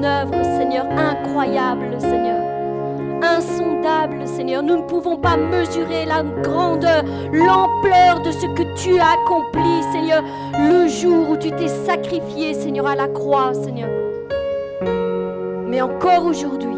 œuvre, Seigneur, incroyable, Seigneur. Insondable, Seigneur. Nous ne pouvons pas mesurer la grandeur, l'ampleur de ce que tu as accompli, Seigneur, le jour où tu t'es sacrifié, Seigneur, à la croix, Seigneur. Mais encore aujourd'hui,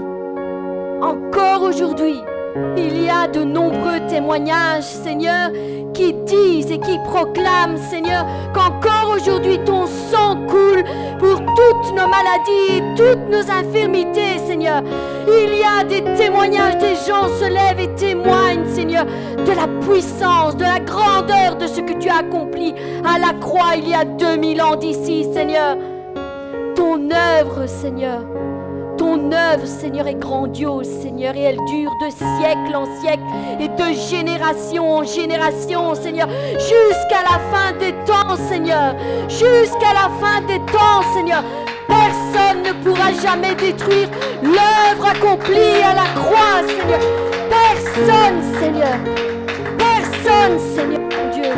il y a de nombreux témoignages, Seigneur, qui disent et qui proclament, Seigneur, qu'encore aujourd'hui ton sang coule pour toutes nos maladies, toutes nos infirmités, Seigneur. Il y a des témoignages, des gens se lèvent et témoignent, Seigneur, de la puissance, de la grandeur de ce que tu as accompli à la croix il y a 2000 ans d'ici, Seigneur. Ton œuvre, Seigneur. Ton œuvre, Seigneur, est grandiose, Seigneur, et elle dure de siècle en siècle et de génération en génération, Seigneur, jusqu'à la fin des temps, Seigneur. Jusqu'à la fin des temps, Seigneur. Personne ne pourra jamais détruire l'œuvre accomplie à la croix, Seigneur. Personne, Seigneur. Personne, Seigneur, mon Dieu.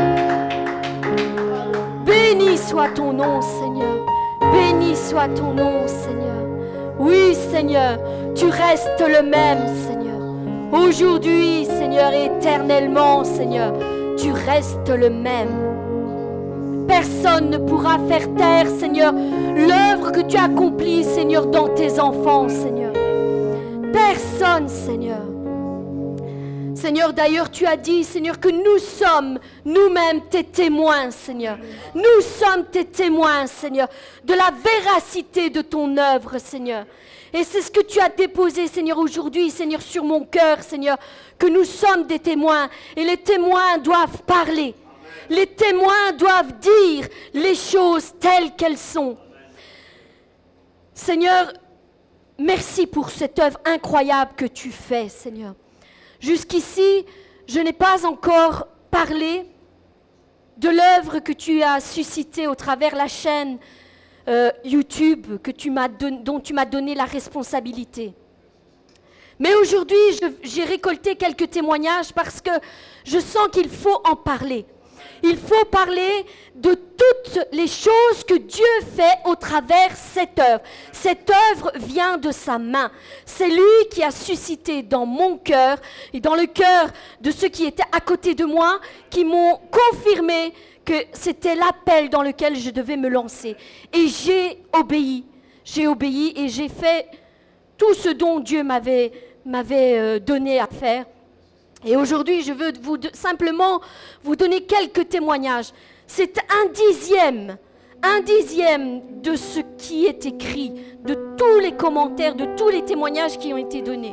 Béni soit ton nom, Seigneur. Béni soit ton nom, Seigneur. Oui, Seigneur, tu restes le même, Seigneur. Aujourd'hui, Seigneur, et éternellement, Seigneur, tu restes le même. Personne ne pourra faire taire, Seigneur, l'œuvre que tu as accomplie, Seigneur, dans tes enfants, Seigneur. Personne, Seigneur. Seigneur, d'ailleurs, tu as dit, Seigneur, que nous sommes nous-mêmes tes témoins, Seigneur. Nous sommes tes témoins, Seigneur, de la véracité de ton œuvre, Seigneur. Et c'est ce que tu as déposé, Seigneur, aujourd'hui, Seigneur, sur mon cœur, Seigneur, que nous sommes des témoins. Et les témoins doivent parler. Les témoins doivent dire les choses telles qu'elles sont. Seigneur, merci pour cette œuvre incroyable que tu fais, Seigneur. Jusqu'ici, je n'ai pas encore parlé de l'œuvre que tu as suscitée au travers la chaîne YouTube dont tu m'as donné la responsabilité. Mais aujourd'hui, j'ai récolté quelques témoignages parce que je sens qu'il faut en parler. Il faut parler de toutes les choses que Dieu fait au travers cette œuvre. Cette œuvre vient de sa main. C'est lui qui a suscité dans mon cœur et dans le cœur de ceux qui étaient à côté de moi, qui m'ont confirmé que c'était l'appel dans lequel je devais me lancer. Et j'ai obéi et j'ai fait tout ce dont Dieu m'avait donné à faire. Et aujourd'hui, je veux simplement vous donner quelques témoignages. C'est un dixième de ce qui est écrit, de tous les commentaires, de tous les témoignages qui ont été donnés.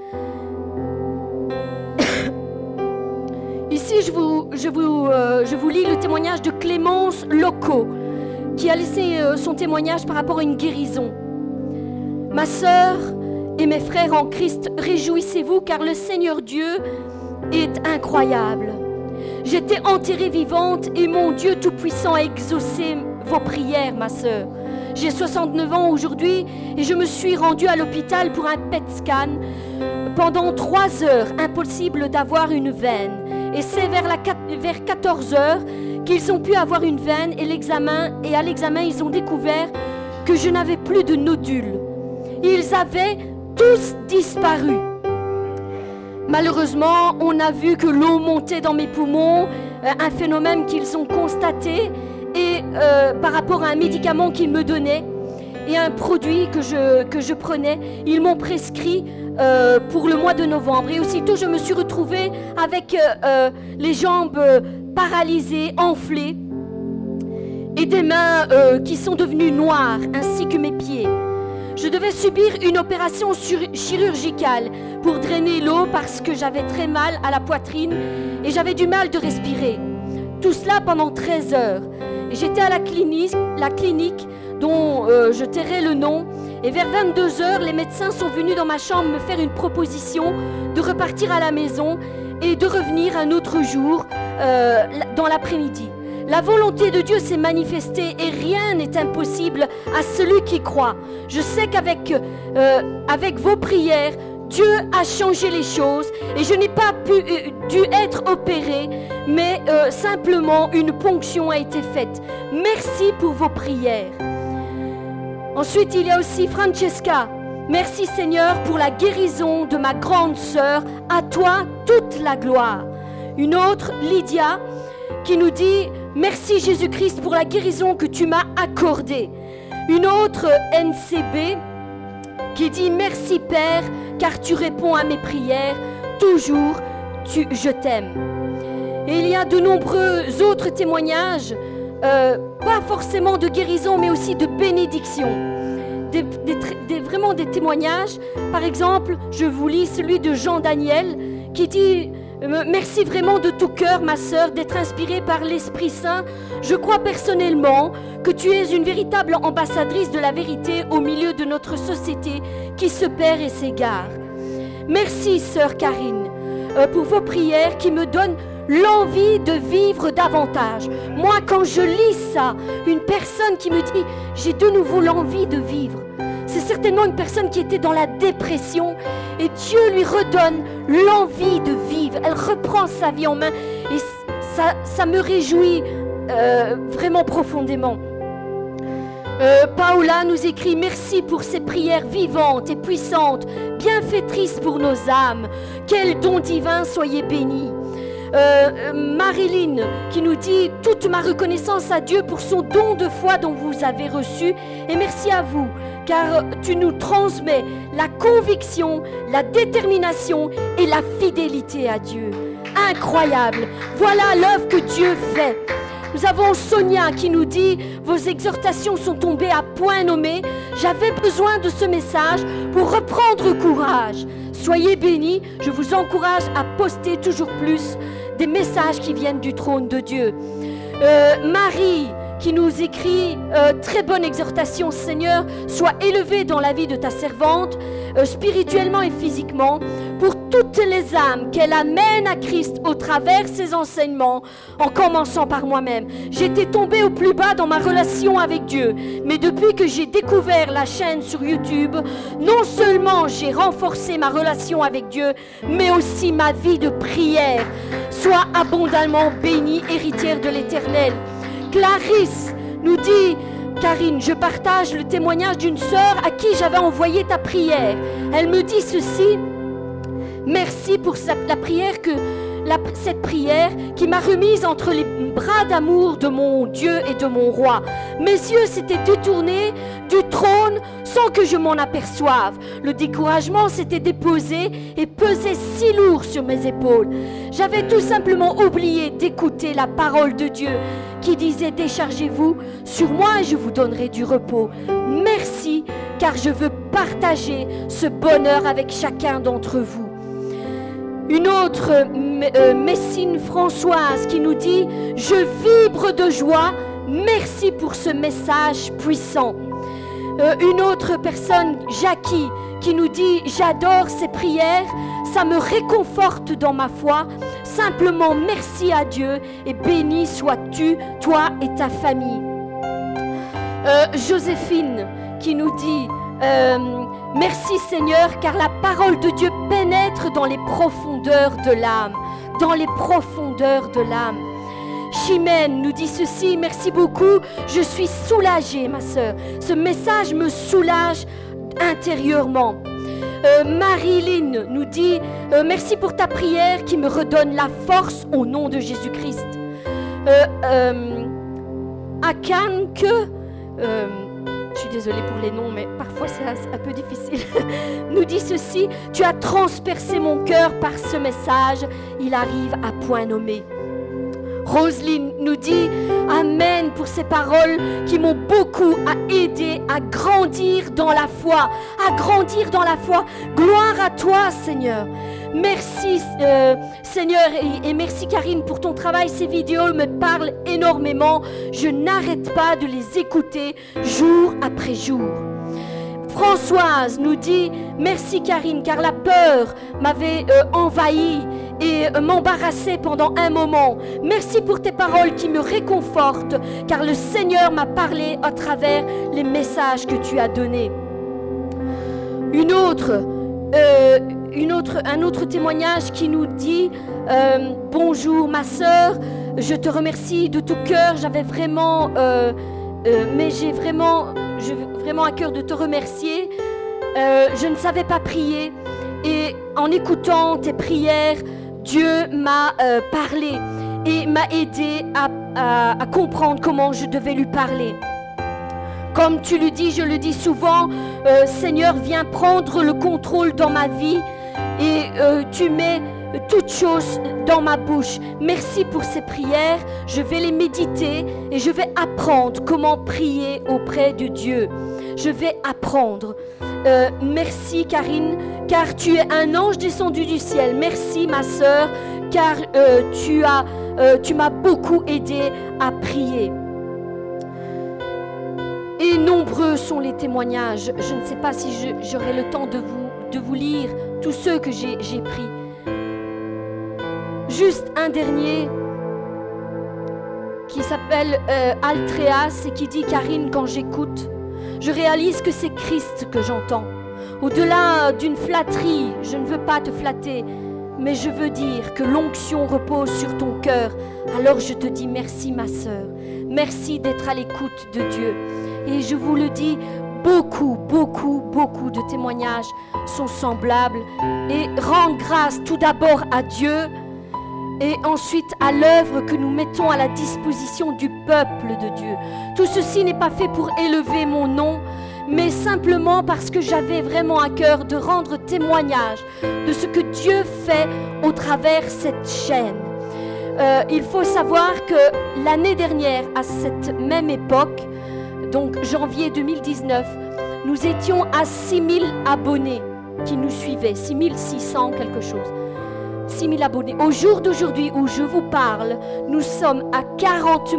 Ici, je vous lis le témoignage de Clémence Loco, qui a laissé son témoignage par rapport à une guérison. Ma sœur et mes frères en Christ, réjouissez-vous car le Seigneur Dieu est incroyable. J'étais enterrée vivante et mon Dieu Tout-Puissant a exaucé vos prières, ma sœur. J'ai 69 ans aujourd'hui et je me suis rendue à l'hôpital pour un PET scan. Pendant 3 heures, impossible d'avoir une veine. Et c'est vers 14 heures qu'ils ont pu avoir une veine et à l'examen, ils ont découvert que je n'avais plus de nodules. Ils avaient tous disparu. Malheureusement, on a vu que l'eau montait dans mes poumons, un phénomène qu'ils ont constaté, et par rapport à un médicament qu'ils me donnaient et un produit que je prenais, ils m'ont prescrit pour le mois de novembre. Et aussitôt, je me suis retrouvée avec les jambes paralysées, enflées, et des mains qui sont devenues noires, ainsi que mes pieds. Je devais subir une opération chirurgicale pour drainer l'eau parce que j'avais très mal à la poitrine et j'avais du mal de respirer. Tout cela pendant 13 heures. Et j'étais à la clinique dont je tairai le nom. Et vers 22 heures, les médecins sont venus dans ma chambre me faire une proposition de repartir à la maison et de revenir un autre jour dans l'après-midi. La volonté de Dieu s'est manifestée et rien n'est impossible à celui qui croit. Je sais qu'avec vos prières, Dieu a changé les choses et je n'ai pas dû être opérée, mais simplement une ponction a été faite. Merci pour vos prières. Ensuite, il y a aussi Francesca. Merci Seigneur pour la guérison de ma grande sœur. À toi toute la gloire. Une autre, Lydia, qui nous dit « Merci Jésus-Christ pour la guérison que tu m'as accordée. » Une autre, NCB, qui dit « Merci Père, car tu réponds à mes prières. Toujours, je t'aime. » Et il y a de nombreux autres témoignages, pas forcément de guérison, mais aussi de bénédiction. Vraiment des témoignages. Par exemple, je vous lis celui de Jean Daniel, qui dit « Merci vraiment de tout cœur, ma sœur, d'être inspirée par l'Esprit Saint. Je crois personnellement que tu es une véritable ambassadrice de la vérité au milieu de notre société qui se perd et s'égare. Merci, sœur Karine, pour vos prières qui me donnent l'envie de vivre davantage. » Moi, quand je lis ça, une personne qui me dit « J'ai de nouveau l'envie de vivre », c'est certainement une personne qui était dans la dépression et Dieu lui redonne l'envie de vivre. Elle reprend sa vie en main et ça me réjouit vraiment profondément. Paola nous écrit « Merci pour ces prières vivantes et puissantes, bienfaitrices pour nos âmes. Quel don divin, soyez bénis. » Marilyn qui nous dit « Toute ma reconnaissance à Dieu pour son don de foi dont vous avez reçu et merci à vous car tu nous transmets la conviction, la détermination et la fidélité à Dieu. » Incroyable! Voilà l'œuvre que Dieu fait. Nous avons Sonia qui nous dit « Vos exhortations sont tombées à point nommé. J'avais besoin de ce message pour reprendre courage. Soyez bénis. Je vous encourage à poster toujours plus des messages qui viennent du trône de Dieu. » Marie qui nous écrit « Très bonne exhortation, Seigneur. Sois élevée dans la vie de ta servante, spirituellement et physiquement, pour toutes les âmes qu'elle amène à Christ au travers ses enseignements, en commençant par moi-même. J'étais tombée au plus bas dans ma relation avec Dieu, mais depuis que j'ai découvert la chaîne sur YouTube, non seulement j'ai renforcé ma relation avec Dieu, mais aussi ma vie de prière. Sois abondamment bénie, héritière de l'Éternel. » Clarisse nous dit « Karine, je partage le témoignage d'une sœur à qui j'avais envoyé ta prière. Elle me dit ceci. Merci pour la prière cette prière qui m'a remise entre les bras d'amour de mon Dieu et de mon roi. Mes yeux s'étaient détournés du trône sans que je m'en aperçoive. Le découragement s'était déposé et pesait si lourd sur mes épaules. J'avais tout simplement oublié d'écouter la parole de Dieu qui disait « Déchargez-vous sur moi et je vous donnerai du repos. » Merci, car je veux partager ce bonheur avec chacun d'entre vous. Une autre, Messine Françoise, qui nous dit « Je vibre de joie, merci pour ce message puissant. » Une autre personne, Jackie, qui nous dit « J'adore ces prières, ça me réconforte dans ma foi. Simplement merci à Dieu et béni sois-tu, toi et ta famille. » Joséphine, qui nous dit merci Seigneur, car la parole de Dieu pénètre dans les profondeurs de l'âme. Dans les profondeurs de l'âme. Chimène nous dit ceci, merci beaucoup, je suis soulagée ma sœur. Ce message me soulage intérieurement. Marilyn nous dit merci pour ta prière qui me redonne la force au nom de Jésus-Christ. Akanke, je suis désolée pour les noms, mais parfois c'est un peu difficile, nous dit ceci, tu as transpercé mon cœur par ce message, il arrive à point nommé. Roselyne nous dit Amen pour ces paroles qui m'ont beaucoup aidé à grandir dans la foi. À grandir dans la foi. Gloire à toi, Seigneur. Merci, Seigneur, et merci, Karine, pour ton travail. Ces vidéos me parlent énormément. Je n'arrête pas de les écouter jour après jour. Françoise nous dit merci, Karine, car la peur m'avait envahi et m'embarrassait pendant un moment. Merci pour tes paroles qui me réconfortent, car le Seigneur m'a parlé à travers les messages que tu as donnés. Un autre témoignage qui nous dit bonjour ma sœur, je te remercie de tout cœur. J'avais vraiment, vraiment à cœur de te remercier. Je ne savais pas prier et en écoutant tes prières, Dieu m'a parlé et m'a aidé à comprendre comment je devais lui parler. Comme tu le dis, je le dis souvent, Seigneur, viens prendre le contrôle dans ma vie et tu mets toutes choses dans ma bouche. Merci pour ces prières, je vais les méditer et je vais apprendre comment prier auprès de Dieu. Je vais apprendre. Merci Karine, car tu es un ange descendu du ciel. Merci ma sœur, car tu m'as beaucoup aidé à prier. Et nombreux sont les témoignages. Je ne sais pas si j'aurai le temps de vous lire tous ceux que j'ai pris. Juste un dernier qui s'appelle Altreas et qui dit: Karine, quand j'écoute, je réalise que c'est Christ que j'entends. Au-delà d'une flatterie, je ne veux pas te flatter, mais je veux dire que l'onction repose sur ton cœur. Alors je te dis merci ma sœur. Merci d'être à l'écoute de Dieu. Et je vous le dis, beaucoup de témoignages sont semblables. Et rendre grâce tout d'abord à Dieu et ensuite à l'œuvre que nous mettons à la disposition du peuple de Dieu. Tout ceci n'est pas fait pour élever mon nom, mais simplement parce que j'avais vraiment à cœur de rendre témoignage de ce que Dieu fait au travers cette chaîne. Il faut savoir que l'année dernière, à cette même époque, donc janvier 2019, nous étions à 6000 abonnés qui nous suivaient, 6600 quelque chose. 6000 abonnés. Au jour d'aujourd'hui où je vous parle, nous sommes à 40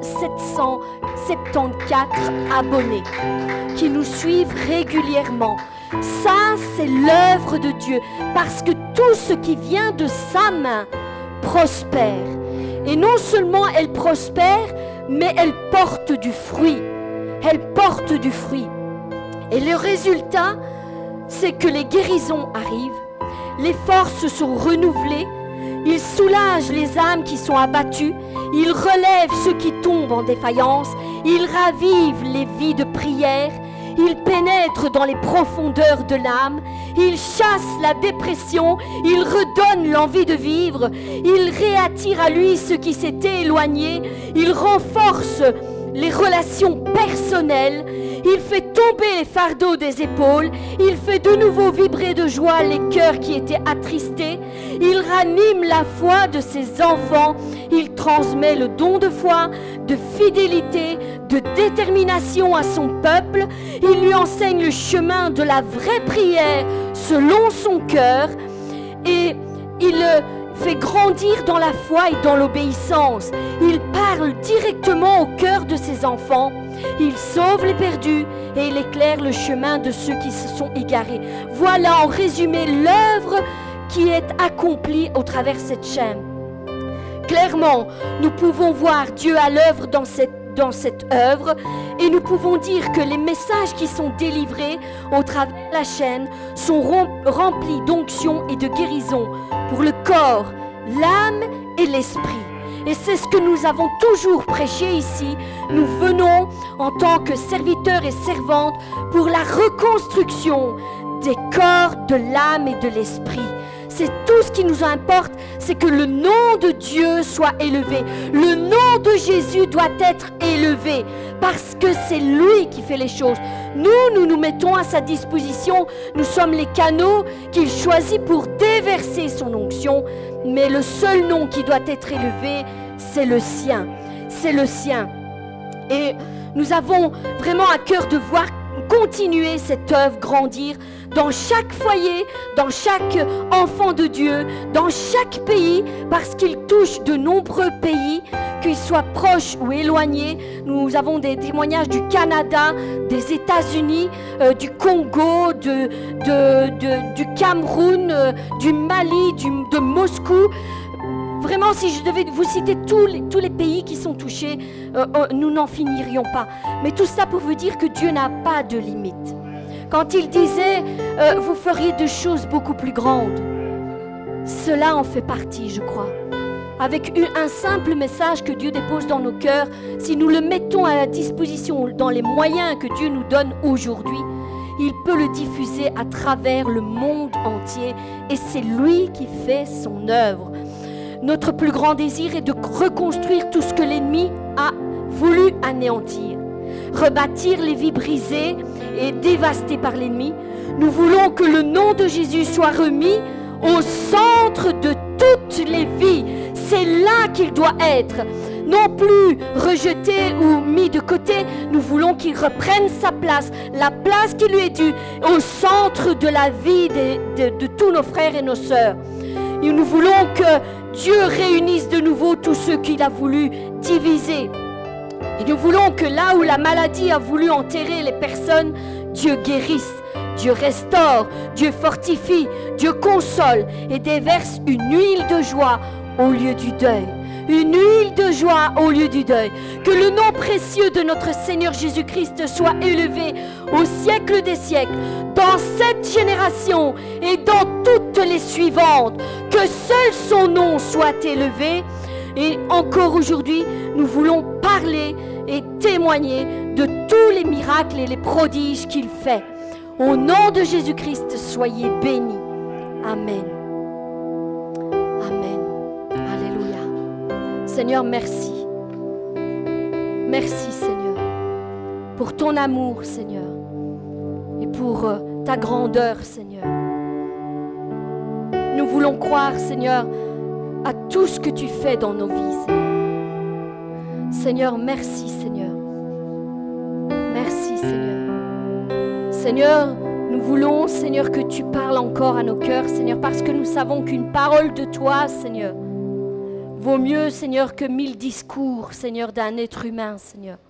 774 abonnés qui nous suivent régulièrement. Ça, c'est l'œuvre de Dieu, parce que tout ce qui vient de sa main prospère. Et non seulement elle prospère, mais elle porte du fruit. Elle porte du fruit. Et le résultat, c'est que les guérisons arrivent. Les forces sont renouvelées, il soulage les âmes qui sont abattues, il relève ceux qui tombent en défaillance, il ravive les vies de prière, il pénètre dans les profondeurs de l'âme, il chasse la dépression, il redonne l'envie de vivre, il réattire à lui ceux qui s'étaient éloignés, il renforce les relations personnelles, il fait tomber les fardeaux des épaules, il fait de nouveau vibrer de joie les cœurs qui étaient attristés, il ranime la foi de ses enfants, il transmet le don de foi, de fidélité, de détermination à son peuple, il lui enseigne le chemin de la vraie prière selon son cœur et il fait grandir dans la foi et dans l'obéissance. Il parle directement au cœur de ses enfants. Il sauve les perdus et il éclaire le chemin de ceux qui se sont égarés. Voilà en résumé l'œuvre qui est accomplie au travers de cette chaîne. Clairement, nous pouvons voir Dieu à l'œuvre dans cette œuvre et nous pouvons dire que les messages qui sont délivrés au travers de la chaîne sont remplis d'onction et de guérison pour le corps, l'âme et l'esprit. Et c'est ce que nous avons toujours prêché ici. Nous venons en tant que serviteurs et servantes pour la reconstruction des corps, de l'âme et de l'esprit. C'est tout ce qui nous importe, c'est que le nom de Dieu soit élevé. Le nom de Jésus doit être élevé parce que c'est lui qui fait les choses. Nous nous mettons à sa disposition. Nous sommes les canaux qu'il choisit pour déverser son onction. Mais le seul nom qui doit être élevé, c'est le sien. C'est le sien. Et nous avons vraiment à cœur de voir continuer cette œuvre grandir dans chaque foyer, dans chaque enfant de Dieu, dans chaque pays, parce qu'il touche de nombreux pays, qu'ils soient proches ou éloignés. Nous avons des témoignages du Canada, des États-Unis, du Congo, du Cameroun, du Mali, de Moscou. Vraiment, si je devais vous citer tous les pays qui sont touchés, nous n'en finirions pas. Mais tout ça pour vous dire que Dieu n'a pas de limite. Quand il disait « vous feriez de choses beaucoup plus grandes », cela en fait partie, je crois. avec un simple message que Dieu dépose dans nos cœurs, si nous le mettons à la disposition dans les moyens que Dieu nous donne aujourd'hui, il peut le diffuser à travers le monde entier et c'est lui qui fait son œuvre. Notre plus grand désir est de reconstruire tout ce que l'ennemi a voulu anéantir, rebâtir les vies brisées et dévastées par l'ennemi. Nous voulons que le nom de Jésus soit remis au centre de toutes les vies. C'est là qu'il doit être, non plus rejeté ou mis de côté. Nous voulons qu'il reprenne sa place, la place qui lui est due, au centre de la vie de tous nos frères et nos sœurs. Et nous voulons que Dieu réunisse de nouveau tous ceux qu'il a voulu diviser. Et nous voulons que là où la maladie a voulu enterrer les personnes, Dieu guérisse, Dieu restaure, Dieu fortifie, Dieu console et déverse une huile de joie au lieu du deuil. Une huile de joie au lieu du deuil. Que le nom précieux de notre Seigneur Jésus-Christ soit élevé au siècle des siècles, dans cette génération et dans toutes les suivantes. Que seul son nom soit élevé. Et encore aujourd'hui, nous voulons parler et témoigner de tous les miracles et les prodiges qu'il fait. Au nom de Jésus-Christ, soyez bénis. Amen. Amen. Alléluia. Seigneur, merci. Merci, Seigneur, pour ton amour, Seigneur, et pour ta grandeur, Seigneur. Nous voulons croire, Seigneur, à tout ce que tu fais dans nos vies, Seigneur. Seigneur, merci, Seigneur. Merci, Seigneur. Seigneur, nous voulons, Seigneur, que tu parles encore à nos cœurs, Seigneur, parce que nous savons qu'une parole de toi, Seigneur, vaut mieux, Seigneur, que 1000 discours, Seigneur, d'un être humain, Seigneur.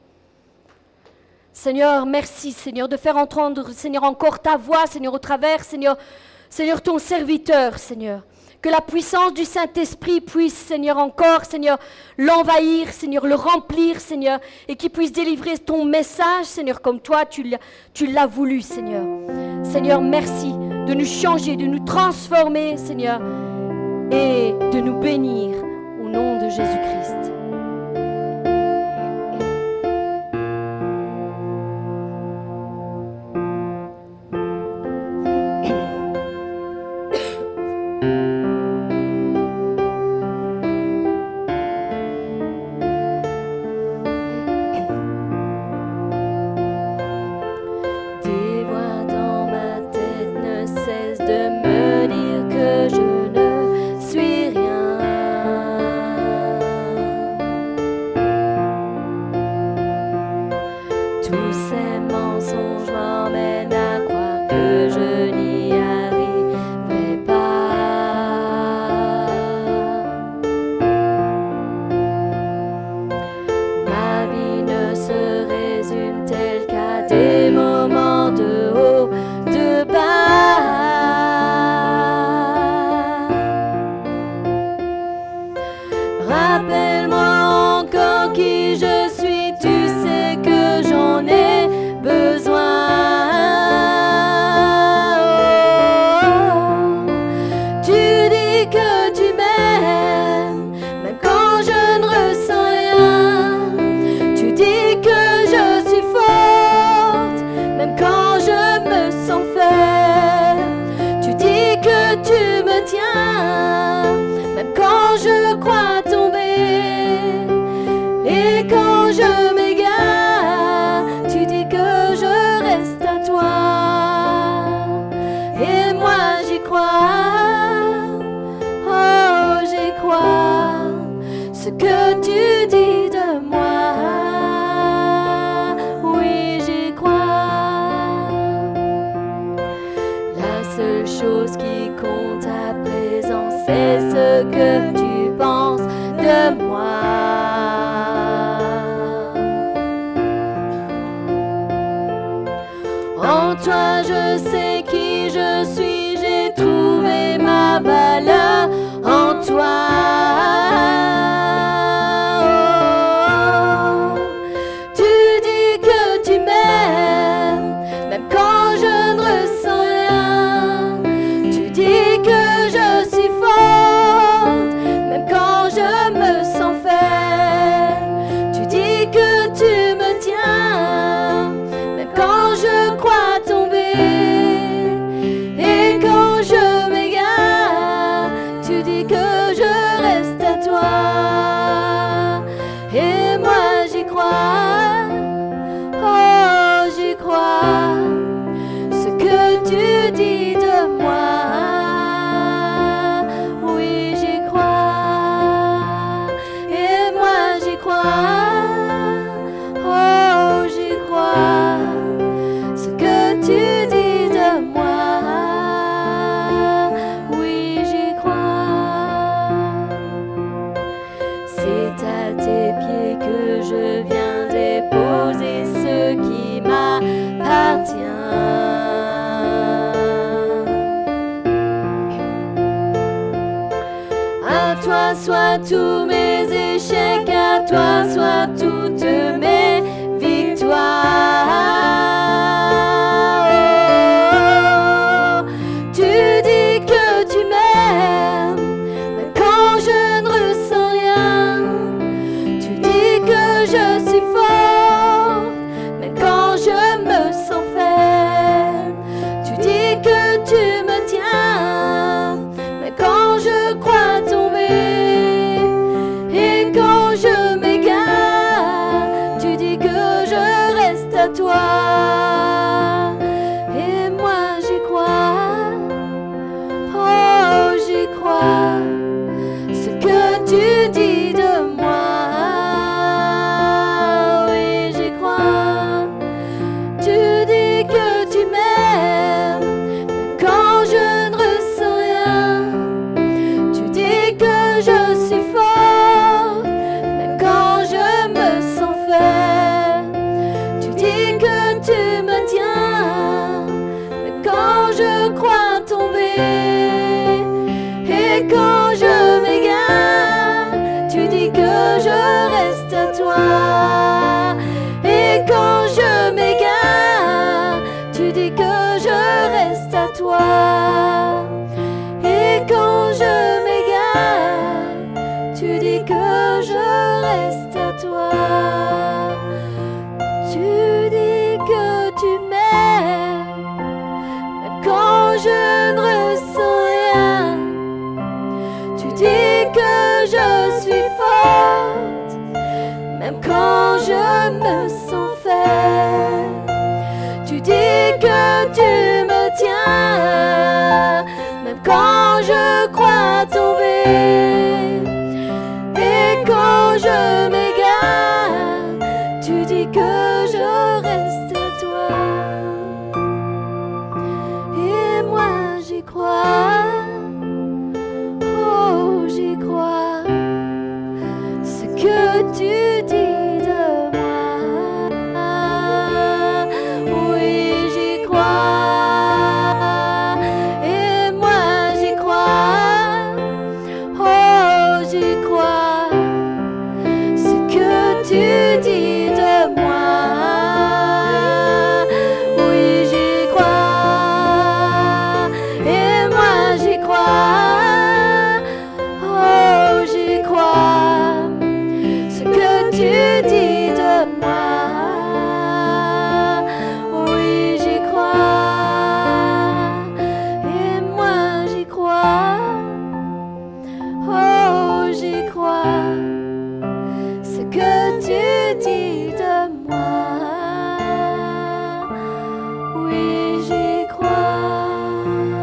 Seigneur, merci, Seigneur, de faire entendre, Seigneur, encore ta voix, Seigneur, au travers, Seigneur, ton serviteur, Seigneur. Que la puissance du Saint-Esprit puisse, Seigneur, encore, Seigneur, l'envahir, Seigneur, le remplir, Seigneur, et qu'il puisse délivrer ton message, Seigneur, comme toi, tu l'as voulu, Seigneur. Seigneur, merci de nous changer, de nous transformer, Seigneur, et de nous bénir au nom de Jésus-Christ. Je toi soient tous mes échecs, à toi soient toutes mes victoires. Tu dis que tu m'aimes, même quand je ne ressens rien. Tu dis que je suis forte, même quand je me sens faible. Tu dis que tu me tiens, même quand je crois tomber. Et quand je m'égare, tu dis que je reste à toi. Et moi j'y crois, oh j'y crois, ce que tu dis de moi. Oui j'y crois, tu dis que tu m'aimes, même quand je ne ressens rien. Tu dis que je suis forte, même quand je me sens faible. Tu dis que tu me tiens, même quand je crois tomber. Et quand je m'égare, tu dis que je reste à toi. Et quand je m'égare, tu dis que je reste à toi. Et quand je m'égare, tu dis que je reste à toi. Tu dis que tu m'aimes, même quand je ne ressens rien. Tu dis que je suis forte, même quand je me sens faible. Tu dis que tu me tiens, même quand je crois tomber. Et quand je m'égare, tu dis que je reste à toi. Et moi j'y crois, oh j'y crois, ce que tu dis de moi. Oui j'y crois, et moi j'y crois, oh j'y crois, ce que tu dis de moi. Oui j'y crois, et moi j'y crois, oh j'y crois, ce que tu dis de moi. Oui j'y crois, et moi j'y crois, oh j'y crois, ce que tu dis de moi. Oui j'y crois.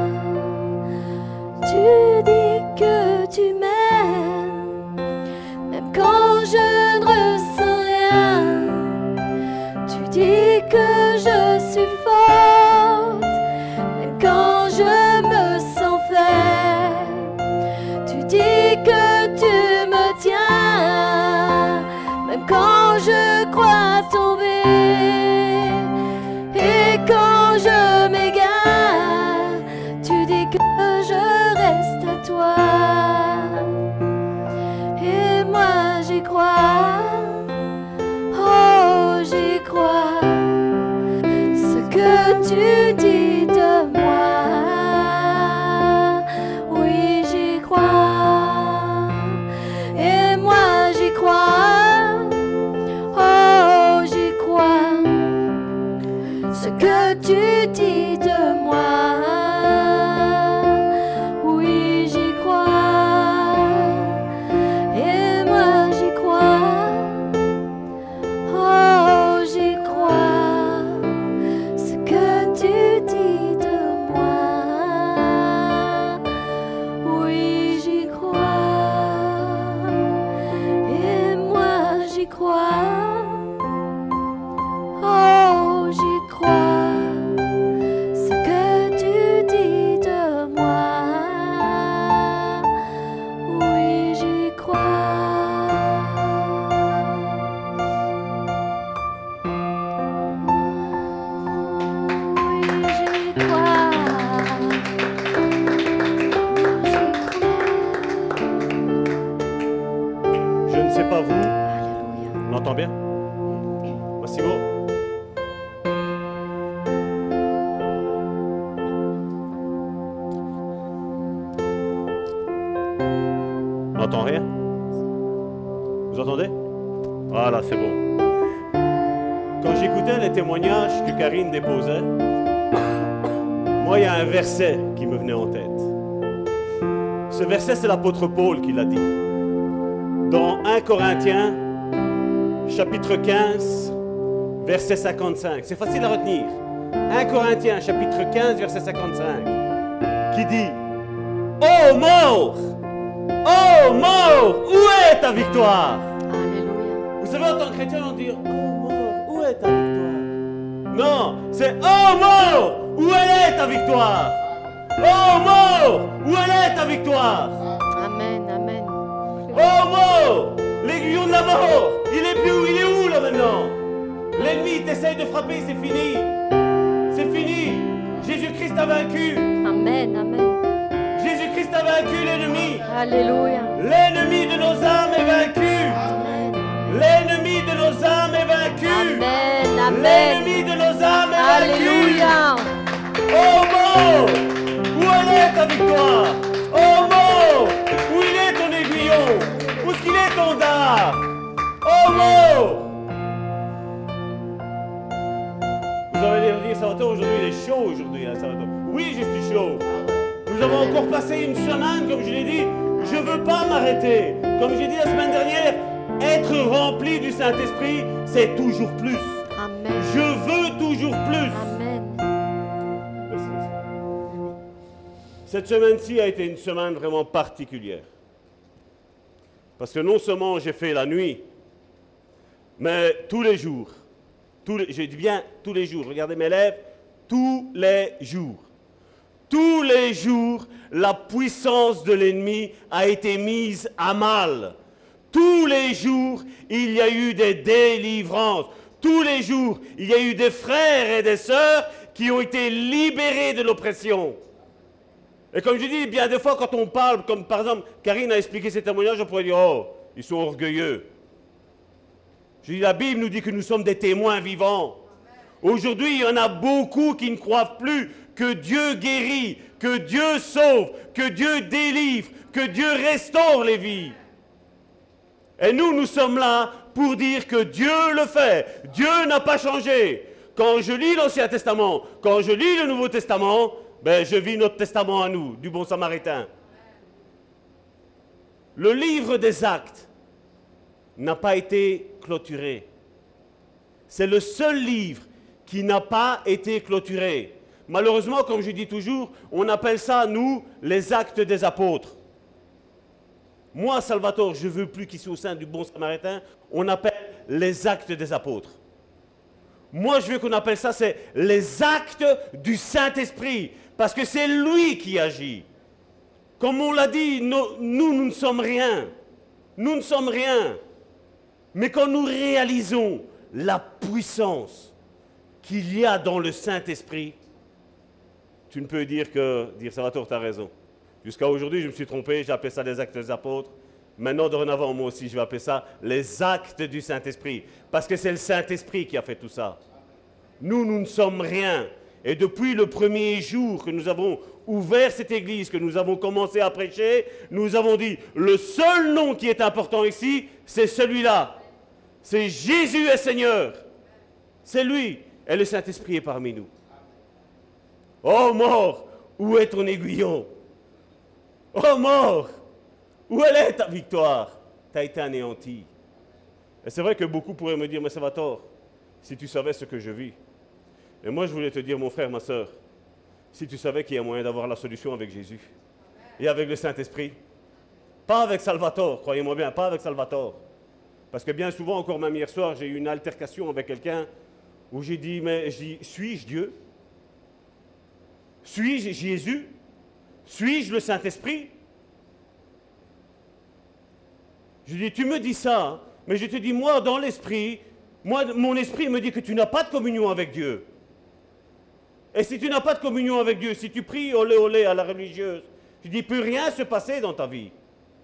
Tu dis que tu m'aimes, même quand je ne ressens rien. Tu dis que je suis forte, même quand je me sens faible. Tu dis que tu me tiens, même quand je crois tomber. Et quand je m'égare, tu dis que je reste à toi. Et moi j'y crois, oh j'y crois, ce que tu dis de moi. Oui j'y crois, et moi j'y crois, oh j'y crois, ce que tu dis de moi. n'entend rien? Vous entendez? Voilà, c'est bon. Quand j'écoutais les témoignages que Karine déposait, moi, il y a un verset qui me venait en tête. Ce verset, c'est l'apôtre Paul qui l'a dit. Dans 1 Corinthiens, chapitre 15, verset 55. C'est facile à retenir. 1 Corinthiens, chapitre 15, verset 55, qui dit « Ô mort! Ô mort! Où est ta victoire? » Alléluia. Vous savez, en tant que chrétien, on dit « Oh mort! Où est ta victoire? » Non, c'est « Oh mort! Où elle est ta victoire? Oh mort! Où elle est ta victoire? » Amen, amen. Oh mort! L'aiguillon de la mort! Il est plus où? Il est où là maintenant? L'ennemi t'essaye de frapper, c'est fini. C'est fini. Jésus-Christ a vaincu. Amen, amen. Jésus-Christ a vaincu l'ennemi. Alléluia. L'ennemi de nos âmes est vaincu. Amen. L'ennemi de nos âmes est vaincu. Amen, amen. L'ennemi de nos âmes est vaincu. Alléluia. Oh mort! Où elle est ta victoire? Oh mort! Où il est ton aiguillon? Où est-ce qu'il est ton dard? Oh mort! Vous avez dit, Salvatore, aujourd'hui il est chaud aujourd'hui, hein, Salvatore. Oui, je suis chaud. Nous avons encore passé une semaine, comme je l'ai dit, je ne veux pas m'arrêter. Comme j'ai dit la semaine dernière, être rempli du Saint-Esprit, c'est toujours plus. Amen. Je veux toujours plus. Amen. Merci, merci. Cette semaine-ci a été une semaine vraiment particulière. Parce que non seulement j'ai fait la nuit, mais tous les jours, j'ai dit bien tous les jours, regardez mes lèvres, tous les jours. Tous les jours, la puissance de l'ennemi a été mise à mal. Tous les jours, il y a eu des délivrances. Tous les jours, il y a eu des frères et des sœurs qui ont été libérés de l'oppression. Et comme je dis, bien des fois, quand on parle, comme par exemple, Karine a expliqué ses témoignages, on pourrait dire, oh, ils sont orgueilleux. Je dis, la Bible nous dit que nous sommes des témoins vivants. Aujourd'hui, il y en a beaucoup qui ne croient plus que Dieu guérit, que Dieu sauve, que Dieu délivre, que Dieu restaure les vies. Et nous sommes là pour dire que Dieu le fait. Dieu n'a pas changé. Quand je lis l'Ancien Testament, quand je lis le Nouveau Testament, ben, je vis notre testament à nous, du bon Samaritain. Le livre des Actes n'a pas été clôturé. C'est le seul livre qui n'a pas été clôturé. Malheureusement, comme je dis toujours, on appelle ça, nous, les actes des apôtres. Moi, Salvatore, je ne veux plus qu'ici au sein du bon Samaritain, on appelle les actes des apôtres. Moi, je veux qu'on appelle ça, c'est les actes du Saint-Esprit, parce que c'est lui qui agit. Comme on l'a dit, nous ne sommes rien. Nous ne sommes rien. Mais quand nous réalisons la puissance qu'il y a dans le Saint-Esprit, tu ne peux dire Salvatore, tu as raison. Jusqu'à aujourd'hui, je me suis trompé, j'ai appelé ça les actes des apôtres. Maintenant, dorénavant, moi aussi, je vais appeler ça les actes du Saint-Esprit. Parce que c'est le Saint-Esprit qui a fait tout ça. Nous ne sommes rien. Et depuis le premier jour que nous avons ouvert cette église, que nous avons commencé à prêcher, nous avons dit, le seul nom qui est important ici, c'est celui-là. C'est Jésus est Seigneur. C'est lui. Et le Saint-Esprit est parmi nous. Oh mort, où est ton aiguillon? Oh mort, où elle est ta victoire? Tu as été anéanti. Et c'est vrai que beaucoup pourraient me dire, mais Salvatore, si tu savais ce que je vis. Et moi, je voulais te dire, mon frère, ma soeur, si tu savais qu'il y a moyen d'avoir la solution avec Jésus et avec le Saint-Esprit, pas avec Salvatore, croyez-moi bien, pas avec Salvatore. Parce que bien souvent, encore même hier soir, j'ai eu une altercation avec quelqu'un où j'ai dit, suis-je Dieu? Suis-je Jésus? Suis-je le Saint-Esprit? Je dis, tu me dis ça, hein, mais je te dis, moi, dans l'esprit, mon esprit me dit que tu n'as pas de communion avec Dieu. Et si tu n'as pas de communion avec Dieu, si tu pries olé olé à la religieuse, je dis, il ne peut rien se passer dans ta vie.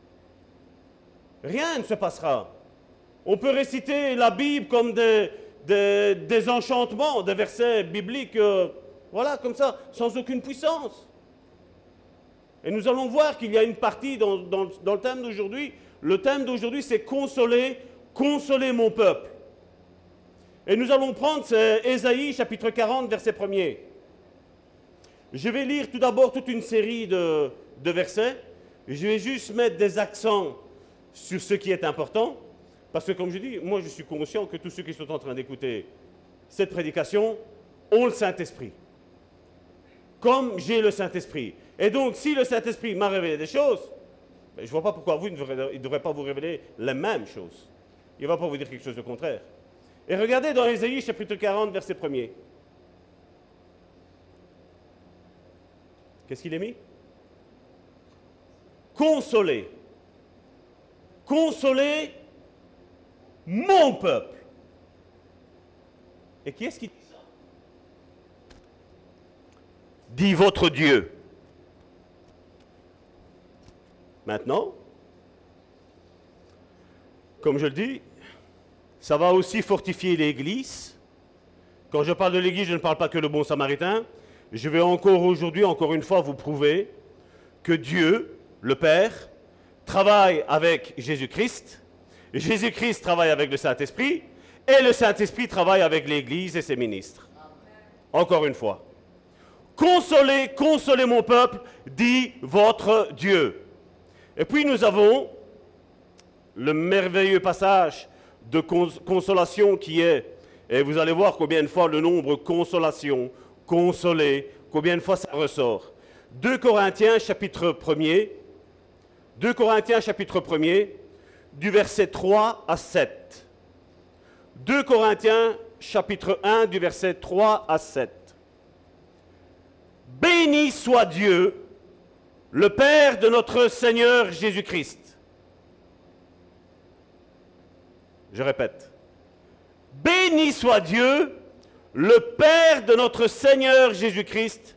Rien ne se passera. On peut réciter la Bible comme des enchantements, des versets bibliques, voilà, comme ça, sans aucune puissance. Et nous allons voir qu'il y a une partie dans le thème d'aujourd'hui. Le thème d'aujourd'hui, c'est consoler, consoler mon peuple. Et nous allons prendre Ésaïe, chapitre 40, verset 1er. Je vais lire tout d'abord toute une série de versets. Je vais juste mettre des accents sur ce qui est important. Parce que comme je dis, moi je suis conscient que tous ceux qui sont en train d'écouter cette prédication ont le Saint-Esprit. Comme j'ai le Saint-Esprit. Et donc, si le Saint-Esprit m'a révélé des choses, je ne vois pas pourquoi il ne devrait pas vous révéler les mêmes choses. Il ne va pas vous dire quelque chose de contraire. Et regardez dans Ésaïe, chapitre 40, verset 1er. Qu'est-ce qu'il est mis? Consoler. Consoler mon peuple. Et qui est-ce qui dit ça? Dit votre Dieu. Maintenant, comme je le dis, ça va aussi fortifier l'Église. Quand je parle de l'Église, je ne parle pas que le bon samaritain. Je vais encore aujourd'hui, encore une fois, vous prouver que Dieu, le Père, travaille avec Jésus-Christ. Jésus-Christ travaille avec le Saint-Esprit. Et le Saint-Esprit travaille avec l'Église et ses ministres. Encore une fois. Consolez, consolez mon peuple, dit votre Dieu. Et puis nous avons le merveilleux passage de consolation qui est, et vous allez voir combien de fois le nombre consolation, consoler, combien de fois ça ressort. 2 Corinthiens chapitre 1er, 2 Corinthiens chapitre 1er, du verset 3 à 7. 2 Corinthiens chapitre 1 du verset 3 à 7. Béni soit Dieu, le Père de notre Seigneur Jésus-Christ. Je répète. Béni soit Dieu, le Père de notre Seigneur Jésus-Christ.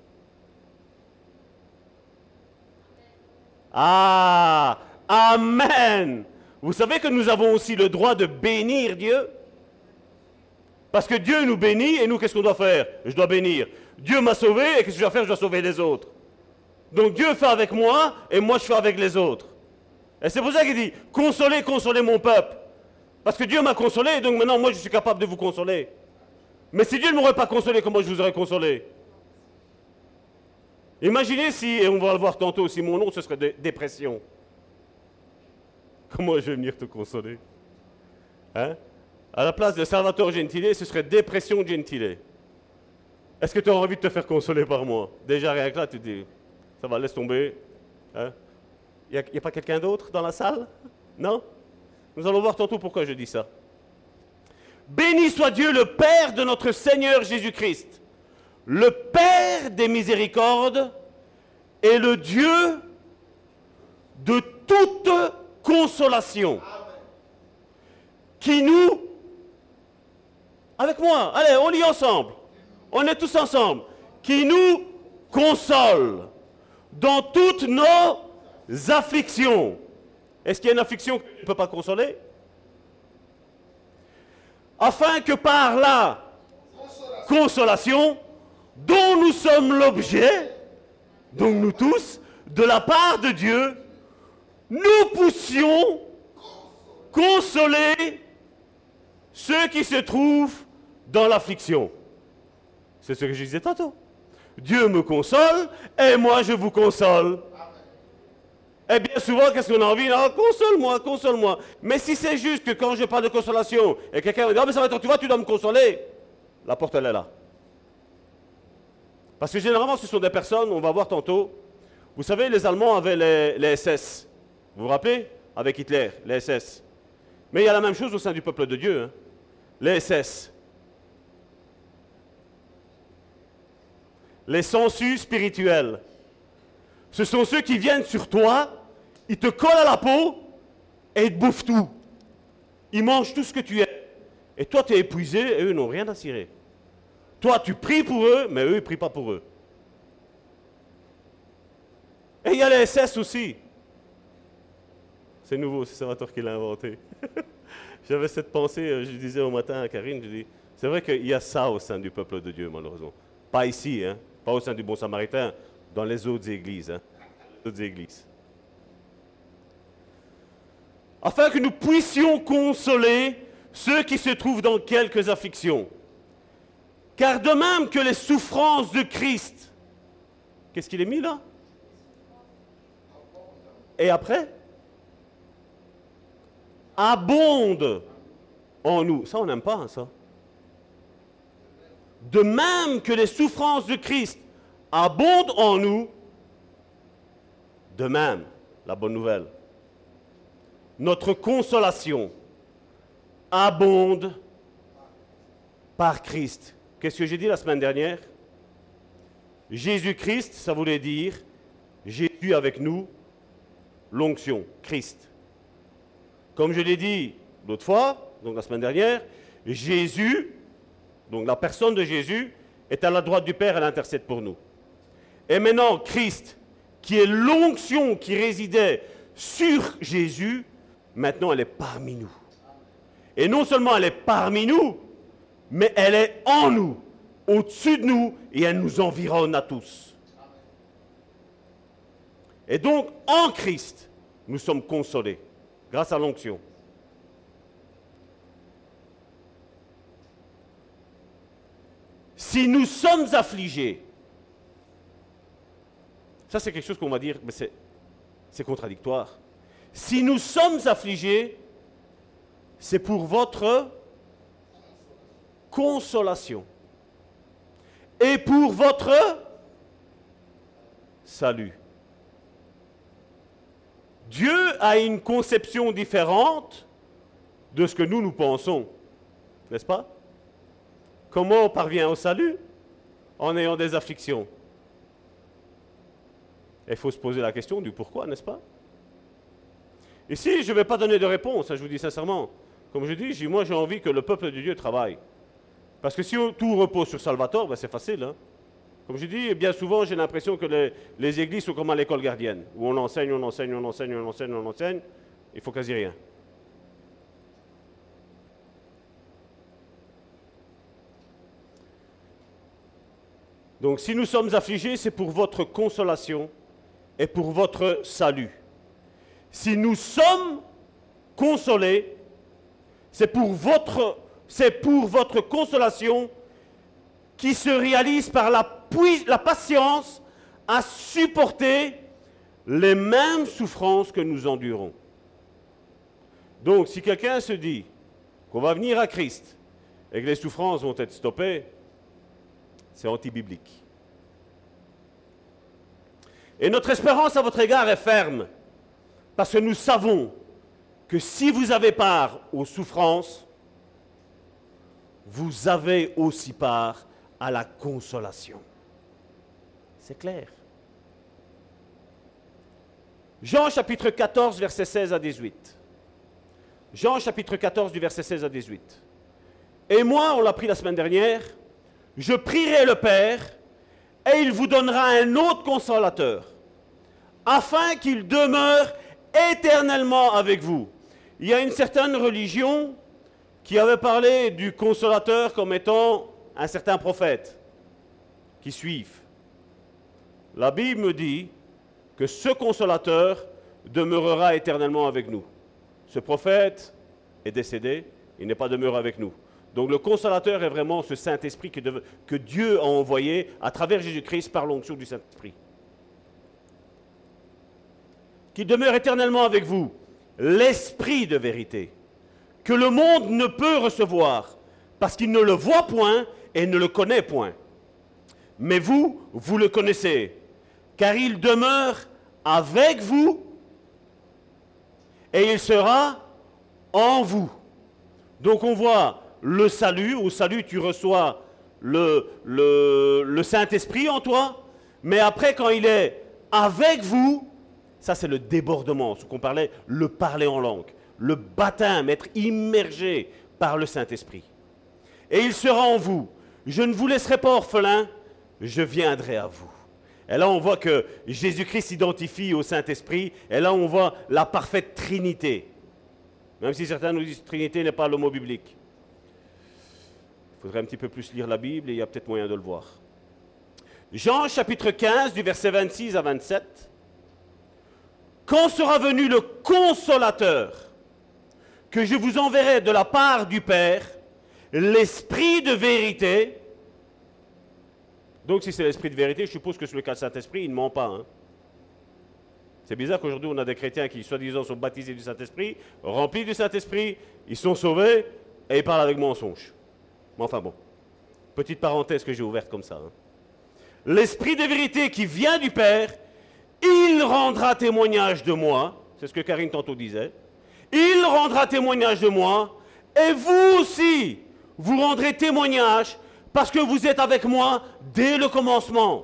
Ah, Amen. Vous savez que nous avons aussi le droit de bénir Dieu? Parce que Dieu nous bénit et nous, qu'est-ce qu'on doit faire? Je dois bénir. Dieu m'a sauvé et qu'est-ce que je dois faire? Je dois sauver les autres. Donc Dieu fait avec moi et moi je fais avec les autres. Et c'est pour ça qu'il dit, consolez, consolez mon peuple. Parce que Dieu m'a consolé et donc maintenant moi je suis capable de vous consoler. Mais si Dieu ne m'aurait pas consolé, comment je vous aurais consolé? Imaginez si, et on va le voir tantôt, si mon nom ce serait dépression. Comment je vais venir te consoler? Hein? À la place de Salvatore Gentile, ce serait dépression Gentile. Est-ce que tu as envie de te faire consoler par moi? Déjà rien que là, tu te dis, ça va, laisse tomber. Hein? Il n'y a pas quelqu'un d'autre dans la salle? Non? Nous allons voir tantôt pourquoi je dis ça. Béni soit Dieu, le Père de notre Seigneur Jésus-Christ, le Père des miséricordes et le Dieu de toute consolation, qui nous, avec moi, allez, on lit ensemble, on est tous ensemble, qui nous console dans toutes nos afflictions. Est-ce qu'il y a une affliction que tu ne peux pas consoler? Afin que par la consolation dont nous sommes l'objet, donc nous tous, de la part de Dieu, nous puissions consoler ceux qui se trouvent dans l'affliction. C'est ce que je disais tantôt. Dieu me console et moi je vous console. Et bien souvent, qu'est-ce qu'on a envie? Ah, console-moi, console-moi. Mais si c'est juste que quand je parle de consolation, et quelqu'un me dit, ah mais ça va être, tu vois, tu dois me consoler, la porte elle est là. Parce que généralement, ce sont des personnes, on va voir tantôt, vous savez, les Allemands avaient les SS. Vous vous rappelez? Avec Hitler, les SS. Mais il y a la même chose au sein du peuple de Dieu. Hein. Les SS. Les sangsues spirituels. Ce sont ceux qui viennent sur toi, ils te collent à la peau et ils te bouffent tout. Ils mangent tout ce que tu es. Et toi, tu es épuisé et eux n'ont rien à cirer. Toi, tu pries pour eux, mais eux, ils ne prient pas pour eux. Et il y a les SS aussi. C'est nouveau, c'est Salvatore qui l'a inventé. J'avais cette pensée, je disais au matin à Karine, je dis, c'est vrai qu'il y a ça au sein du peuple de Dieu, malheureusement. Pas ici, hein, pas au sein du Bon Samaritain, dans les autres églises. Hein. d'autres églises. Afin que nous puissions consoler ceux qui se trouvent dans quelques afflictions. Car de même que les souffrances de Christ, qu'est-ce qu'il est mis là? Et après? Abondent en nous. Ça, on n'aime pas, hein, ça. De même que les souffrances de Christ abondent en nous, de même, la bonne nouvelle, notre consolation abonde par Christ. Qu'est-ce que j'ai dit la semaine dernière? Jésus-Christ, ça voulait dire Jésus avec nous, l'onction, Christ. Comme je l'ai dit l'autre fois, donc la semaine dernière, Jésus, donc la personne de Jésus, est à la droite du Père, elle intercède pour nous. Et maintenant, Christ, qui est l'onction qui résidait sur Jésus, maintenant elle est parmi nous. Et non seulement elle est parmi nous, mais elle est en nous, au-dessus de nous, et elle nous environne à tous. Et donc, en Christ, nous sommes consolés, grâce à l'onction. Si nous sommes affligés, ça c'est quelque chose qu'on va dire, mais c'est contradictoire. Si nous sommes affligés, c'est pour votre consolation et pour votre salut. Dieu a une conception différente de ce que nous pensons, n'est-ce pas? Comment on parvient au salut? En ayant des afflictions. Il faut se poser la question du pourquoi, n'est-ce pas? Ici, je ne vais pas donner de réponse, je vous dis sincèrement. Comme je dis, moi j'ai envie que le peuple de Dieu travaille. Parce que si tout repose sur Salvatore, ben c'est facile. Hein? Comme je dis, bien souvent j'ai l'impression que les églises sont comme à l'école gardienne, où on enseigne, on enseigne, on enseigne, on enseigne, on enseigne, il ne faut quasi rien. Donc si nous sommes affligés, c'est pour votre consolation et pour votre salut. Si nous sommes consolés, c'est pour votre consolation qui se réalise par la patience à supporter les mêmes souffrances que nous endurons. Donc, si quelqu'un se dit qu'on va venir à Christ et que les souffrances vont être stoppées, c'est anti-biblique. Et notre espérance à votre égard est ferme, parce que nous savons que si vous avez part aux souffrances, vous avez aussi part à la consolation. C'est clair. Jean chapitre 14, versets 16 à 18. Jean chapitre 14, du verset 16 à 18. Et moi, on l'a pris la semaine dernière, je prierai le Père, et il vous donnera un autre consolateur, afin qu'il demeure éternellement avec vous. Il y a une certaine religion qui avait parlé du consolateur comme étant un certain prophète qui suivent. La Bible me dit que ce consolateur demeurera éternellement avec nous. Ce prophète est décédé, il n'est pas demeuré avec nous. Donc le consolateur est vraiment ce Saint-Esprit que Dieu a envoyé à travers Jésus-Christ par l'onction du Saint-Esprit. Qui demeure éternellement avec vous, l'Esprit de vérité, que le monde ne peut recevoir, parce qu'il ne le voit point et ne le connaît point. Mais vous, vous le connaissez, car il demeure avec vous et il sera en vous. Donc on voit le salut, au salut tu reçois le Saint-Esprit en toi, mais après quand il est avec vous, ça c'est le débordement, ce qu'on parlait, le parler en langue, le baptême, être immergé par le Saint-Esprit. Et il sera en vous. Je ne vous laisserai pas orphelin, je viendrai à vous. Et là on voit que Jésus-Christ s'identifie au Saint-Esprit, et là on voit la parfaite Trinité. Même si certains nous disent que Trinité n'est pas le mot biblique. Il faudrait un petit peu plus lire la Bible et il y a peut-être moyen de le voir. Jean chapitre 15 du verset 26 à 27. quand sera venu le consolateur, que je vous enverrai de la part du Père, l'Esprit de vérité. Donc si c'est l'Esprit de vérité, je suppose que sur le cas de Saint-Esprit, il ne ment pas. Hein. C'est bizarre qu'aujourd'hui on a des chrétiens qui soi-disant sont baptisés du Saint-Esprit, remplis du Saint-Esprit, ils sont sauvés et ils parlent avec mensonge. Mais enfin bon, petite parenthèse que j'ai ouverte comme ça. Hein. L'Esprit de vérité qui vient du Père, il rendra témoignage de moi, c'est ce que Karine tantôt disait, il rendra témoignage de moi, et vous aussi, vous rendrez témoignage parce que vous êtes avec moi dès le commencement.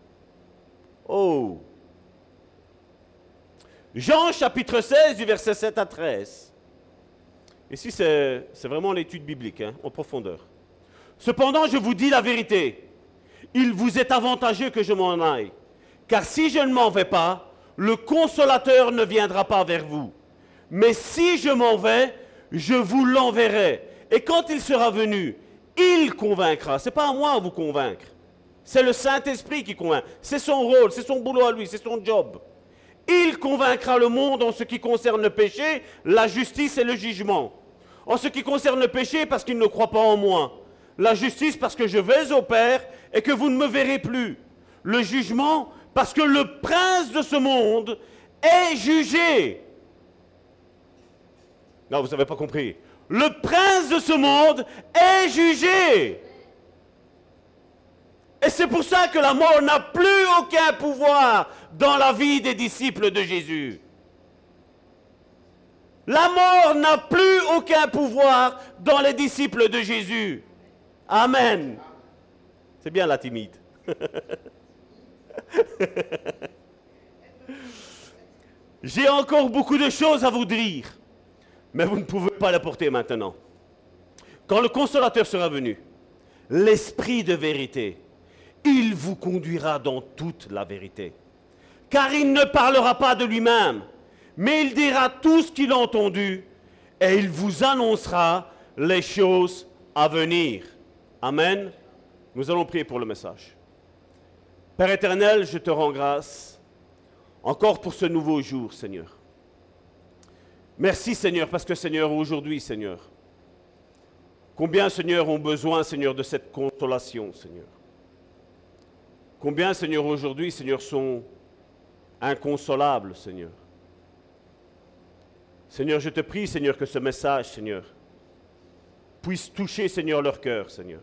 Oh! Jean chapitre 16 du verset 7 à 13. Ici c'est vraiment l'étude biblique, hein, en profondeur. Cependant je vous dis la vérité, il vous est avantageux que je m'en aille, car si je ne m'en vais pas, le consolateur ne viendra pas vers vous. Mais si je m'en vais, je vous l'enverrai. Et quand il sera venu, il convaincra. Ce n'est pas à moi de vous convaincre. C'est le Saint-Esprit qui convainc. C'est son rôle, c'est son boulot à lui, c'est son job. Il convaincra le monde en ce qui concerne le péché, la justice et le jugement. En ce qui concerne le péché, parce qu'il ne croit pas en moi. La justice, parce que je vais au Père et que vous ne me verrez plus. Le jugement, parce que le prince de ce monde est jugé. Non, vous n'avez pas compris. Le prince de ce monde est jugé. Et c'est pour ça que la mort n'a plus aucun pouvoir dans la vie des disciples de Jésus. La mort n'a plus aucun pouvoir dans les disciples de Jésus. Amen. C'est bien la timide. J'ai encore beaucoup de choses à vous dire, mais vous ne pouvez pas les porter maintenant. Quand le consolateur sera venu, l'Esprit de vérité, il vous conduira dans toute la vérité. Car il ne parlera pas de lui-même, mais il dira tout ce qu'il a entendu et il vous annoncera les choses à venir. Amen. Nous allons prier pour le message. Père éternel, je te rends grâce encore pour ce nouveau jour, Seigneur. Merci, Seigneur, parce que, Seigneur, aujourd'hui, Seigneur, combien, Seigneur, ont besoin, Seigneur, de cette consolation, Seigneur. Combien, Seigneur, aujourd'hui, Seigneur, sont inconsolables, Seigneur. Seigneur, je te prie, Seigneur, que ce message, Seigneur, puisse toucher, Seigneur, leur cœur, Seigneur.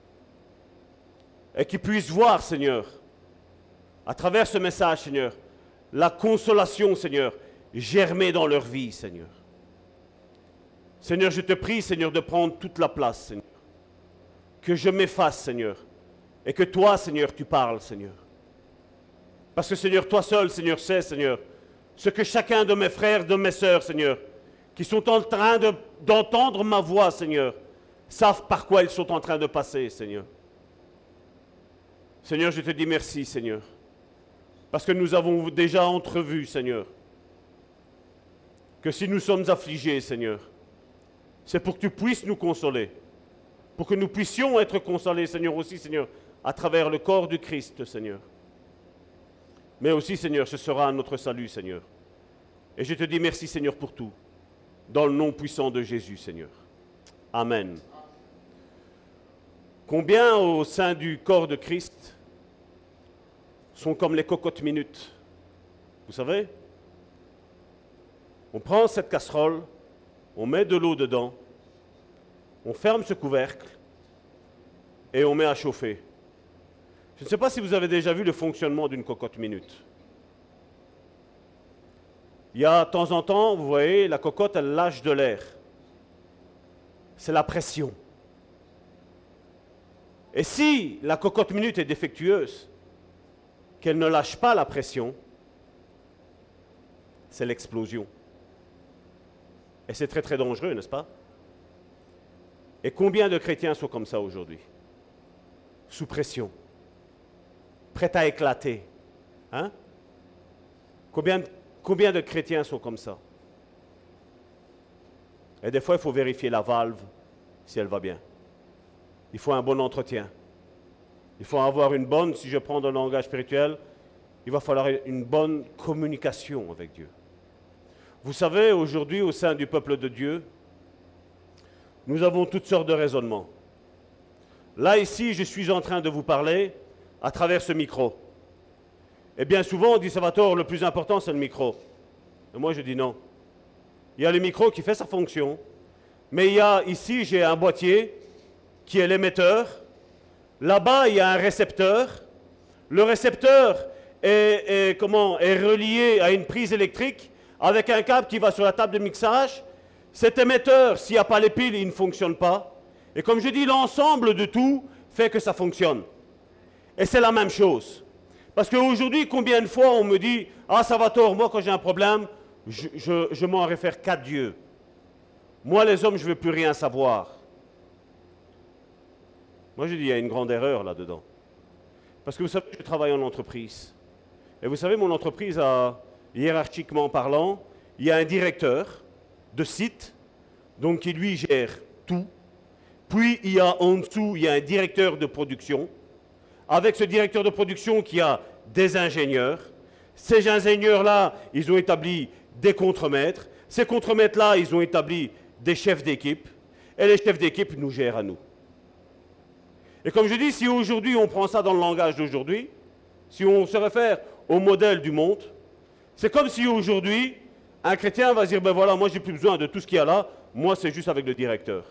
Et qu'ils puissent voir, Seigneur, à travers ce message, Seigneur, la consolation, Seigneur, germer dans leur vie, Seigneur. Seigneur, je te prie, Seigneur, de prendre toute la place, Seigneur. Que je m'efface, Seigneur, et que toi, Seigneur, tu parles, Seigneur. Parce que, Seigneur, toi seul, Seigneur, sais, Seigneur, ce que chacun de mes frères, de mes sœurs, Seigneur, qui sont en train d'entendre ma voix, Seigneur, savent par quoi ils sont en train de passer, Seigneur. Seigneur, je te dis merci, Seigneur, parce que nous avons déjà entrevu, Seigneur, que si nous sommes affligés, Seigneur, c'est pour que tu puisses nous consoler, pour que nous puissions être consolés, Seigneur, aussi, Seigneur, à travers le corps du Christ, Seigneur. Mais aussi, Seigneur, ce sera notre salut, Seigneur. Et je te dis merci, Seigneur, pour tout, dans le nom puissant de Jésus, Seigneur. Amen. Combien au sein du corps de Christ sont comme les cocottes minutes? Vous savez? On prend cette casserole, on met de l'eau dedans, on ferme ce couvercle et on met à chauffer. Je ne sais pas si vous avez déjà vu le fonctionnement d'une cocotte minute. Il y a de temps en temps, vous voyez, la cocotte, elle lâche de l'air. C'est la pression. Et si la cocotte minute est défectueuse, qu'elle ne lâche pas la pression, c'est l'explosion. Et c'est très très dangereux, n'est-ce pas? Et combien de chrétiens sont comme ça aujourd'hui? Sous pression, prêts à éclater. Hein? Combien de chrétiens sont comme ça? Et des fois, il faut vérifier la valve, si elle va bien. Il faut un bon entretien. Il faut avoir une bonne, si je prends dans le langage spirituel, il va falloir une bonne communication avec Dieu. Vous savez, aujourd'hui, au sein du peuple de Dieu, nous avons toutes sortes de raisonnements. Là, ici, je suis en train de vous parler à travers ce micro. Et bien souvent, on dit, Salvatore, le plus important, c'est le micro. Et moi, je dis non. Il y a le micro qui fait sa fonction, mais il y a ici, j'ai un boîtier qui est l'émetteur. Là-bas, il y a un récepteur. Le récepteur est relié à une prise électrique avec un câble qui va sur la table de mixage. Cet émetteur, s'il n'y a pas les piles, il ne fonctionne pas. Et comme je dis, l'ensemble de tout fait que ça fonctionne. Et c'est la même chose. Parce qu'aujourd'hui, combien de fois on me dit « Ah, Salvatore, moi quand j'ai un problème, je m'en réfère qu'à Dieu. Moi, les hommes, je ne veux plus rien savoir. » Moi, je dis, il y a une grande erreur là-dedans. Parce que vous savez, je travaille en entreprise. Et vous savez, mon entreprise a, hiérarchiquement parlant, il y a un directeur de site, donc qui lui gère tout. Puis, il y a en dessous, il y a un directeur de production. Avec ce directeur de production qui a des ingénieurs. Ces ingénieurs-là, ils ont établi des contremaîtres. Ces contremaîtres-là, ils ont établi des chefs d'équipe. Et les chefs d'équipe nous gèrent à nous. Et comme je dis, si aujourd'hui on prend ça dans le langage d'aujourd'hui, si on se réfère au modèle du monde, c'est comme si aujourd'hui, un chrétien va dire, ben voilà, moi j'ai plus besoin de tout ce qu'il y a là, moi c'est juste avec le directeur.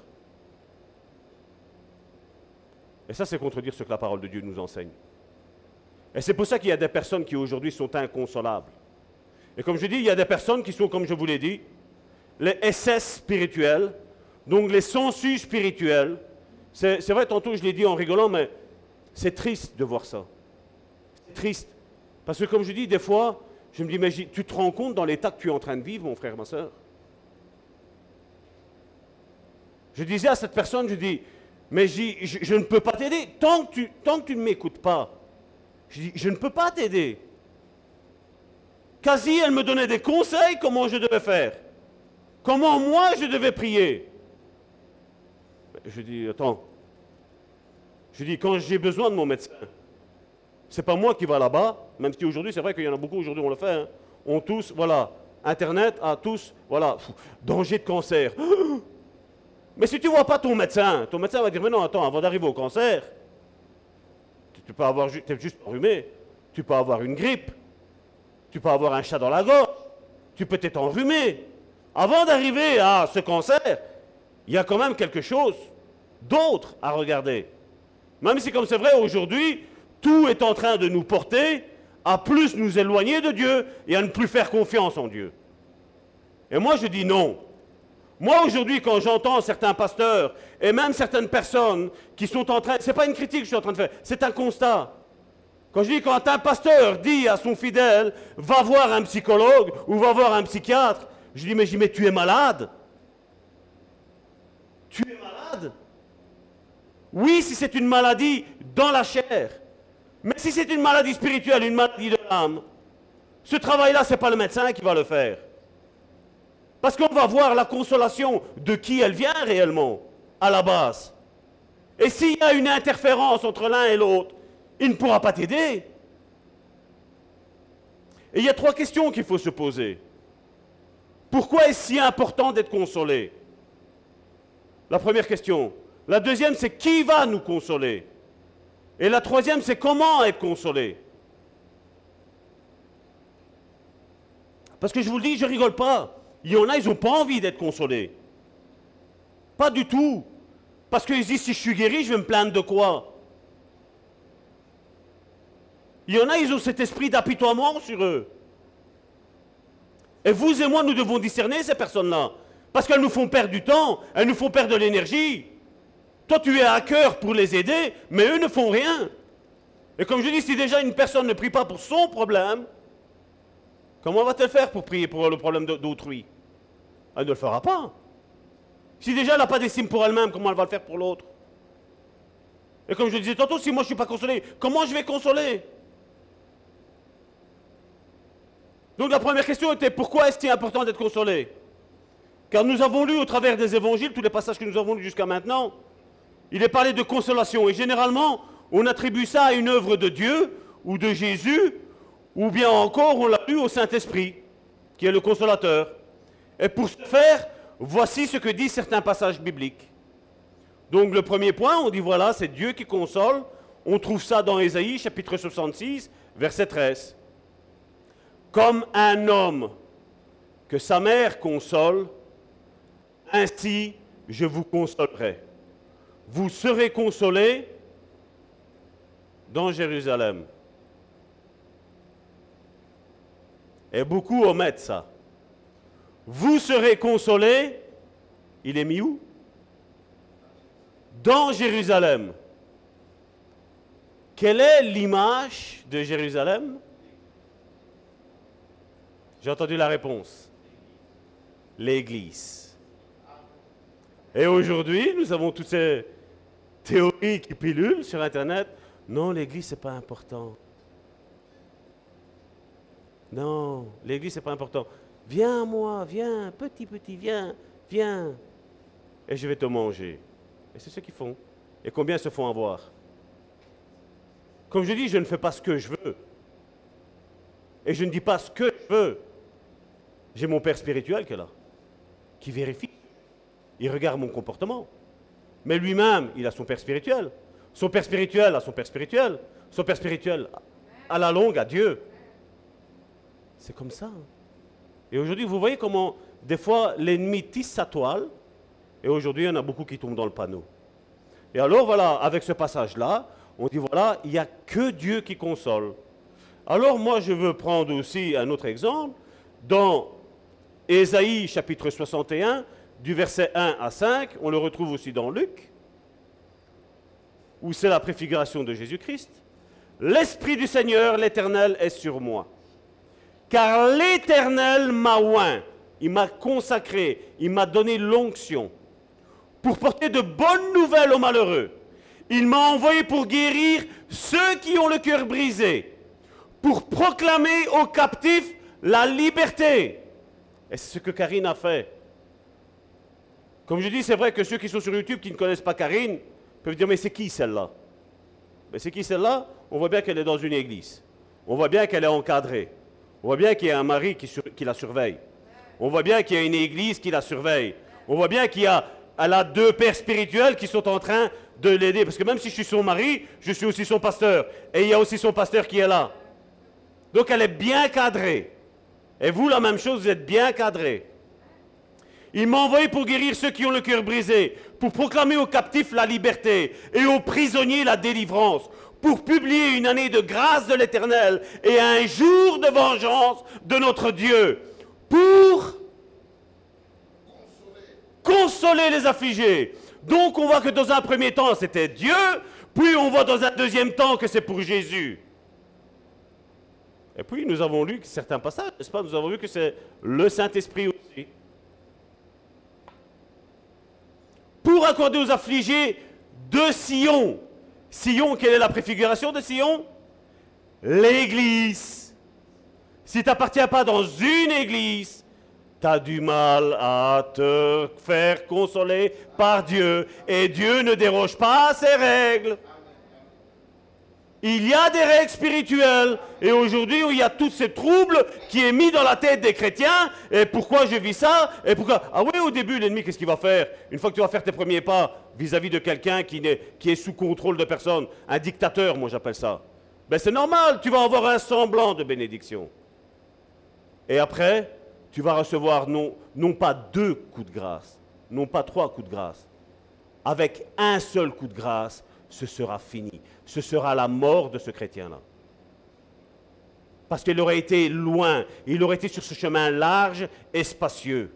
Et ça, c'est contredire ce que la parole de Dieu nous enseigne. Et c'est pour ça qu'il y a des personnes qui aujourd'hui sont inconsolables. Et comme je dis, il y a des personnes qui sont, comme je vous l'ai dit, les SS spirituels, donc les sensus spirituels. C'est vrai, tantôt je l'ai dit en rigolant, mais c'est triste de voir ça. C'est triste. Parce que comme je dis, des fois, je me dis, mais tu te rends compte dans l'état que tu es en train de vivre, mon frère, ma soeur? Je disais à cette personne, je dis, mais je ne peux pas t'aider. Tant que tu ne m'écoutes pas, je dis, je ne peux pas t'aider. Quasi, elle me donnait des conseils comment je devais faire. Comment moi je devais prier. Je dis, attends. Je dis, quand j'ai besoin de mon médecin, c'est pas moi qui va là-bas, même si aujourd'hui, c'est vrai qu'il y en a beaucoup, aujourd'hui on le fait. Hein. On tous, voilà, Internet a tous, voilà, danger de cancer. Mais si tu ne vois pas ton médecin va dire, mais non, attends, avant d'arriver au cancer, tu peux avoir, tu es juste enrhumé, tu peux avoir une grippe, tu peux avoir un chat dans la gorge, tu peux t'être enrhumé. Avant d'arriver à ce cancer, il y a quand même quelque chose d'autre à regarder. Même si, comme c'est vrai, aujourd'hui, tout est en train de nous porter à plus nous éloigner de Dieu et à ne plus faire confiance en Dieu. Et moi, je dis non. Moi, aujourd'hui, quand j'entends certains pasteurs et même certaines personnes qui sont en train... Ce n'est pas une critique que je suis en train de faire, c'est un constat. Quand je dis, quand un pasteur dit à son fidèle, va voir un psychologue ou va voir un psychiatre, je dis, mais tu es malade. Tu es malade. Oui, si c'est une maladie dans la chair. Mais si c'est une maladie spirituelle, une maladie de l'âme, ce travail-là, ce n'est pas le médecin qui va le faire. Parce qu'on va voir la consolation de qui elle vient réellement, à la base. Et s'il y a une interférence entre l'un et l'autre, il ne pourra pas t'aider. Et il y a 3 questions qu'il faut se poser. Pourquoi est-ce si important d'être consolé? La première question. La deuxième, c'est qui va nous consoler? Et la troisième, c'est comment être consolé? Parce que je vous le dis, je ne rigole pas. Il y en a, ils n'ont pas envie d'être consolés. Pas du tout. Parce qu'ils disent, si je suis guéri, je vais me plaindre de quoi? Il y en a, ils ont cet esprit d'apitoiement sur eux. Et vous et moi, nous devons discerner ces personnes-là. Parce qu'elles nous font perdre du temps, elles nous font perdre de l'énergie. Toi, tu es à cœur pour les aider, mais eux ne font rien. Et comme je dis, si déjà une personne ne prie pas pour son problème, comment va-t-elle faire pour prier pour le problème d'autrui? Elle ne le fera pas. Si déjà elle n'a pas d'estime pour elle-même, comment elle va le faire pour l'autre? Et comme je disais tantôt, si moi je ne suis pas consolé, comment je vais consoler? Donc la première question était, pourquoi est-ce important d'être consolé? Car nous avons lu au travers des évangiles, tous les passages que nous avons lus jusqu'à maintenant, il est parlé de consolation. Et généralement, on attribue ça à une œuvre de Dieu ou de Jésus, Ou bien encore, on l'a lu au Saint-Esprit, qui est le consolateur. Et pour ce faire, voici ce que disent certains passages bibliques. Donc le premier point, on dit voilà, c'est Dieu qui console. On trouve ça dans Ésaïe, chapitre 66, verset 13. Comme un homme que sa mère console, ainsi je vous consolerai. Vous serez consolés dans Jérusalem. Et beaucoup omettent ça. Vous serez consolés, il est mis où? Dans Jérusalem. Quelle est l'image de Jérusalem? J'ai entendu la réponse. L'Église. Et aujourd'hui, nous avons toutes ces théories qui pilulent sur Internet. Non, l'Église, ce n'est pas important. Non, l'Église, ce n'est pas important. Viens, moi, viens, petit, viens, viens. Et je vais te manger. Et c'est ce qu'ils font. Et combien se font avoir? Comme je dis, je ne fais pas ce que je veux. Et je ne dis pas ce que je veux. J'ai mon père spirituel qui est là, qui vérifie. Il regarde mon comportement. Mais lui-même, il a son père spirituel. Son père spirituel a son père spirituel. Son père spirituel, à la longue, a Dieu. C'est comme ça. Et aujourd'hui, vous voyez comment, des fois, l'ennemi tisse sa toile. Et aujourd'hui, il y en a beaucoup qui tombent dans le panneau. Et alors, voilà, avec ce passage-là, on dit, voilà, il n'y a que Dieu qui console. Alors, moi, je veux prendre aussi un autre exemple. Dans Ésaïe, chapitre 61, du verset 1 à 5, on le retrouve aussi dans Luc, où c'est la préfiguration de Jésus-Christ. L'Esprit du Seigneur, l'Éternel, est sur moi. Car l'Éternel m'a oint, il m'a consacré, il m'a donné l'onction pour porter de bonnes nouvelles aux malheureux. Il m'a envoyé pour guérir ceux qui ont le cœur brisé, pour proclamer aux captifs la liberté. Et c'est ce que Karine a fait. Comme je dis, c'est vrai que ceux qui sont sur YouTube, qui ne connaissent pas Karine, peuvent dire, mais c'est qui celle-là? Mais c'est qui celle-là? On voit bien qu'elle est dans une église. On voit bien qu'elle est encadrée. On voit bien qu'il y a un mari qui la surveille. On voit bien qu'il y a une église qui la surveille. On voit bien qu'elle a deux pères spirituels qui sont en train de l'aider. Parce que même si je suis son mari, je suis aussi son pasteur. Et il y a aussi son pasteur qui est là. Donc elle est bien cadrée. Et vous, la même chose, vous êtes bien cadrés. Il m'a envoyé pour guérir ceux qui ont le cœur brisé, pour proclamer aux captifs la liberté et aux prisonniers la délivrance, pour publier une année de grâce de l'Éternel et un jour de vengeance de notre Dieu, pour consoler les affligés. Donc on voit que dans un premier temps c'était Dieu, puis on voit dans un deuxième temps que c'est pour Jésus. Et puis nous avons lu certains passages, n'est-ce pas? Nous avons vu que c'est le Saint-Esprit aussi. Pour accorder aux affligés de Sion. Sion, quelle est la préfiguration de Sion? L'église. Si tu n'appartiens pas dans une église, tu as du mal à te faire consoler par Dieu. Et Dieu ne déroge pas à ses règles. Il y a des règles spirituelles. Et aujourd'hui, il y a tous ces troubles qui est mis dans la tête des chrétiens. Et pourquoi je vis ça? Et pourquoi? Ah oui, au début, l'ennemi, qu'est-ce qu'il va faire? Une fois que tu vas faire tes premiers pas vis-à-vis de quelqu'un qui est sous contrôle de personne, un dictateur, moi j'appelle ça. Ben c'est normal, tu vas avoir un semblant de bénédiction. Et après, tu vas recevoir non pas 2 coups de grâce, non pas 3 coups de grâce. Avec un seul coup de grâce, ce sera fini. Ce sera la mort de ce chrétien-là. Parce qu'il aurait été loin, il aurait été sur ce chemin large et spacieux.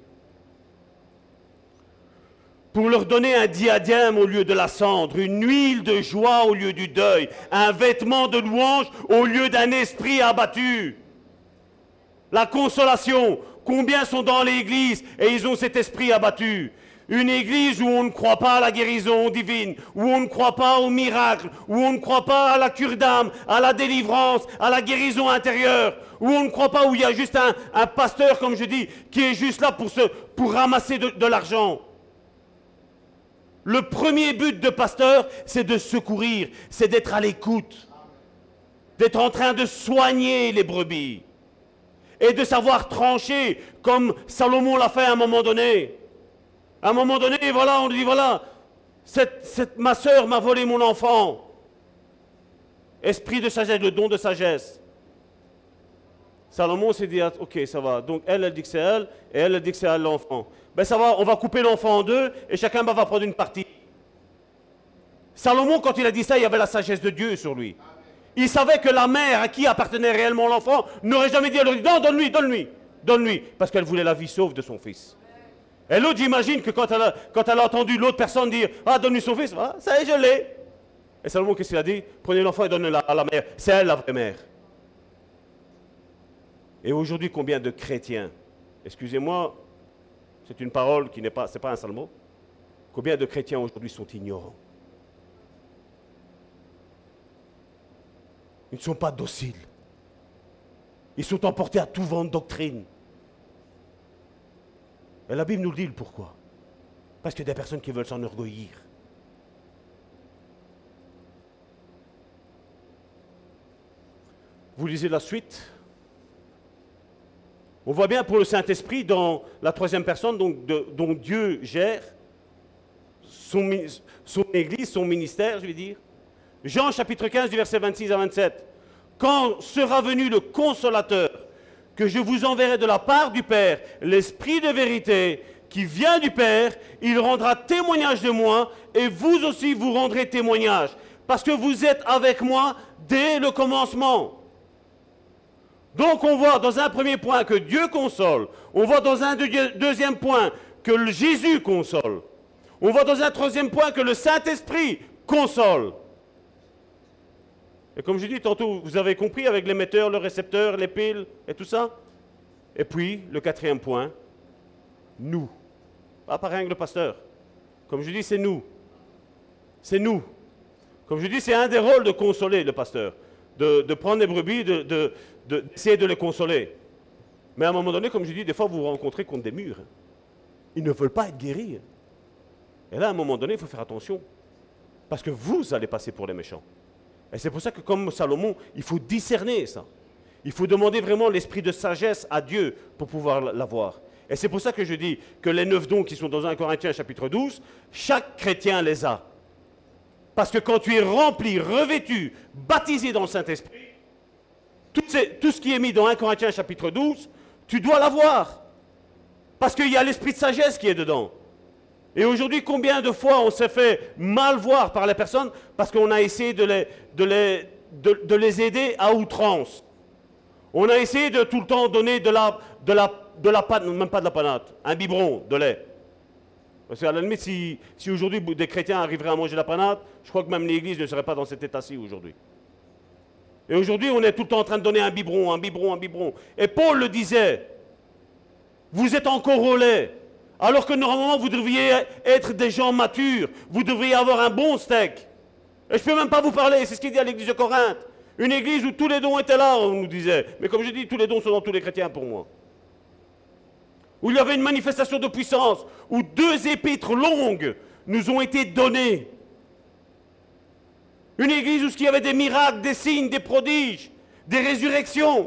Pour leur donner un diadème au lieu de la cendre, une huile de joie au lieu du deuil, un vêtement de louange au lieu d'un esprit abattu. La consolation, combien sont dans l'église et ils ont cet esprit abattu? Une église où on ne croit pas à la guérison divine, où on ne croit pas au miracle, où on ne croit pas à la cure d'âme, à la délivrance, à la guérison intérieure, où on ne croit pas, où il y a juste un pasteur, comme je dis, qui est juste là pour ramasser de l'argent. Le premier but de pasteur, c'est de secourir, c'est d'être à l'écoute d'être en train de soigner les brebis et de savoir trancher comme Salomon l'a fait à un moment donné. À un moment donné, voilà, on lui dit, voilà, ma sœur m'a volé mon enfant. Esprit de sagesse, le don de sagesse. Salomon s'est dit, ah, ok, ça va. Donc elle dit que c'est elle, et elle dit que c'est elle l'enfant. Ben ça va, on va couper l'enfant en deux, et chacun va prendre une partie. Salomon, quand il a dit ça, il y avait la sagesse de Dieu sur lui. Il savait que la mère à qui appartenait réellement l'enfant n'aurait jamais dit, elle aurait dit, non, donne-lui, parce qu'elle voulait la vie sauve de son fils. Et l'autre, j'imagine que quand elle a entendu l'autre personne dire, ah, donne-lui son fils, ah, ça y est, je l'ai. Et Salomon, qu'est-ce qu'il a dit? Prenez l'enfant et donnez-le à la mère. C'est elle la vraie mère. Et aujourd'hui, combien de chrétiens, excusez-moi, c'est une parole qui n'est pas, c'est pas un sale mot, combien de chrétiens aujourd'hui sont ignorants? Ils ne sont pas dociles. Ils sont emportés à tout vent de doctrine. Et la Bible nous le dit le pourquoi. Parce qu'il y a des personnes qui veulent s'enorgueillir. Vous lisez la suite. On voit bien pour le Saint-Esprit, dans la troisième personne, dont Dieu gère son Église, son ministère, je vais dire. Jean chapitre 15, du verset 26 à 27. Quand sera venu le Consolateur, que je vous enverrai de la part du Père, l'Esprit de vérité, qui vient du Père, il rendra témoignage de moi, et vous aussi vous rendrez témoignage, parce que vous êtes avec moi dès le commencement. Donc on voit dans un premier point que Dieu console, on voit dans un deuxième point que Jésus console, on voit dans un troisième point que le Saint-Esprit console. Et comme je dis tantôt, vous avez compris avec l'émetteur, le récepteur, les piles et tout ça. Et puis, le quatrième point, nous. Pas rien que le pasteur. Comme je dis, c'est nous. C'est nous. Comme je dis, c'est un des rôles de consoler le pasteur. De prendre les brebis, d'essayer de les consoler. Mais à un moment donné, comme je dis, des fois, vous vous rencontrez contre des murs. Ils ne veulent pas être guéris. Et là, à un moment donné, il faut faire attention. Parce que vous allez passer pour les méchants. Et c'est pour ça que, comme Salomon, il faut discerner ça. Il faut demander vraiment l'esprit de sagesse à Dieu pour pouvoir l'avoir. Et c'est pour ça que je dis que les 9 dons qui sont dans 1 Corinthiens chapitre 12, chaque chrétien les a. Parce que quand tu es rempli, revêtu, baptisé dans le Saint-Esprit, tout ce qui est mis dans 1 Corinthiens chapitre 12, tu dois l'avoir. Parce qu'il y a l'esprit de sagesse qui est dedans. Et aujourd'hui, combien de fois on s'est fait mal voir par les personnes parce qu'on a essayé de les aider à outrance. On a essayé de tout le temps donner de la panade, même pas de la panade, un biberon de lait. Parce qu'à la limite, si aujourd'hui des chrétiens arriveraient à manger la panade, je crois que même l'Église ne serait pas dans cet état-ci aujourd'hui. Et aujourd'hui, on est tout le temps en train de donner un biberon. Et Paul le disait, vous êtes encore au lait. Alors que normalement, vous devriez être des gens matures. Vous devriez avoir un bon steak. Et je ne peux même pas vous parler, c'est ce qu'il dit à l'église de Corinthe. Une église où tous les dons étaient là, on nous disait. Mais comme je dis, tous les dons sont dans tous les chrétiens pour moi. Où il y avait une manifestation de puissance, où 2 épîtres longues nous ont été données. Une église où il y avait des miracles, des signes, des prodiges, des résurrections.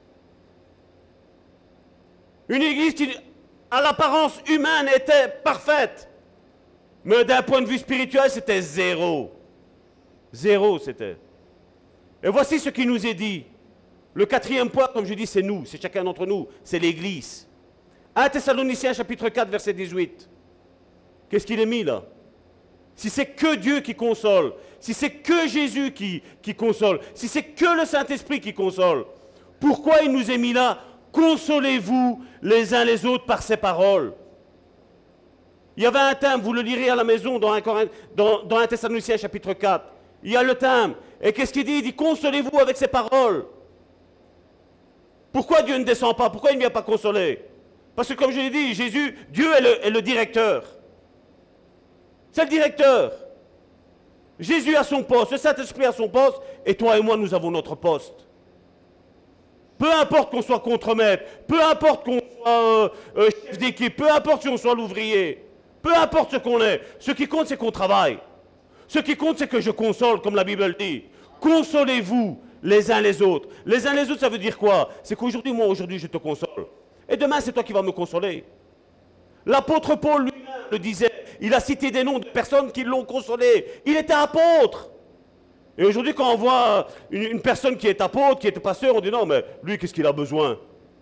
Une église qui, à l'apparence humaine, était parfaite. Mais d'un point de vue spirituel, c'était zéro. Zéro, c'était. Et voici ce qui nous est dit. Le 4e point, comme je dis, c'est nous, c'est chacun d'entre nous, c'est l'Église. 1 Thessaloniciens chapitre 4, verset 18. Qu'est-ce qu'il est mis là? Si c'est que Dieu qui console, si c'est que Jésus qui console, si c'est que le Saint-Esprit qui console, pourquoi il nous est mis là? Consolez-vous les uns les autres par ces paroles. Il y avait un thème, vous le lirez à la maison dans 1 Thessaloniciens chapitre 4. Il y a le thème. Et qu'est-ce qu'il dit? Il dit consolez-vous avec ces paroles. Pourquoi Dieu ne descend pas? Pourquoi il ne vient pas consoler? Parce que comme je l'ai dit, Jésus, Dieu est le directeur. C'est le directeur. Jésus a son poste, le Saint-Esprit a son poste, et toi et moi, nous avons notre poste. Peu importe qu'on soit contremaître, peu importe qu'on soit chef d'équipe, peu importe si on soit l'ouvrier, peu importe ce qu'on est, ce qui compte, c'est qu'on travaille. Ce qui compte, c'est que je console, comme la Bible dit. Consolez-vous les uns les autres. Les uns les autres, ça veut dire quoi? C'est qu'aujourd'hui, moi, aujourd'hui, je te console. Et demain, c'est toi qui vas me consoler. L'apôtre Paul lui-même le disait. Il a cité des noms de personnes qui l'ont consolé. Il était apôtre. Et aujourd'hui, quand on voit une personne qui est apôtre, qui est pasteur, on dit non, mais lui, qu'est-ce qu'il a besoin?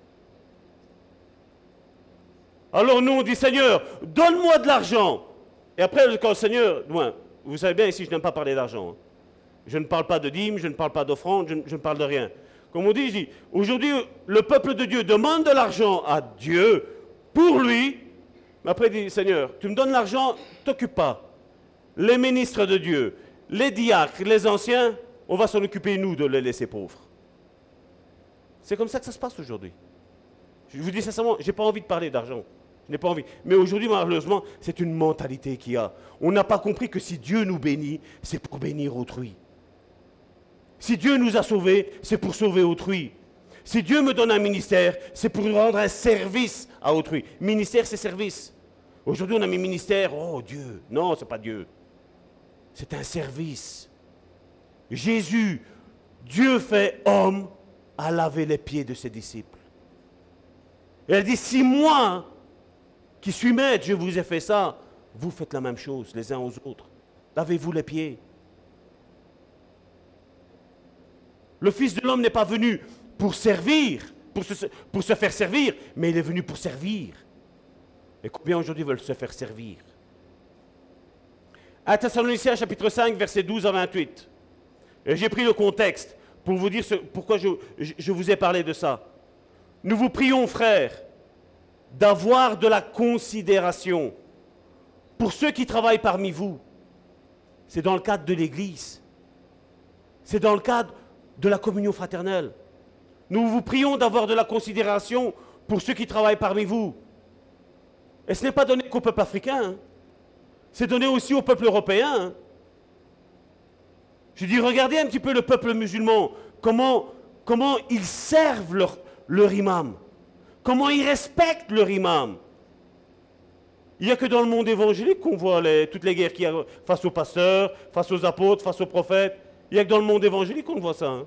Alors nous, on dit, Seigneur, donne-moi de l'argent. Et après, quand le Seigneur, vous savez bien, ici, je n'aime pas parler d'argent. Je ne parle pas de dîmes, je ne parle pas d'offrande, je ne parle de rien. Comme on dit, je dis, aujourd'hui, le peuple de Dieu demande de l'argent à Dieu pour lui. Mais après, il dit, Seigneur, tu me donnes l'argent, t'occupe pas. Les ministres de Dieu, les diacres, les anciens, on va s'en occuper, nous, de les laisser pauvres. C'est comme ça que ça se passe aujourd'hui. Je vous dis sincèrement, je n'ai pas envie de parler d'argent. Je n'ai pas envie. Mais aujourd'hui, malheureusement, c'est une mentalité qu'il y a. On n'a pas compris que si Dieu nous bénit, c'est pour bénir autrui. Si Dieu nous a sauvés, c'est pour sauver autrui. Si Dieu me donne un ministère, c'est pour rendre un service à autrui. Ministère, c'est service. Aujourd'hui, on a mis ministère, oh Dieu. Non, ce n'est pas Dieu. C'est un service. Jésus, Dieu fait homme, a lavé les pieds de ses disciples. Et elle dit, si moi, qui suis maître, je vous ai fait ça, vous faites la même chose les uns aux autres. Lavez-vous les pieds. Le Fils de l'homme n'est pas venu pour servir, pour se faire servir, mais il est venu pour servir. Et combien aujourd'hui veulent se faire servir? 1 Thessaloniciens chapitre 5, versets 12 à 28. Et j'ai pris le contexte pour vous dire pourquoi je vous ai parlé de ça. Nous vous prions, frères, d'avoir de la considération pour ceux qui travaillent parmi vous. C'est dans le cadre de l'Église. C'est dans le cadre de la communion fraternelle. Nous vous prions d'avoir de la considération pour ceux qui travaillent parmi vous. Et ce n'est pas donné qu'au peuple africain, hein. C'est donné aussi au peuple européen. Hein. Je dis, regardez un petit peu le peuple musulman, comment ils servent leur imam, comment ils respectent leur imam. Il n'y a que dans le monde évangélique qu'on voit toutes les guerres qu'il y a face aux pasteurs, face aux apôtres, face aux prophètes. Il n'y a que dans le monde évangélique qu'on voit ça. Hein.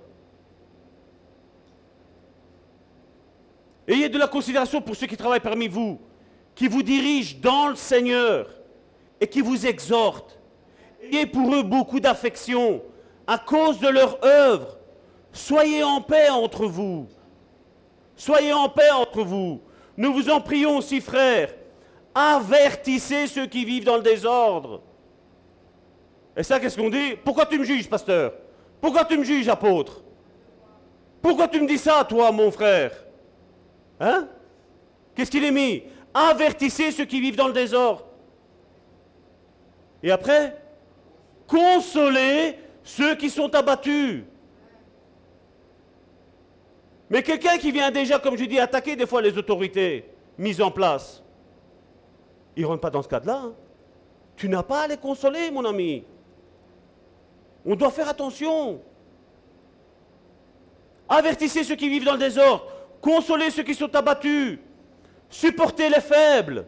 Ayez de la considération pour ceux qui travaillent parmi vous, qui vous dirigent dans le Seigneur et qui vous exhortent. Ayez pour eux beaucoup d'affection à cause de leur œuvre. Soyez en paix entre vous. Soyez en paix entre vous. Nous vous en prions aussi, frères. Avertissez ceux qui vivent dans le désordre. Et ça, qu'est-ce qu'on dit? Pourquoi tu me juges, pasteur? Pourquoi tu me juges, apôtre? Pourquoi tu me dis ça, toi, mon frère? Hein? Qu'est-ce qu'il est mis? Avertissez ceux qui vivent dans le désordre. Et après, consolez ceux qui sont abattus. Mais quelqu'un qui vient déjà, comme je dis, attaquer des fois les autorités mises en place, il ne rentre pas dans ce cadre-là. Hein. Tu n'as pas à les consoler, mon ami. On doit faire attention. Avertissez ceux qui vivent dans le désordre. Consolez ceux qui sont abattus. Supportez les faibles.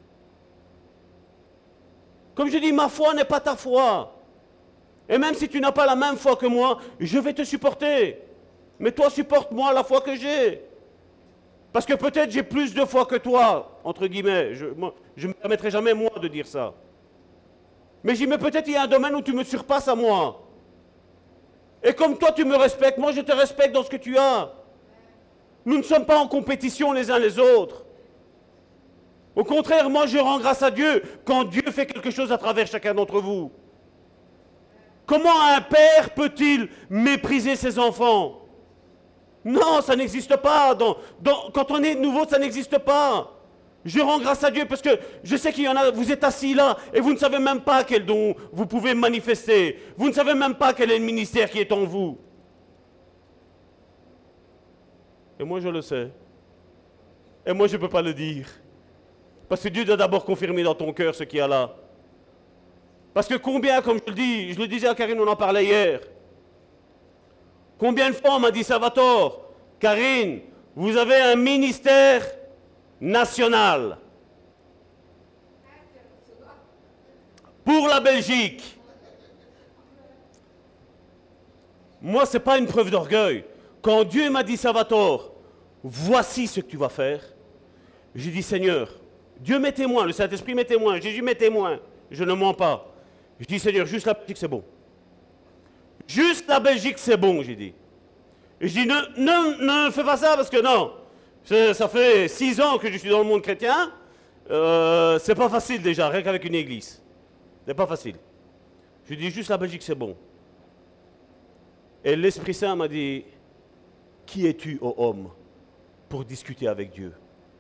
Comme je dis, ma foi n'est pas ta foi. Et même si tu n'as pas la même foi que moi, je vais te supporter. Mais toi, supporte-moi la foi que j'ai. Parce que peut-être j'ai plus de foi que toi, entre guillemets. Je ne me permettrai jamais, moi, de dire ça. Mais j'y mets peut-être il y a un domaine où tu me surpasses à moi. Et comme toi, tu me respectes, moi, je te respecte dans ce que tu as. Nous ne sommes pas en compétition les uns les autres. Au contraire, moi, je rends grâce à Dieu quand Dieu fait quelque chose à travers chacun d'entre vous. Comment un père peut-il mépriser ses enfants? Non, ça n'existe pas. Quand on est nouveau, ça n'existe pas. Je rends grâce à Dieu parce que je sais qu'il y en a, vous êtes assis là et vous ne savez même pas quel don vous pouvez manifester. Vous ne savez même pas quel est le ministère qui est en vous. Et moi, je le sais. Et moi, je ne peux pas le dire. Parce que Dieu doit d'abord confirmer dans ton cœur ce qu'il y a là. Parce que combien, comme je le disais à Karine, on en parlait hier. Combien de fois on m'a dit, Salvatore, Karine, vous avez un ministère national pour la Belgique. Moi, ce n'est pas une preuve d'orgueil. Quand Dieu m'a dit, Salvatore, voici ce que tu vas faire, j'ai dit, Seigneur, Dieu m'est témoin, le Saint-Esprit m'est témoin, Jésus m'est témoin, je ne mens pas. Je dis, Seigneur, juste la Belgique, c'est bon. Juste la Belgique, c'est bon, j'ai dit. Et je dis, ne fais pas ça parce que non, ça fait 6 ans que je suis dans le monde chrétien, c'est pas facile déjà, rien qu'avec une église. C'est pas facile. Je dis, juste la Belgique, c'est bon. Et l'Esprit Saint m'a dit, qui es-tu, ô homme, pour discuter avec Dieu?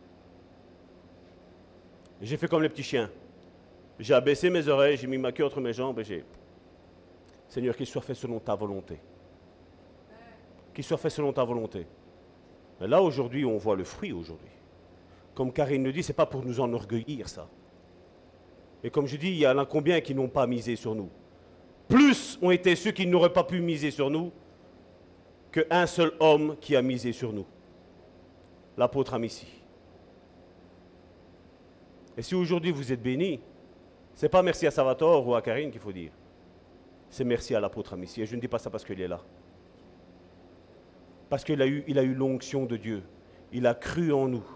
J'ai fait comme les petits chiens. J'ai abaissé mes oreilles, j'ai mis ma queue entre mes jambes et j'ai... Seigneur, qu'il soit fait selon ta volonté. Qu'il soit fait selon ta volonté. Mais là, aujourd'hui, on voit le fruit aujourd'hui. Comme Karine le dit, ce n'est pas pour nous enorgueillir, ça. Et comme je dis, il y en a combien qui n'ont pas misé sur nous? Plus ont été ceux qui n'auraient pas pu miser sur nous qu'un seul homme qui a misé sur nous. L'apôtre Amici. Et si aujourd'hui vous êtes bénis, ce n'est pas merci à Salvatore ou à Karine qu'il faut dire. C'est merci à l'apôtre Amici. Et je ne dis pas ça parce qu'il est là. Parce qu'il a eu l'onction de Dieu. Il a cru en nous.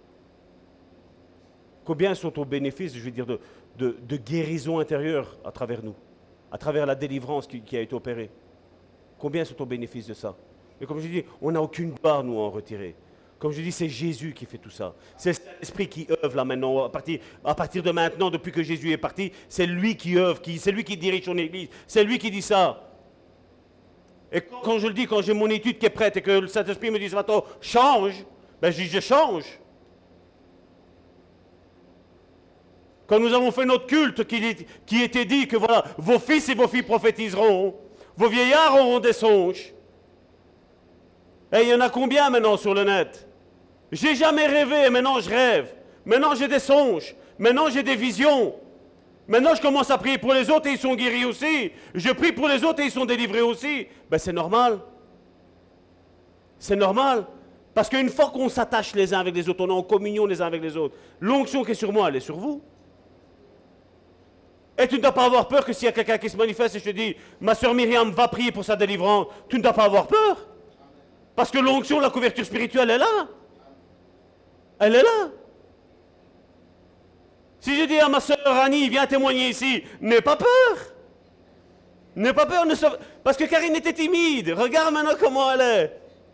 Combien sont au bénéfice, je veux dire, de guérison intérieure à travers nous, à travers la délivrance qui a été opérée. Combien sont au bénéfice de ça? Et comme je dis, on n'a aucune part, nous, à en retirer. Comme je dis, c'est Jésus qui fait tout ça. C'est l'Esprit qui œuvre là maintenant. À partir de maintenant, depuis que Jésus est parti, c'est lui qui œuvre, c'est lui qui dirige son Église. C'est lui qui dit ça. Et quand je le dis, quand j'ai mon étude qui est prête et que le Saint-Esprit me dit, Salvatore, change, ben je dis, je change. Quand nous avons fait notre culte, qui était dit que voilà, vos fils et vos filles prophétiseront, vos vieillards auront des songes. Et il y en a combien maintenant sur le net? J'ai jamais rêvé, maintenant je rêve. Maintenant j'ai des songes. Maintenant j'ai des visions. Maintenant je commence à prier pour les autres et ils sont guéris aussi. Je prie pour les autres et ils sont délivrés aussi. Ben c'est normal. C'est normal. Parce qu'une fois qu'on s'attache les uns avec les autres, on est en communion les uns avec les autres, l'onction qui est sur moi, elle est sur vous. Et tu ne dois pas avoir peur que s'il y a quelqu'un qui se manifeste et je te dis, ma soeur Myriam va prier pour sa délivrance, tu ne dois pas avoir peur. Parce que l'onction, la couverture spirituelle est là. Elle est là. Si je dis à ma soeur Annie, viens témoigner ici, n'aie pas peur. N'aie pas peur. Parce que Karine était timide. Regarde maintenant comment elle est.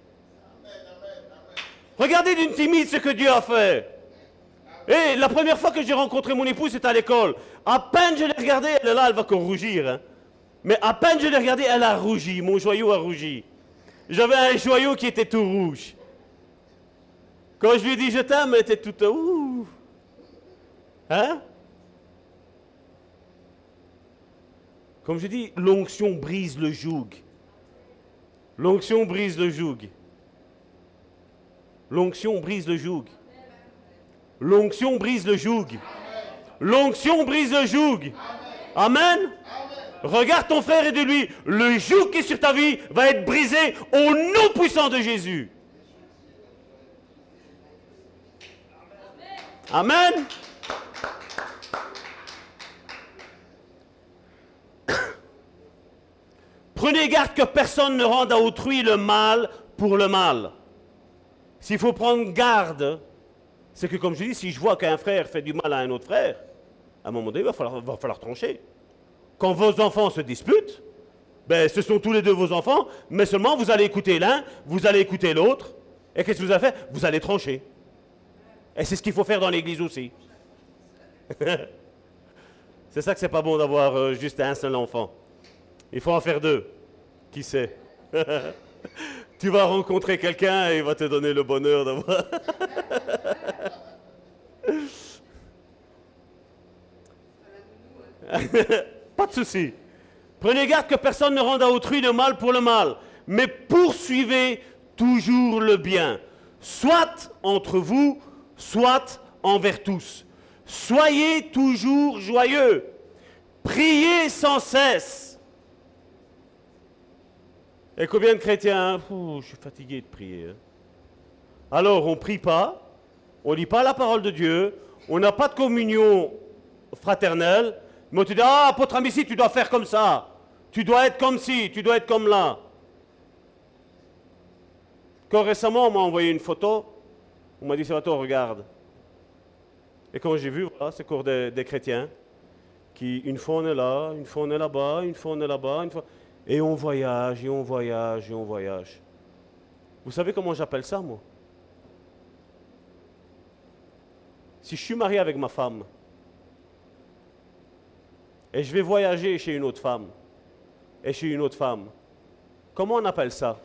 Regardez d'une timide ce que Dieu a fait. Et la première fois que j'ai rencontré mon épouse, c'était à l'école. À peine je l'ai regardée, elle est là, elle va encore rougir. Hein. Mais à peine je l'ai regardée, elle a rougi. Mon joyau a rougi. J'avais un joyau qui était tout rouge. Quand je lui ai dit je t'aime, elle était toute ouh. Hein? Comme je dis, l'onction brise le joug. L'onction brise le joug. L'onction brise le joug. L'onction brise le joug. L'onction brise le joug. Amen. Regarde ton frère et dis-lui, le joug qui est sur ta vie va être brisé au nom puissant de Jésus. Amen. Prenez garde que personne ne rende à autrui le mal pour le mal. S'il faut prendre garde, c'est que comme je dis, si je vois qu'un frère fait du mal à un autre frère, à un moment donné, il va falloir trancher. Quand vos enfants se disputent, ben, ce sont tous les deux vos enfants, mais seulement vous allez écouter l'un, vous allez écouter l'autre, et qu'est-ce que vous allez faire? Vous allez trancher. Et c'est ce qu'il faut faire dans l'église aussi. C'est ça que c'est pas bon d'avoir juste un seul enfant. Il faut en faire deux. Qui sait? Tu vas rencontrer quelqu'un et il va te donner le bonheur d'avoir... Pas de souci. Prenez garde que personne ne rende à autrui le mal pour le mal, mais poursuivez toujours le bien, soit entre vous, soit envers tous. Soyez toujours joyeux. Priez sans cesse. Et combien de chrétiens, je suis fatigué de prier. Hein. Alors, on ne prie pas, on ne lit pas la parole de Dieu, on n'a pas de communion fraternelle, mais on te dit, apôtre Amici, tu dois faire comme ça, tu dois être comme ci, tu dois être comme là. Quand récemment, on m'a envoyé une photo, on m'a dit, Salvatore, regarde. Et quand j'ai vu, voilà, c'est encore des chrétiens, qui, une fois on est là, une fois on est là-bas, une fois on est là-bas, une fois... Et on voyage, et on voyage, et on voyage. Vous savez comment j'appelle ça, moi? Si je suis marié avec ma femme, et je vais voyager chez une autre femme, et chez une autre femme, comment on appelle ça?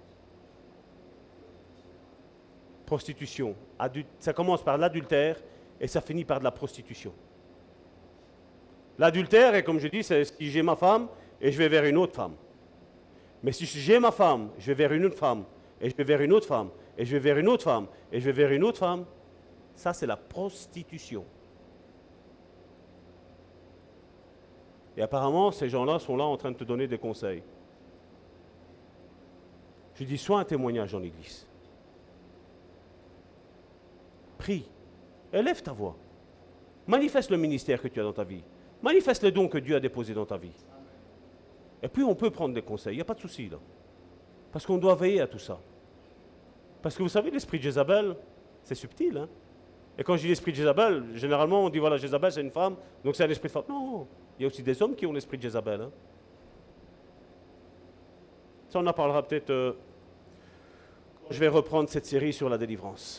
Prostitution. Ça commence par l'adultère, et ça finit par de la prostitution. L'adultère, et comme je dis, c'est si j'ai ma femme, et je vais vers une autre femme. Mais si j'ai ma femme, je vais vers une autre femme, et je vais vers une autre femme, et je vais vers une autre femme, et je vais vers une autre femme, ça c'est la prostitution. Et apparemment, ces gens-là sont là en train de te donner des conseils. Je dis, sois un témoignage dans l'église. Prie, élève ta voix. Manifeste le ministère que tu as dans ta vie. Manifeste les dons que Dieu a déposés dans ta vie. Et puis on peut prendre des conseils, il n'y a pas de souci là. Parce qu'on doit veiller à tout ça. Parce que vous savez, l'esprit de Jézabel, c'est subtil. Hein? Et quand je dis l'esprit de Jézabel, généralement on dit voilà, Jézabel c'est une femme, donc c'est un esprit de femme. Non, il y a aussi des hommes qui ont l'esprit de Jézabel. Hein? Ça on en parlera peut-être quand je vais reprendre cette série sur la délivrance.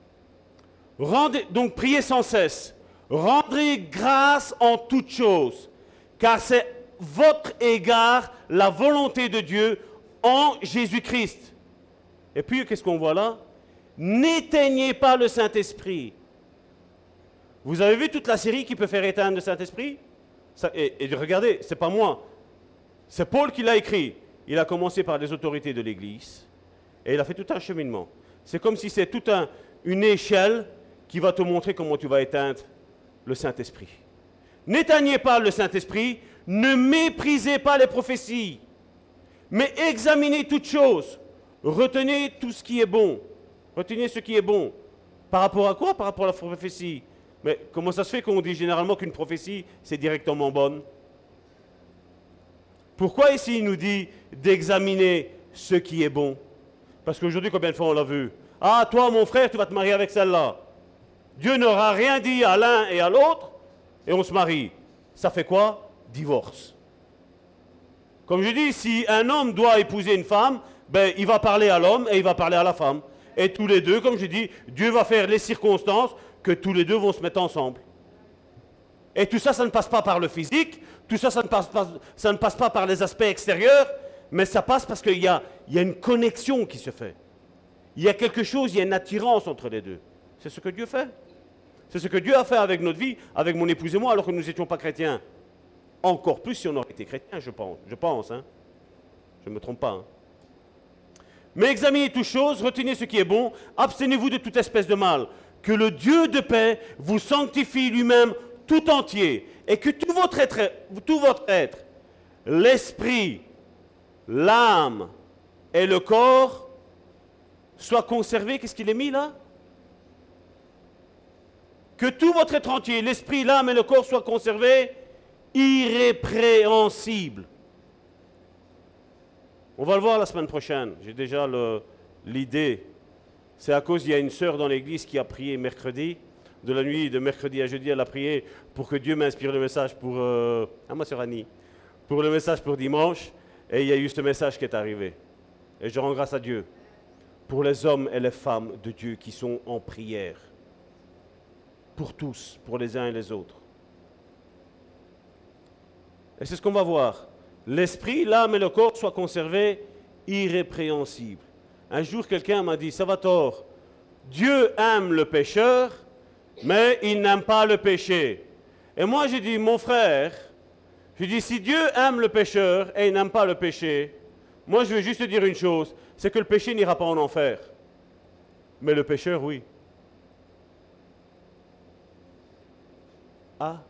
Donc priez sans cesse. Rendez grâce en toutes choses, car c'est votre égard la volonté de Dieu en Jésus-Christ. Et puis, qu'est-ce qu'on voit là? N'éteignez pas le Saint-Esprit. Vous avez vu toute la série qui peut faire éteindre le Saint-Esprit? Et regardez, c'est pas moi. C'est Paul qui l'a écrit. Il a commencé par les autorités de l'Église et il a fait tout un cheminement. C'est comme si c'est toute une échelle qui va te montrer comment tu vas éteindre le Saint-Esprit. N'éteignez pas le Saint-Esprit, ne méprisez pas les prophéties, mais examinez toutes choses, retenez tout ce qui est bon. Retenez ce qui est bon. Par rapport à quoi? Par rapport à la prophétie. Mais comment ça se fait qu'on dit généralement qu'une prophétie, c'est directement bonne? Pourquoi ici il nous dit d'examiner ce qui est bon? Parce qu'aujourd'hui, combien de fois on l'a vu? Ah, toi, mon frère, tu vas te marier avec celle-là. Dieu n'aura rien dit à l'un et à l'autre, et on se marie. Ça fait quoi? Divorce. Comme je dis, si un homme doit épouser une femme, ben, il va parler à l'homme et il va parler à la femme. Et tous les deux, comme je dis, Dieu va faire les circonstances que tous les deux vont se mettre ensemble. Et tout ça, ça ne passe pas par le physique, tout ça, ça ne passe pas par les aspects extérieurs, mais ça passe parce qu'il y a une connexion qui se fait. Il y a quelque chose, il y a une attirance entre les deux. C'est ce que Dieu fait. C'est ce que Dieu a fait avec notre vie, avec mon épouse et moi, alors que nous n'étions pas chrétiens. Encore plus si on aurait été chrétiens, je pense. Hein. Je ne me trompe pas. Hein. Mais examinez toutes choses, retenez ce qui est bon, abstenez-vous de toute espèce de mal. Que le Dieu de paix vous sanctifie lui-même tout entier, et que tout votre être, l'esprit, l'âme et le corps, soient conservés. Qu'est-ce qu'il est mis là? Que tout votre être entier, l'esprit, l'âme et le corps soient conservés irrépréhensibles. On va le voir la semaine prochaine. J'ai déjà l'idée. C'est à cause, il y a une sœur dans l'église qui a prié mercredi. De la nuit de mercredi à jeudi, elle a prié pour que Dieu m'inspire le message pour... ma sœur Annie. Pour le message pour dimanche. Et il y a eu ce message qui est arrivé. Et je rends grâce à Dieu pour les hommes et les femmes de Dieu qui sont en prière. Pour tous, pour les uns et les autres. Et c'est ce qu'on va voir. L'esprit, l'âme et le corps soient conservés irrépréhensibles. Un jour, quelqu'un m'a dit, Salvatore, Dieu aime le pécheur, mais il n'aime pas le péché. Et moi, j'ai dit, mon frère, je dis, si Dieu aime le pécheur et il n'aime pas le péché, moi, je veux juste te dire une chose, c'est que le péché n'ira pas en enfer. Mais le pécheur, oui. Ah.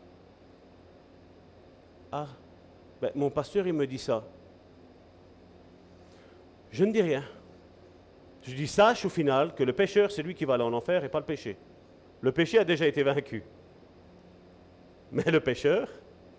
Ben, mon pasteur, il me dit ça. Je ne dis rien. Je dis, sache au final que le pécheur, c'est lui qui va aller en enfer et pas le péché. Le péché a déjà été vaincu. Mais le pécheur,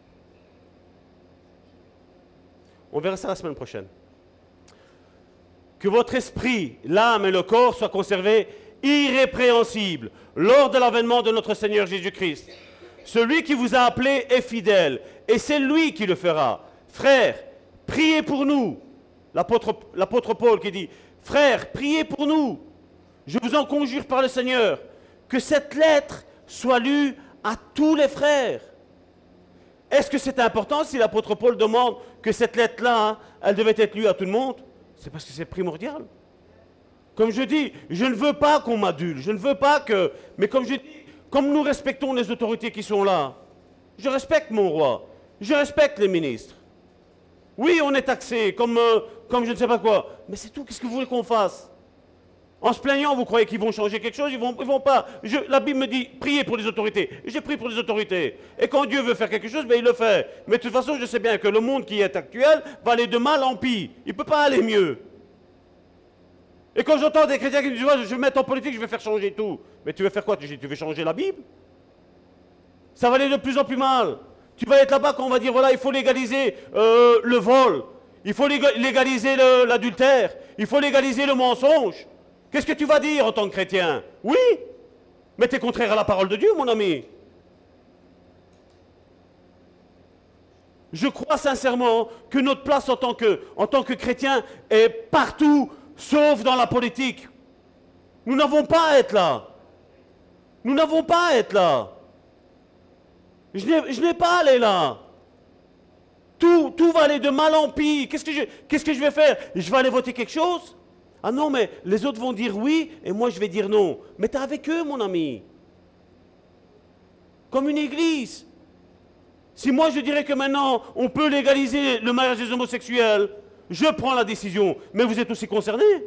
on verra ça la semaine prochaine. que votre esprit, l'âme et le corps soient conservés irrépréhensibles lors de l'avènement de notre Seigneur Jésus-Christ. Celui qui vous a appelé est fidèle, et c'est lui qui le fera. Frères, priez pour nous. L'apôtre Paul qui dit, frères, priez pour nous. Je vous en conjure par le Seigneur, que cette lettre soit lue à tous les frères. Est-ce que c'est important si l'apôtre Paul demande que cette lettre-là, elle devait être lue à tout le monde? C'est parce que c'est primordial. Comme je dis, je ne veux pas qu'on m'adule, je ne veux pas que... Mais comme je dis, comme nous respectons les autorités qui sont là, je respecte mon roi, je respecte les ministres. Oui, on est taxé, comme je ne sais pas quoi, mais c'est tout, qu'est-ce que vous voulez qu'on fasse? En se plaignant, vous croyez qu'ils vont changer quelque chose? Ils vont pas. La Bible me dit, priez pour les autorités. J'ai prié pour les autorités. Et quand Dieu veut faire quelque chose, ben, il le fait. Mais de toute façon, je sais bien que le monde qui est actuel va aller de mal en pire. Il ne peut pas aller mieux. Et quand j'entends des chrétiens qui me disent, ouais, je vais me mettre en politique, je vais faire changer tout. Mais tu veux faire quoi? Tu veux changer la Bible? Ça va aller de plus en plus mal. Tu vas être là-bas quand on va dire, voilà, il faut légaliser le vol. Il faut légaliser l'adultère. Il faut légaliser le mensonge. Qu'est-ce que tu vas dire en tant que chrétien? Oui, mais tu es contraire à la parole de Dieu, mon ami. Je crois sincèrement que notre place en tant que chrétien est partout, sauf dans la politique. Nous n'avons pas à être là. Nous n'avons pas à être là. Je n'ai pas à aller là. Tout va aller de mal en pire. Qu'est-ce que je vais faire? Je vais aller voter quelque chose? Ah non, mais les autres vont dire oui, et moi je vais dire non. Mais tu es avec eux, mon ami. Comme une église. Si moi je dirais que maintenant on peut légaliser le mariage des homosexuels, je prends la décision. Mais vous êtes aussi concernés.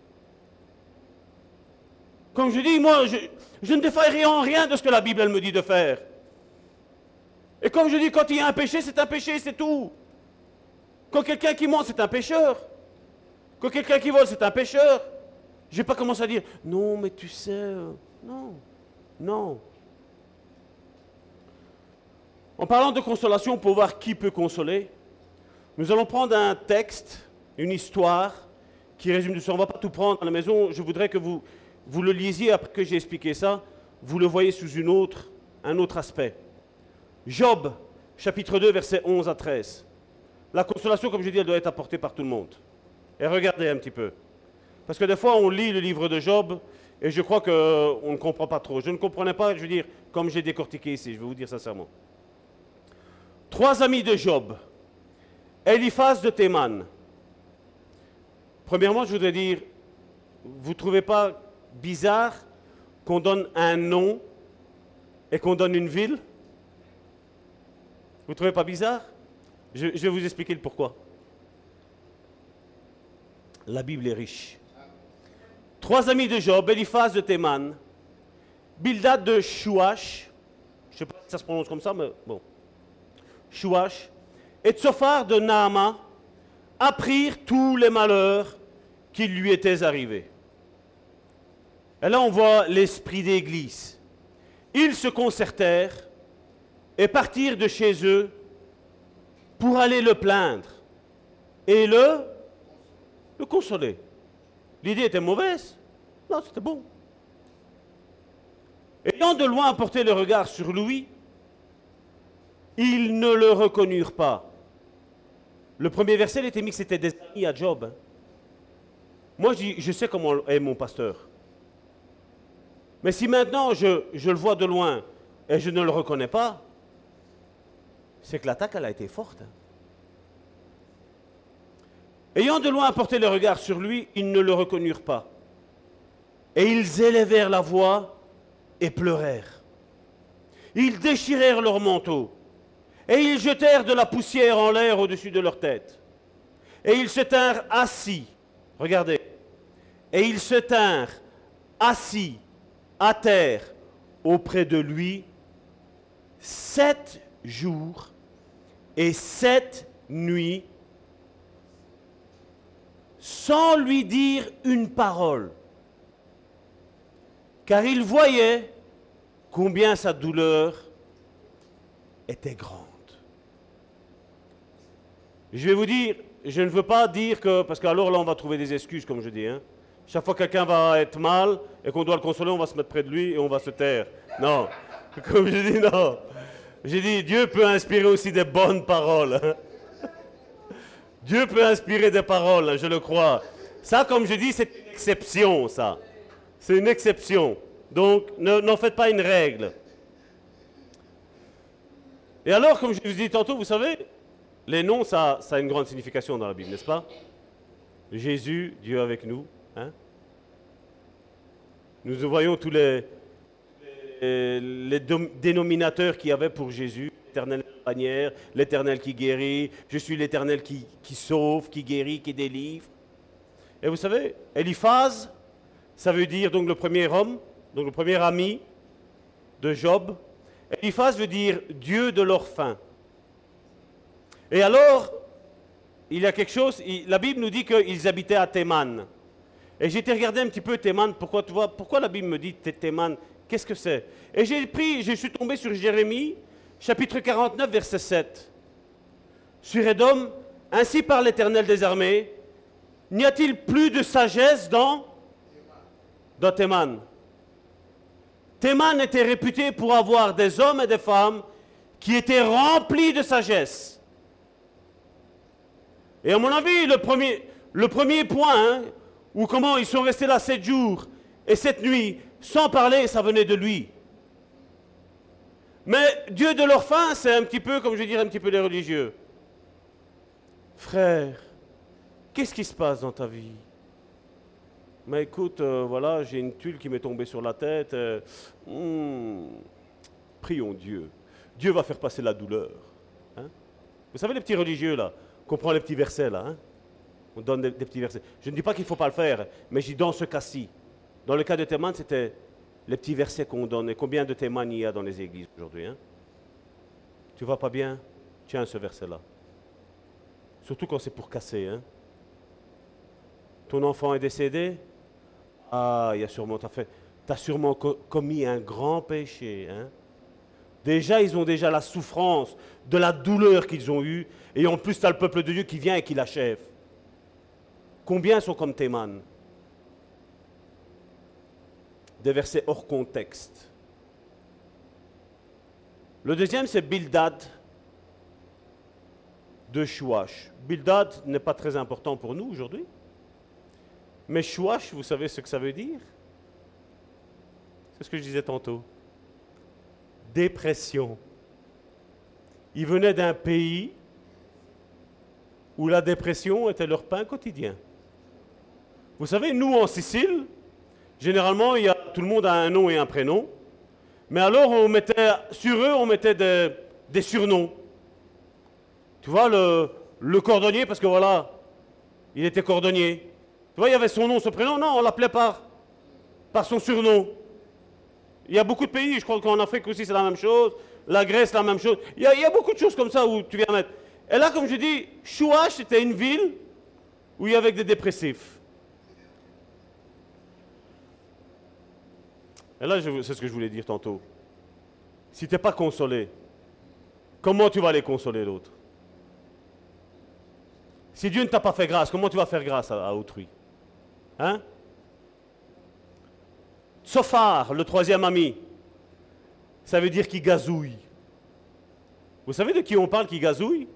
Comme je dis, moi je ne défaillerai en rien de ce que la Bible elle me dit de faire. Et comme je dis, quand il y a un péché, c'est tout. Quand quelqu'un qui ment, c'est un pécheur. Quand quelqu'un qui vole, c'est un pécheur. Je ne vais pas commencer à dire, non, mais tu sais, non. En parlant de consolation, pour voir qui peut consoler, nous allons prendre un texte, une histoire, qui résume tout ça. On ne va pas tout prendre à la maison. Je voudrais que vous le lisiez après que j'ai expliqué ça. Vous le voyez sous un autre aspect. Job, chapitre 2, versets 11 à 13. La consolation, comme je dis, elle doit être apportée par tout le monde. Et regardez un petit peu. Parce que des fois, on lit le livre de Job, et je crois qu'on ne comprend pas trop. Je ne comprenais pas, je veux dire, comme j'ai décortiqué ici, je vais vous dire sincèrement. 3 amis de Job. Eliphaz de Théman. Premièrement, je voudrais dire, vous ne trouvez pas bizarre qu'on donne un nom et qu'on donne une ville? Vous ne trouvez pas bizarre? Je vais vous expliquer le pourquoi. La Bible est riche. 3 amis de Job, Eliphaz de Théman, Bildad de Chouach, je ne sais pas si ça se prononce comme ça, mais bon, Chouach, et Tsophar de Naama, apprirent tous les malheurs qui lui étaient arrivés. Et là, on voit l'esprit d'église. Ils se concertèrent et partirent de chez eux pour aller le plaindre et le consoler. L'idée était mauvaise? Non, c'était bon. Ayant de loin porté le regard sur lui, ils ne le reconnurent pas. Le premier verset, il était mis que c'était des amis à Job. Moi, je sais comment est mon pasteur. Mais si maintenant je le vois de loin et je ne le reconnais pas, c'est que l'attaque, elle a été forte. Ayant de loin porté le regard sur lui, ils ne le reconnurent pas. Et ils élevèrent la voix et pleurèrent. Ils déchirèrent leurs manteaux. Et ils jetèrent de la poussière en l'air au-dessus de leur tête. Et ils se tinrent assis. Regardez. Et ils se tinrent assis à terre auprès de lui 7 jours et 7 nuits sans lui dire une parole, car il voyait combien sa douleur était grande. Je vais vous dire, je ne veux pas dire que... Parce qu'alors là, on va trouver des excuses, comme je dis. Hein. Chaque fois que quelqu'un va être mal et qu'on doit le consoler, on va se mettre près de lui et on va se taire. Non. Comme je dis, non. J'ai dit, Dieu peut inspirer aussi des bonnes paroles. Hein. Dieu peut inspirer des paroles, hein, je le crois. Ça, comme je dis, c'est une exception, ça. C'est une exception. Donc, n'en faites pas une règle. Et alors, comme je vous ai dit tantôt, vous savez, les noms, ça a une grande signification dans la Bible, n'est-ce pas? Jésus, Dieu avec nous. Hein? Nous voyons tous les dénominateurs qu'il y avait pour Jésus. L'éternel bannière, l'éternel qui guérit, je suis l'éternel qui sauve, qui guérit, qui délivre. Et vous savez, Eliphaz, ça veut dire donc le premier homme, donc le premier ami de Job. Eliphaz veut dire Dieu de leur faim. Et alors, il y a quelque chose, la Bible nous dit qu'ils habitaient à Théman. Et j'ai été regarder un petit peu Théman, pourquoi la Bible me dit Théman, qu'est-ce que c'est? Et je suis tombé sur Jérémie, chapitre 49, verset 7. Sur Édom, ainsi parle l'Éternel des armées, n'y a-t-il plus de sagesse dans Théman? Théman était réputé pour avoir des hommes et des femmes qui étaient remplis de sagesse. Et à mon avis, le premier point, hein, ou comment ils sont restés là 7 jours et 7 nuits, sans parler, ça venait de lui. Mais Dieu de leur faim, c'est un petit peu, comme je vais dire, un petit peu les religieux. Frère, qu'est-ce qui se passe dans ta vie? Mais écoute, voilà, j'ai une tuile qui m'est tombée sur la tête. Prions Dieu. Dieu va faire passer la douleur. Hein? Vous savez les petits religieux là, qu'on prend les petits versets là, hein? On donne des petits versets. Je ne dis pas qu'il ne faut pas le faire, mais je dis dans ce cas-ci. Dans le cas de Théman, c'était les petits versets qu'on donne. Et combien de Théman il y a dans les églises aujourd'hui, hein? Tu vas pas bien? Tiens ce verset-là. Surtout quand c'est pour casser, hein? Ton enfant est décédé? Ah, il y a sûrement, t'as sûrement commis un grand péché, hein? Déjà, ils ont déjà la souffrance de la douleur qu'ils ont eue, et en plus, tu as le peuple de Dieu qui vient et qui l'achève. Combien sont comme Théman? Des versets hors contexte. Le deuxième, c'est Bildad de Chouach. Bildad n'est pas très important pour nous aujourd'hui. Mais Chouach, vous savez ce que ça veut dire? C'est ce que je disais tantôt. Dépression. Ils venaient d'un pays où la dépression était leur pain quotidien. Vous savez, nous en Sicile, généralement, tout le monde a un nom et un prénom. Mais alors, sur eux, on mettait des surnoms. Tu vois, le cordonnier, parce que voilà, il était cordonnier. Tu vois, il y avait son nom, son prénom. Non, on l'appelait par son surnom. Il y a beaucoup de pays, je crois qu'en Afrique aussi c'est la même chose. La Grèce, la même chose. Il y a beaucoup de choses comme ça où tu viens mettre. Et là, comme je dis, Chouach, c'était une ville où il y avait des dépressifs. Et là, c'est ce que je voulais dire tantôt. Si tu n'es pas consolé, comment tu vas aller consoler l'autre? Si Dieu ne t'a pas fait grâce, comment tu vas faire grâce à autrui? Hein? Tsophar, le troisième ami, ça veut dire qui gazouille. Vous savez de qui on parle qui gazouille?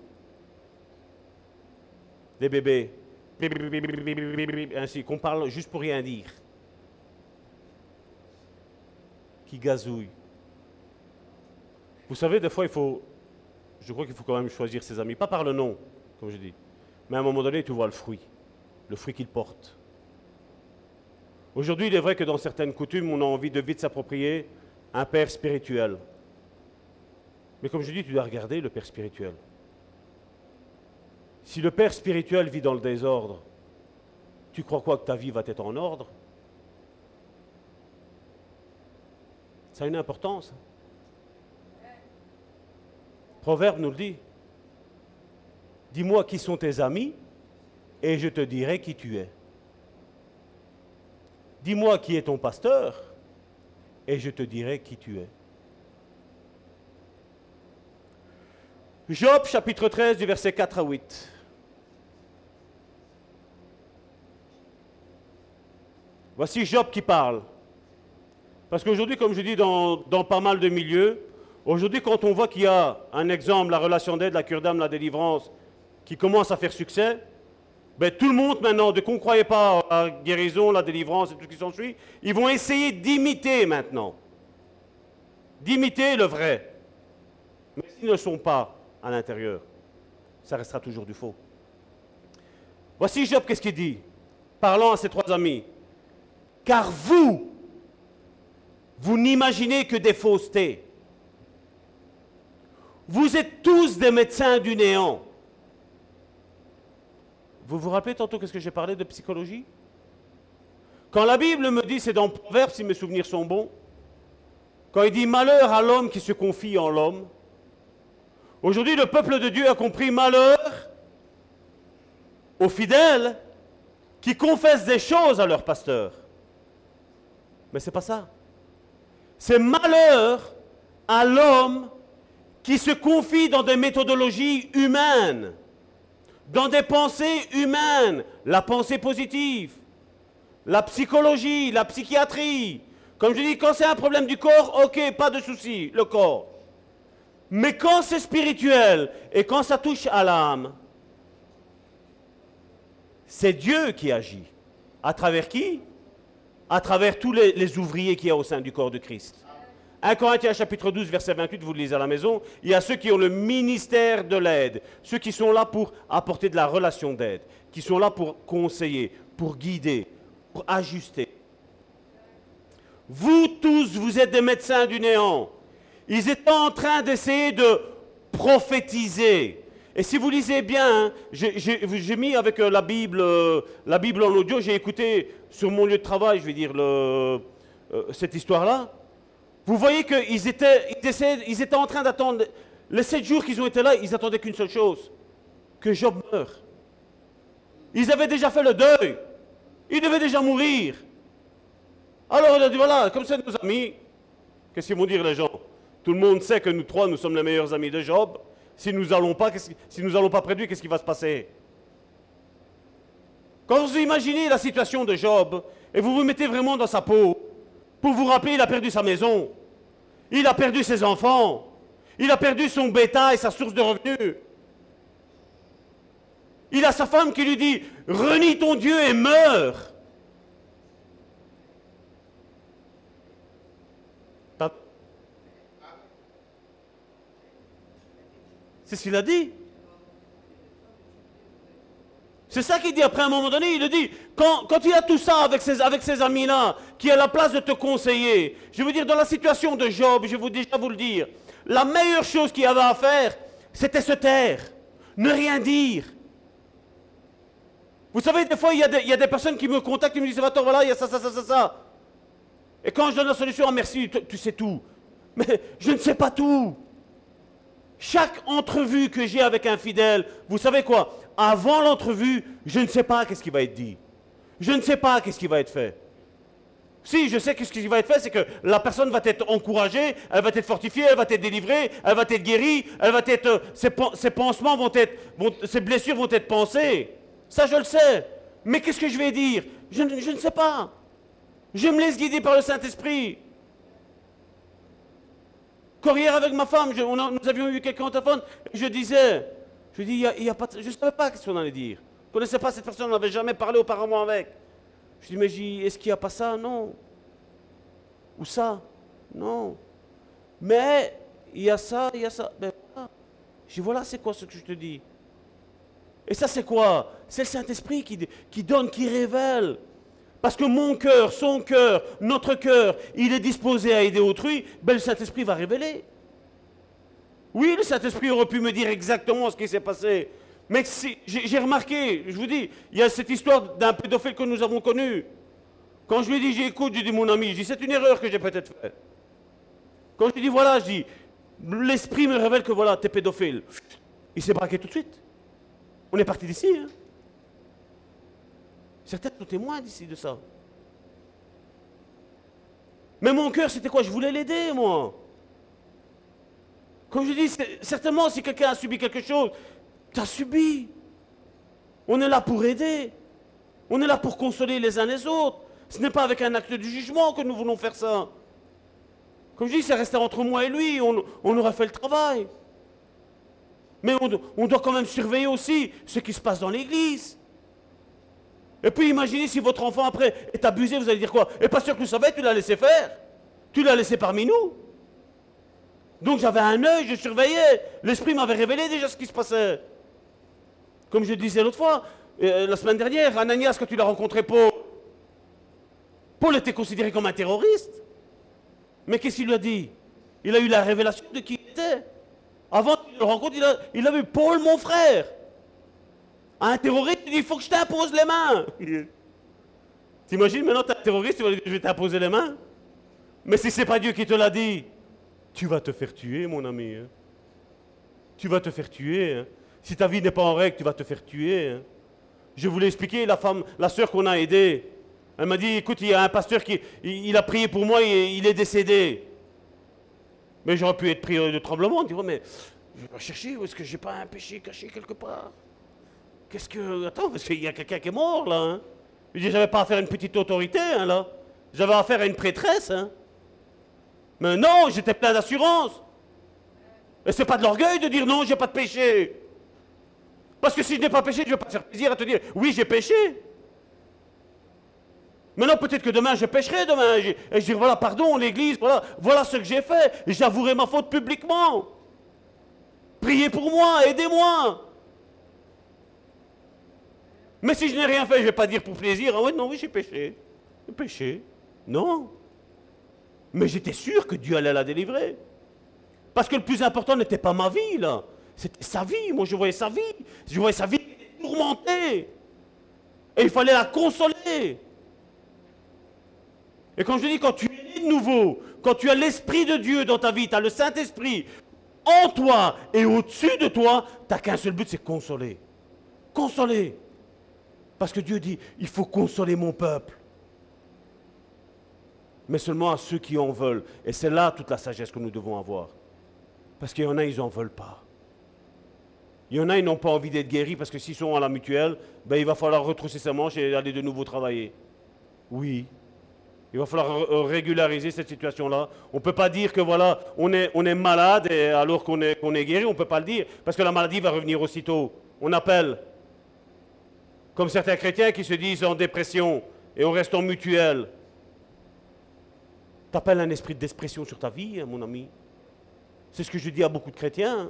Des bébés. Ainsi, qu'on parle juste pour rien dire. Qui gazouille. Vous savez, des fois, je crois qu'il faut quand même choisir ses amis. Pas par le nom, comme je dis. Mais à un moment donné, tu vois le fruit qu'il porte. Aujourd'hui, il est vrai que dans certaines coutumes, on a envie de vite s'approprier un père spirituel. Mais comme je dis, tu dois regarder le père spirituel. Si le père spirituel vit dans le désordre, tu crois quoi que ta vie va être en ordre? Ça a une importance. Proverbe nous le dit. Dis-moi qui sont tes amis et je te dirai qui tu es. Dis-moi qui est ton pasteur et je te dirai qui tu es. Job chapitre 13 du verset 4 à 8. Voici Job qui parle. Parce qu'aujourd'hui, comme je dis dans pas mal de milieux, aujourd'hui, quand on voit qu'il y a un exemple, la relation d'aide, la cure d'âme, la délivrance, qui commence à faire succès, ben, tout le monde maintenant, de qu'on ne croyait pas à la guérison, la délivrance et tout ce qui s'ensuit, ils vont essayer d'imiter maintenant. D'imiter le vrai. Mais s'ils ne le sont pas à l'intérieur, ça restera toujours du faux. Voici Job, qu'est-ce qu'il dit, parlant à ses trois amis. Car vous n'imaginez que des faussetés. Vous êtes tous des médecins du néant. Vous vous rappelez tantôt qu'est-ce que j'ai parlé de psychologie? Quand la Bible me dit, c'est dans Proverbe, si mes souvenirs sont bons, quand il dit malheur à l'homme qui se confie en l'homme, aujourd'hui le peuple de Dieu a compris malheur aux fidèles qui confessent des choses à leur pasteur. Mais ce n'est pas ça. C'est malheur à l'homme qui se confie dans des méthodologies humaines, dans des pensées humaines, la pensée positive, la psychologie, la psychiatrie. Comme je dis, quand c'est un problème du corps, ok, pas de souci, le corps. Mais quand c'est spirituel et quand ça touche à l'âme, c'est Dieu qui agit. À travers qui? À travers tous les ouvriers qu'il y a au sein du corps de Christ. 1 Corinthiens chapitre 12, verset 28, vous le lisez à la maison, il y a ceux qui ont le ministère de l'aide, ceux qui sont là pour apporter de la relation d'aide, qui sont là pour conseiller, pour guider, pour ajuster. Vous tous, vous êtes des médecins du néant. Ils étaient en train d'essayer de prophétiser. Et si vous lisez bien, hein, j'ai mis avec la Bible en audio, j'ai écouté sur mon lieu de travail, je vais dire, cette histoire-là. Vous voyez qu'ils étaient en train d'attendre, les 7 jours qu'ils ont été là, ils n'attendaient qu'une seule chose, que Job meure. Ils avaient déjà fait le deuil, ils devaient déjà mourir. Alors il a dit, voilà, comme c'est nos amis, qu'est-ce qu'ils vont dire les gens? Tout le monde sait que nous trois, nous sommes les meilleurs amis de Job. Si nous n'allons pas près de lui, qu'est-ce qui va se passer? Quand vous imaginez la situation de Job, et vous vous mettez vraiment dans sa peau, pour vous rappeler, il a perdu sa maison, il a perdu ses enfants, il a perdu son bétail, sa source de revenus. Il a sa femme qui lui dit, renie ton Dieu et meurs. C'est ce qu'il a dit. C'est ça qu'il dit après un moment donné. Il dit, quand il a tout ça avec ses amis-là, qui a la place de te conseiller, je veux dire, dans la situation de Job, je vais déjà vous le dire, la meilleure chose qu'il avait à faire, c'était se taire, ne rien dire. Vous savez, des fois, il y a des personnes qui me contactent, qui me disent, Salvatore, voilà, il y a ça. Et quand je donne la solution, ah, merci, tu sais tout. Mais je ne sais pas tout. Chaque entrevue que j'ai avec un fidèle, vous savez quoi? Avant l'entrevue, je ne sais pas qu'est-ce qui va être dit. Je ne sais pas qu'est-ce qui va être fait. Si, je sais qu'est-ce qui va être fait, c'est que la personne va être encouragée, elle va être fortifiée, elle va être délivrée, elle va être guérie, elle va être, ses pansements ses blessures vont être pansées. Ça, je le sais. Mais qu'est-ce que je vais dire? Je ne sais pas. Je me laisse guider par le Saint-Esprit. Quand hier avec ma femme, nous avions eu quelqu'un au téléphone, je dis, il y a pas, je ne savais pas ce qu'on allait dire. Je ne connaissais pas cette personne, on n'avait jamais parlé auparavant avec. Je dis, mais est-ce qu'il n'y a pas ça? Non. Ou ça? Non. Mais il y a ça. Ben voilà. Je dis, voilà, c'est quoi ce que je te dis? Et ça, c'est quoi? C'est le Saint-Esprit qui donne, qui révèle. Parce que mon cœur, son cœur, notre cœur, il est disposé à aider autrui, ben le Saint-Esprit va révéler. Oui, le Saint-Esprit aurait pu me dire exactement ce qui s'est passé. Mais j'ai remarqué, je vous dis, il y a cette histoire d'un pédophile que nous avons connu. Quand je lui ai dit, j'écoute, je dis mon ami, je dis, c'est une erreur que j'ai peut-être faite. Quand je lui dis, voilà, je dis, l'Esprit me révèle que voilà, t'es pédophile. Il s'est braqué tout de suite. On est parti d'ici, hein. Certains sont témoins d'ici de ça. Mais mon cœur, c'était quoi? Je voulais l'aider, moi. Comme je dis, certainement, si quelqu'un a subi quelque chose, tu as subi. On est là pour aider. On est là pour consoler les uns les autres. Ce n'est pas avec un acte de jugement que nous voulons faire ça. Comme je dis, c'est resté entre moi et lui, on aura fait le travail. Mais on doit quand même surveiller aussi ce qui se passe dans l'église. Et puis imaginez si votre enfant après est abusé, vous allez dire quoi? Et pasteur, tu savais, tu l'as laissé faire. Tu l'as laissé parmi nous. Donc j'avais un œil, je surveillais. L'Esprit m'avait révélé déjà ce qui se passait. Comme je disais l'autre fois, la semaine dernière, Ananias, quand tu l'as rencontré, Paul était considéré comme un terroriste. Mais qu'est-ce qu'il lui a dit? Il a eu la révélation de qui il était. Avant qu'il le rencontre, il a vu Paul, mon frère. Un terroriste, il dit, il faut que je t'impose les mains. T'imagines, maintenant, tu es un terroriste, tu vas dire, je vais t'imposer les mains. Mais si ce n'est pas Dieu qui te l'a dit, tu vas te faire tuer, mon ami. Hein. Tu vas te faire tuer. Hein. Si ta vie n'est pas en règle, tu vas te faire tuer. Hein. Je voulais expliquer, la sœur qu'on a aidée, elle m'a dit, écoute, il y a un pasteur qui il a prié pour moi et il est décédé. Mais j'aurais pu être pris de tremblement, dire, mais je vais chercher, est-ce que j'ai pas un péché caché quelque part? Qu'est-ce que... Attends, parce qu'il y a quelqu'un qui est mort, là. Hein. Je dis, j'avais pas affaire à une petite autorité, hein, là. J'avais affaire à une prêtresse, hein. Mais non, j'étais plein d'assurance. Et c'est pas de l'orgueil de dire non, j'ai pas de péché. Parce que si je n'ai pas péché, je vais pas te faire plaisir à te dire, oui, j'ai péché. Maintenant, peut-être que demain, je pécherai demain. Et je dirai, voilà, pardon, l'église, voilà ce que j'ai fait. Et j'avouerai ma faute publiquement. Priez pour moi, aidez-moi. Mais si je n'ai rien fait, je ne vais pas dire pour plaisir, ah ouais, non, oui, j'ai péché. J'ai péché. Non. Mais j'étais sûr que Dieu allait la délivrer. Parce que le plus important n'était pas ma vie, là. C'était sa vie. Moi, je voyais sa vie. Je voyais sa vie tourmentée. Et il fallait la consoler. Et quand je dis, quand tu es né de nouveau, quand tu as l'Esprit de Dieu dans ta vie, tu as le Saint-Esprit en toi et au-dessus de toi, tu n'as qu'un seul but, c'est consoler. Consoler. Parce que Dieu dit, il faut consoler mon peuple. Mais seulement à ceux qui en veulent. Et c'est là toute la sagesse que nous devons avoir. Parce qu'il y en a, ils n'en veulent pas. Il y en a, ils n'ont pas envie d'être guéris parce que s'ils sont à la mutuelle, ben, il va falloir retrousser ses manches et aller de nouveau travailler. Oui. Il va falloir régulariser cette situation-là. On ne peut pas dire que voilà, on est malade et alors qu'on est guéri, on ne peut pas le dire. Parce que la maladie va revenir aussitôt. On appelle. Comme certains chrétiens qui se disent en dépression et on reste en mutuelle. Tu appelles un esprit d'expression sur ta vie, hein, mon ami. C'est ce que je dis à beaucoup de chrétiens.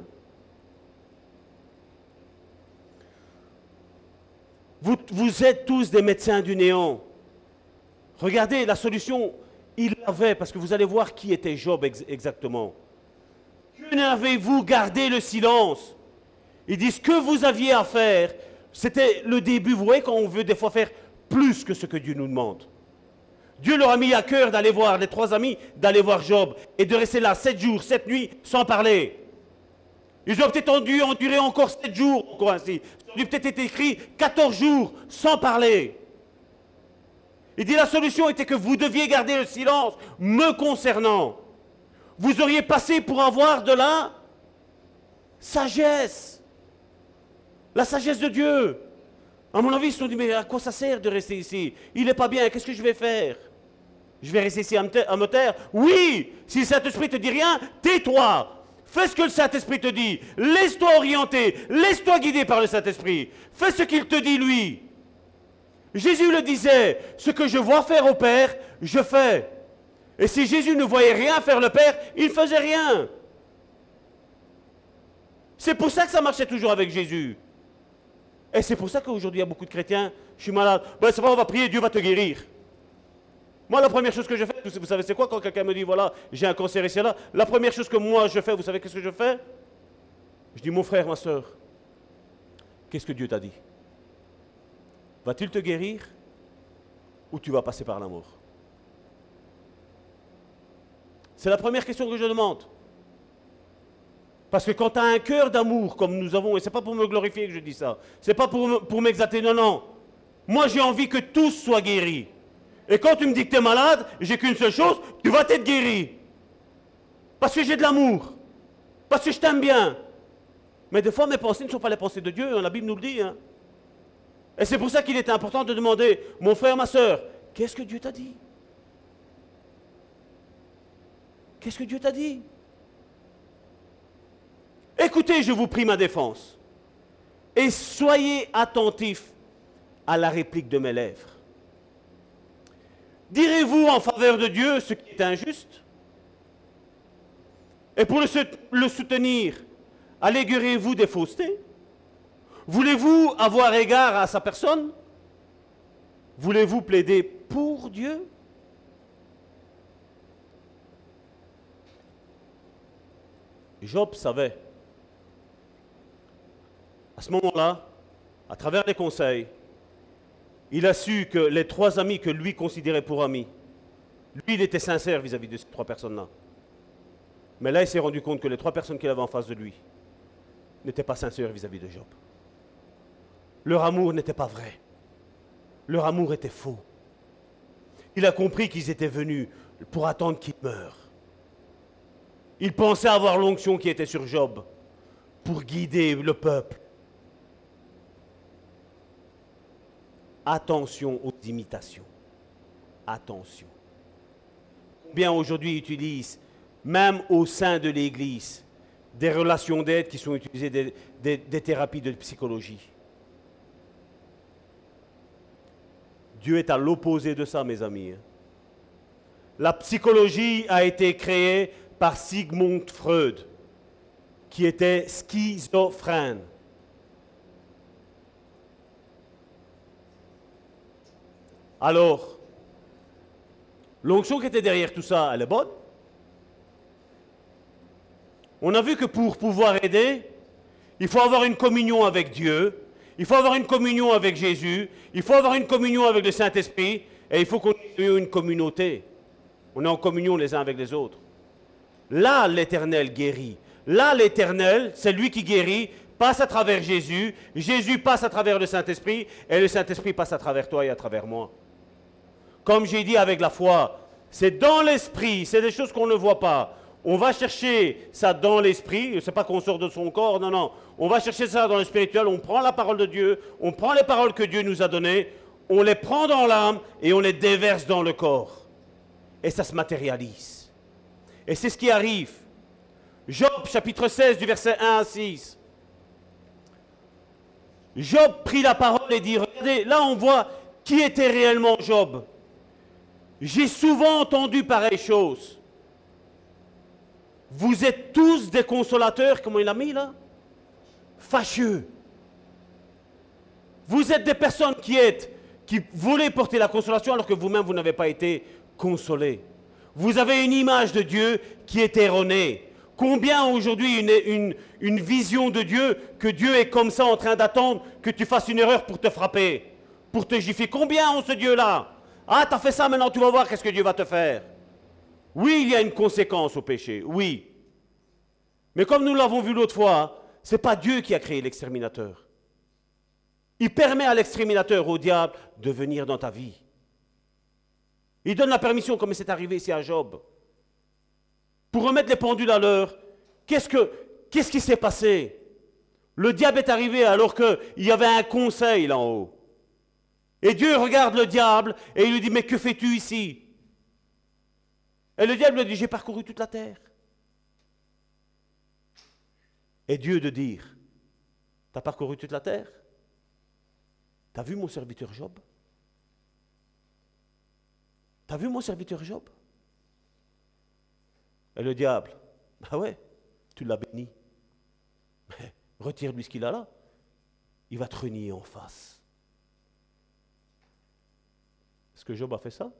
Vous êtes tous des médecins du néant. Regardez, la solution, il l'avait, parce que vous allez voir qui était Job exactement. Que n'avez-vous gardé le silence? Il dit, ce que vous aviez à faire, c'était le début. Vous voyez, quand on veut des fois faire plus que ce que Dieu nous demande. Dieu leur a mis à cœur d'aller voir, les trois amis, d'aller voir Job, et de rester là 7 jours, 7 nuits, sans parler. Ils ont peut-être dû endurer encore 7 jours, encore ainsi. Ils ont dû peut-être être écrits 14 jours, sans parler. Il dit la solution était que vous deviez garder le silence me concernant. Vous auriez passé pour avoir de la sagesse. La sagesse de Dieu. À mon avis, ils se sont dit, mais à quoi ça sert de rester ici? Il n'est pas bien, qu'est-ce que je vais faire? Je vais rester ici à me taire? Oui, si le Saint-Esprit te dit rien, tais-toi. Fais ce que le Saint-Esprit te dit. Laisse-toi orienter, laisse-toi guider par le Saint-Esprit. Fais ce qu'il te dit, lui. Jésus le disait, ce que je vois faire au Père, je fais. Et si Jésus ne voyait rien faire le Père, il ne faisait rien. C'est pour ça que ça marchait toujours avec Jésus. Et c'est pour ça qu'aujourd'hui, il y a beaucoup de chrétiens, je suis malade. Ben, c'est pas, on va prier, Dieu va te guérir. Moi, la première chose que je fais, vous savez c'est quoi quand quelqu'un me dit, voilà, j'ai un cancer ici et là, la première chose que moi je fais, vous savez qu'est-ce que je fais? Je dis, mon frère, ma soeur, qu'est-ce que Dieu t'a dit? Va-t-il te guérir ou tu vas passer par la mort? C'est la première question que je demande. Parce que quand tu as un cœur d'amour comme nous avons, et ce n'est pas pour me glorifier que je dis ça, ce n'est pas pour m'exalter, non, non. Moi j'ai envie que tous soient guéris. Et quand tu me dis que tu es malade, j'ai qu'une seule chose, tu vas être guéri. Parce que j'ai de l'amour. Parce que je t'aime bien. Mais des fois mes pensées ne sont pas les pensées de Dieu, hein, la Bible nous le dit. Hein. Et c'est pour ça qu'il est important de demander, mon frère, ma soeur, Qu'est-ce que Dieu t'a dit? Qu'est-ce que Dieu t'a dit? Écoutez, je vous prie ma défense, et soyez attentifs à la réplique de mes lèvres. Direz-vous en faveur de Dieu ce qui est injuste? Et pour le soutenir, alléguerez-vous des faussetés? Voulez-vous avoir égard à sa personne? Voulez-vous plaider pour Dieu? Job savait. À ce moment-là, à travers les conseils, il a su que les 3 amis que lui considérait pour amis, lui, il était sincère vis-à-vis de ces 3 personnes-là. Mais là, il s'est rendu compte que les 3 personnes qu'il avait en face de lui n'étaient pas sincères vis-à-vis de Job. Leur amour n'était pas vrai. Leur amour était faux. Il a compris qu'ils étaient venus pour attendre qu'il meure. Il pensait avoir l'onction qui était sur Job pour guider le peuple. Attention aux imitations. Attention. Combien aujourd'hui utilisent, même au sein de l'Église, des relations d'aide qui sont utilisées, des thérapies de psychologie. Dieu est à l'opposé de ça, mes amis. La psychologie a été créée par Sigmund Freud, qui était schizophrène. Alors, l'onction qui était derrière tout ça, elle est bonne. On a vu que pour pouvoir aider, il faut avoir une communion avec Dieu, il faut avoir une communion avec Jésus, il faut avoir une communion avec le Saint-Esprit, et il faut qu'on ait une communauté. On est en communion les uns avec les autres. Là, l'Éternel guérit. Là, l'Éternel, c'est lui qui guérit, passe à travers Jésus, Jésus passe à travers le Saint-Esprit, et le Saint-Esprit passe à travers toi et à travers moi. Comme j'ai dit avec la foi, c'est dans l'esprit, c'est des choses qu'on ne voit pas. On va chercher ça dans l'esprit, c'est pas qu'on sort de son corps, non, non. On va chercher ça dans le spirituel, on prend la parole de Dieu, on prend les paroles que Dieu nous a données, on les prend dans l'âme et on les déverse dans le corps. Et ça se matérialise. Et c'est ce qui arrive. Job, chapitre 16, du verset 1 à 6. Job prit la parole et dit, regardez, là on voit qui était réellement Job. J'ai souvent entendu pareille chose. Vous êtes tous des consolateurs, comment il a mis là? Fâcheux. Vous êtes des personnes qui voulaient porter la consolation alors que vous-même vous n'avez pas été consolés. Vous avez une image de Dieu qui est erronée. Combien aujourd'hui une vision de Dieu, que Dieu est comme ça en train d'attendre que tu fasses une erreur pour te frapper, pour te gifler. Combien ont ce Dieu-là? Ah, t'as fait ça, maintenant tu vas voir qu'est-ce que Dieu va te faire. Oui, il y a une conséquence au péché, oui. Mais comme nous l'avons vu l'autre fois, ce n'est pas Dieu qui a créé l'exterminateur. Il permet à l'exterminateur, au diable, de venir dans ta vie. Il donne la permission, comme c'est arrivé ici à Job. Pour remettre les pendules à l'heure, qu'est-ce qui s'est passé? Le diable est arrivé alors qu'il y avait un conseil là en haut. Et Dieu regarde le diable et il lui dit, mais que fais-tu ici? Et le diable lui dit, j'ai parcouru toute la terre. Et Dieu de dire, tu as parcouru toute la terre? Tu as vu mon serviteur Job? Tu as vu mon serviteur Job? Et le diable, bah ouais, tu l'as béni. Mais retire-lui ce qu'il a là. Il va te renier en face. Est-ce que Job a fait ça?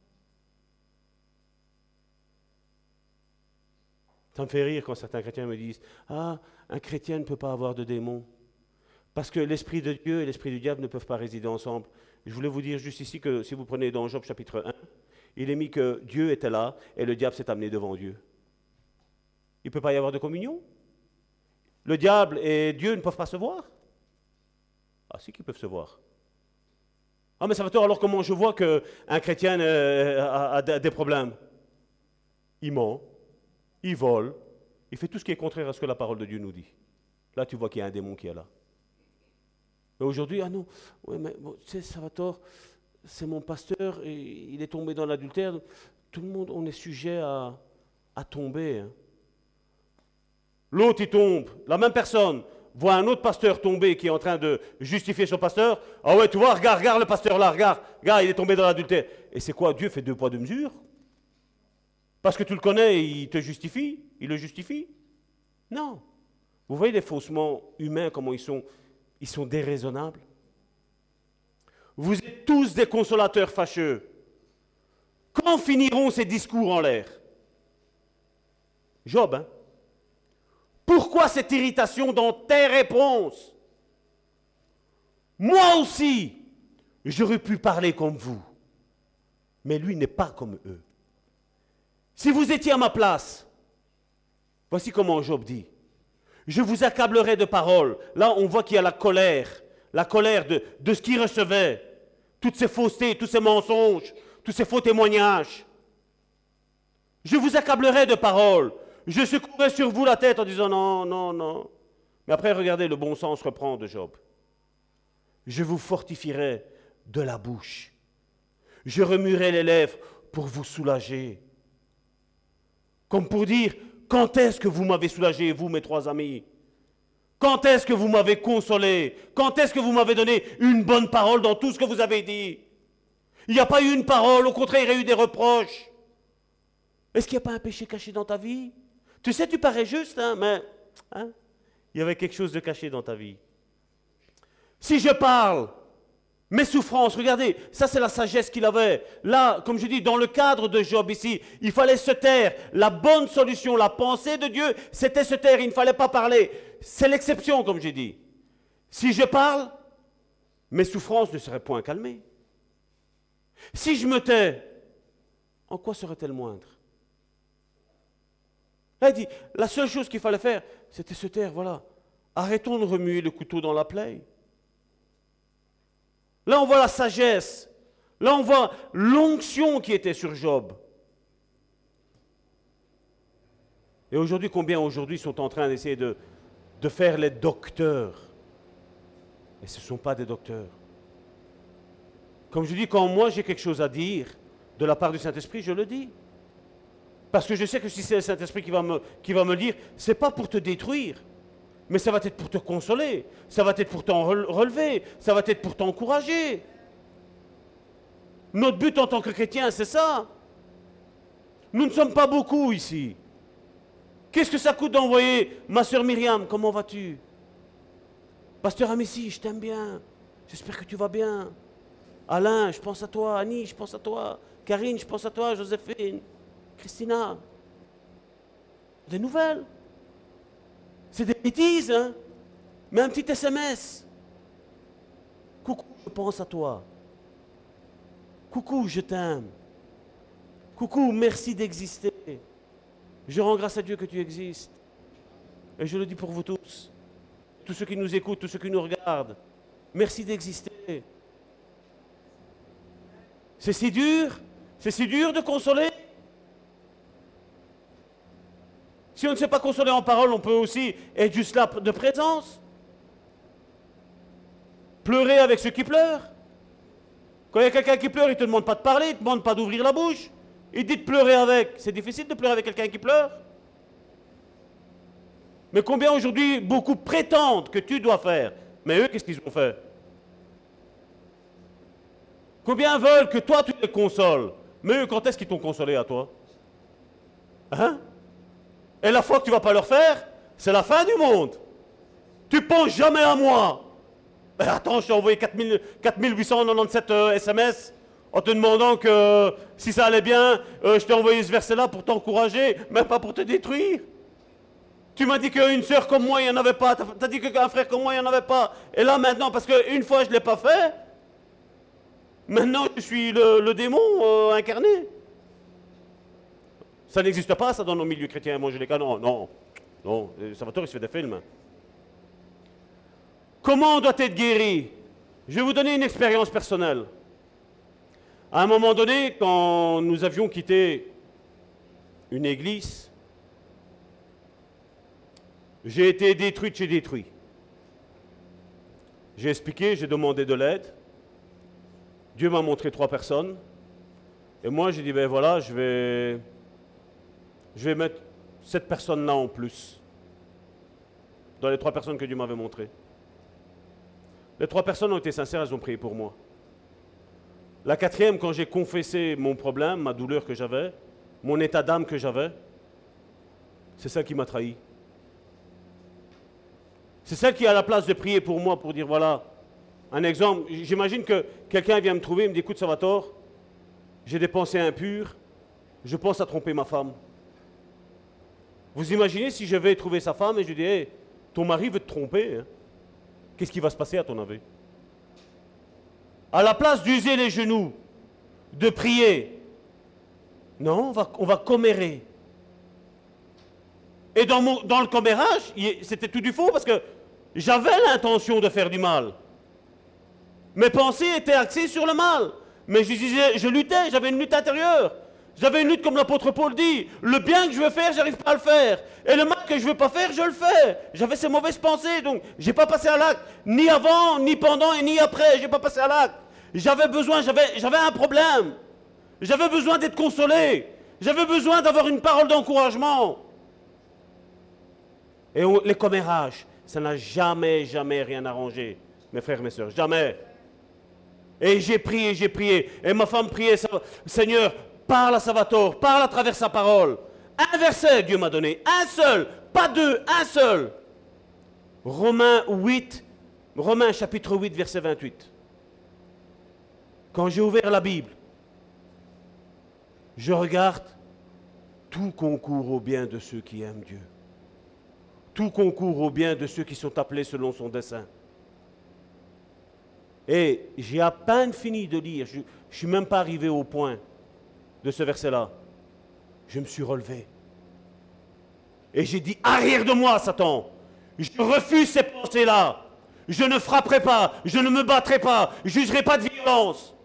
Ça me fait rire quand certains chrétiens me disent « Ah, un chrétien ne peut pas avoir de démons. Parce que l'esprit de Dieu et l'esprit du diable ne peuvent pas résider ensemble. » Je voulais vous dire juste ici que si vous prenez dans Job chapitre 1, il est mis que Dieu était là et le diable s'est amené devant Dieu. Il ne peut pas y avoir de communion. Le diable et Dieu ne peuvent pas se voir. Ah si qu'ils peuvent se voir. Ah mais ça va tort, alors comment je vois qu'un chrétien a des problèmes? Il ment, il vole, il fait tout ce qui est contraire à ce que la parole de Dieu nous dit. Là tu vois qu'il y a un démon qui est là. Mais aujourd'hui, ah non, ouais, mais bon, tu sais, ça va tort, c'est mon pasteur, et il est tombé dans l'adultère. Tout le monde, on est sujet à tomber. Hein. L'autre, il tombe, la même personne voit un autre pasteur tomber qui est en train de justifier son pasteur. Ah ouais, tu vois, regarde le pasteur là, regarde, il est tombé dans l'adultère. Et c'est quoi? Dieu fait 2 poids 2 mesures? Parce que tu le connais, il te justifie? Il le justifie? Non. Vous voyez les faussements humains, comment ils sont déraisonnables? Vous êtes tous des consolateurs fâcheux. Quand finiront ces discours en l'air? Job, hein? Pourquoi cette irritation dans tes réponses? Moi aussi, j'aurais pu parler comme vous, mais lui n'est pas comme eux. Si vous étiez à ma place, voici comment Job dit. Je vous accablerai de paroles. Là, on voit qu'il y a la colère de ce qu'il recevait. Toutes ces faussetés, tous ces mensonges, tous ces faux témoignages. Je vous accablerai de paroles. Je secouerai sur vous la tête en disant non, non, non. Mais après, regardez, le bon sens reprend de Job. Je vous fortifierai de la bouche. Je remuerai les lèvres pour vous soulager. Comme pour dire, quand est-ce que vous m'avez soulagé, vous, mes 3 amis? Quand est-ce que vous m'avez consolé? Quand est-ce que vous m'avez donné une bonne parole dans tout ce que vous avez dit? Il n'y a pas eu une parole, au contraire, il y a eu des reproches. Est-ce qu'il n'y a pas un péché caché dans ta vie? Tu sais, tu parais juste, hein, mais hein, il y avait quelque chose de caché dans ta vie. Si je parle, mes souffrances, regardez, ça c'est la sagesse qu'il avait. Là, comme je dis, dans le cadre de Job ici, il fallait se taire. La bonne solution, la pensée de Dieu, c'était se taire, il ne fallait pas parler. C'est l'exception, comme j'ai dit. Si je parle, mes souffrances ne seraient point calmées. Si je me tais, en quoi serait-elle moindre? Là, il dit, la seule chose qu'il fallait faire, c'était se taire, voilà. Arrêtons de remuer le couteau dans la plaie. Là, on voit la sagesse. Là, on voit l'onction qui était sur Job. Et aujourd'hui, combien aujourd'hui sont en train d'essayer de faire les docteurs? Et ce ne sont pas des docteurs. Comme je dis, quand moi j'ai quelque chose à dire de la part du Saint-Esprit, je le dis. Parce que je sais que si c'est le Saint-Esprit qui va me le dire, ce n'est pas pour te détruire, mais ça va être pour te consoler, ça va être pour t'en relever, ça va être pour t'encourager. Notre but en tant que chrétien, c'est ça. Nous ne sommes pas beaucoup ici. Qu'est-ce que ça coûte d'envoyer ma sœur Myriam, comment vas-tu? Pasteur Amici, je t'aime bien, j'espère que tu vas bien. Alain, je pense à toi, Annie, je pense à toi, Karine, je pense à toi, Joséphine. Christina, des nouvelles. C'est des bêtises, hein? Mais un petit SMS. Coucou, je pense à toi. Coucou, je t'aime. Coucou, merci d'exister. Je rends grâce à Dieu que tu existes. Et je le dis pour vous tous. Tous ceux qui nous écoutent, tous ceux qui nous regardent. Merci d'exister. C'est si dur de consoler. Si on ne sait pas consoler en parole, on peut aussi être juste là de présence. Pleurer avec ceux qui pleurent. Quand il y a quelqu'un qui pleure, il ne te demande pas de parler, il ne te demande pas d'ouvrir la bouche. Il dit de pleurer avec. C'est difficile de pleurer avec quelqu'un qui pleure. Mais combien aujourd'hui, beaucoup prétendent que tu dois faire. Mais eux, qu'est-ce qu'ils ont fait? Combien veulent que toi, tu les consoles. Mais eux, quand est-ce qu'ils t'ont consolé à toi? Hein? Et la fois que tu ne vas pas leur faire, c'est la fin du monde. Tu ne penses jamais à moi. Ben attends, je t'ai envoyé 4897 SMS en te demandant que si ça allait bien, je t'ai envoyé ce verset-là pour t'encourager, même pas pour te détruire. Tu m'as dit qu'une sœur comme moi, il n'y en avait pas. Tu as dit qu'un frère comme moi, il n'y en avait pas. Et là maintenant, parce qu'une fois je ne l'ai pas fait, maintenant je suis le démon incarné. Ça n'existe pas, ça, dans nos milieux chrétiens évangéliques. Non. Salvatore, il se fait des films. Comment on doit être guéri? Je vais vous donner une expérience personnelle. À un moment donné, quand nous avions quitté une église, j'ai été détruit de chez détruit. J'ai expliqué, j'ai demandé de l'aide. Dieu m'a montré 3 personnes. Et moi, j'ai dit, ben voilà, je vais mettre cette personne-là en plus. Dans les 3 personnes que Dieu m'avait montrées. Les 3 personnes ont été sincères, elles ont prié pour moi. La 4e, quand j'ai confessé mon problème, ma douleur que j'avais, mon état d'âme que j'avais, c'est celle qui m'a trahi. C'est celle qui a la place de prier pour moi, pour dire, voilà, un exemple. J'imagine que quelqu'un vient me trouver et me dit, écoute, Salvatore, j'ai des pensées impures, je pense à tromper ma femme. Vous imaginez si je vais trouver sa femme et je lui dis, hey, ton mari veut te tromper, hein? Qu'est-ce qui va se passer à ton avis? À la place d'user les genoux, de prier, non, on va commérer. Et dans le commérage, c'était tout du faux parce que j'avais l'intention de faire du mal. Mes pensées étaient axées sur le mal. Mais je luttais, j'avais une lutte intérieure. J'avais une lutte comme l'apôtre Paul dit. Le bien que je veux faire, j'arrive pas à le faire. Et le mal que je veux pas faire, je le fais. J'avais ces mauvaises pensées, donc j'ai pas passé à l'acte. Ni avant, ni pendant et ni après, j'ai pas passé à l'acte. J'avais besoin, j'avais un problème. J'avais besoin d'être consolé. J'avais besoin d'avoir une parole d'encouragement. Et les commérages, ça n'a jamais rien arrangé, mes frères et mes sœurs, jamais. Et j'ai prié, et ma femme priait, Seigneur, parle à Salvatore, parle à travers sa parole. Un verset, Dieu m'a donné, un seul, pas 2, un seul. Romains chapitre 8, verset 28. Quand j'ai ouvert la Bible, je regarde, tout concourt au bien de ceux qui aiment Dieu. Tout concourt au bien de ceux qui sont appelés selon son dessein. Et j'ai à peine fini de lire, je ne suis même pas arrivé au point de ce verset-là. Je me suis relevé. Et j'ai dit, arrière de moi, Satan. Je refuse ces pensées-là. Je ne frapperai pas, je ne me battrai pas, je n'userai pas de violence.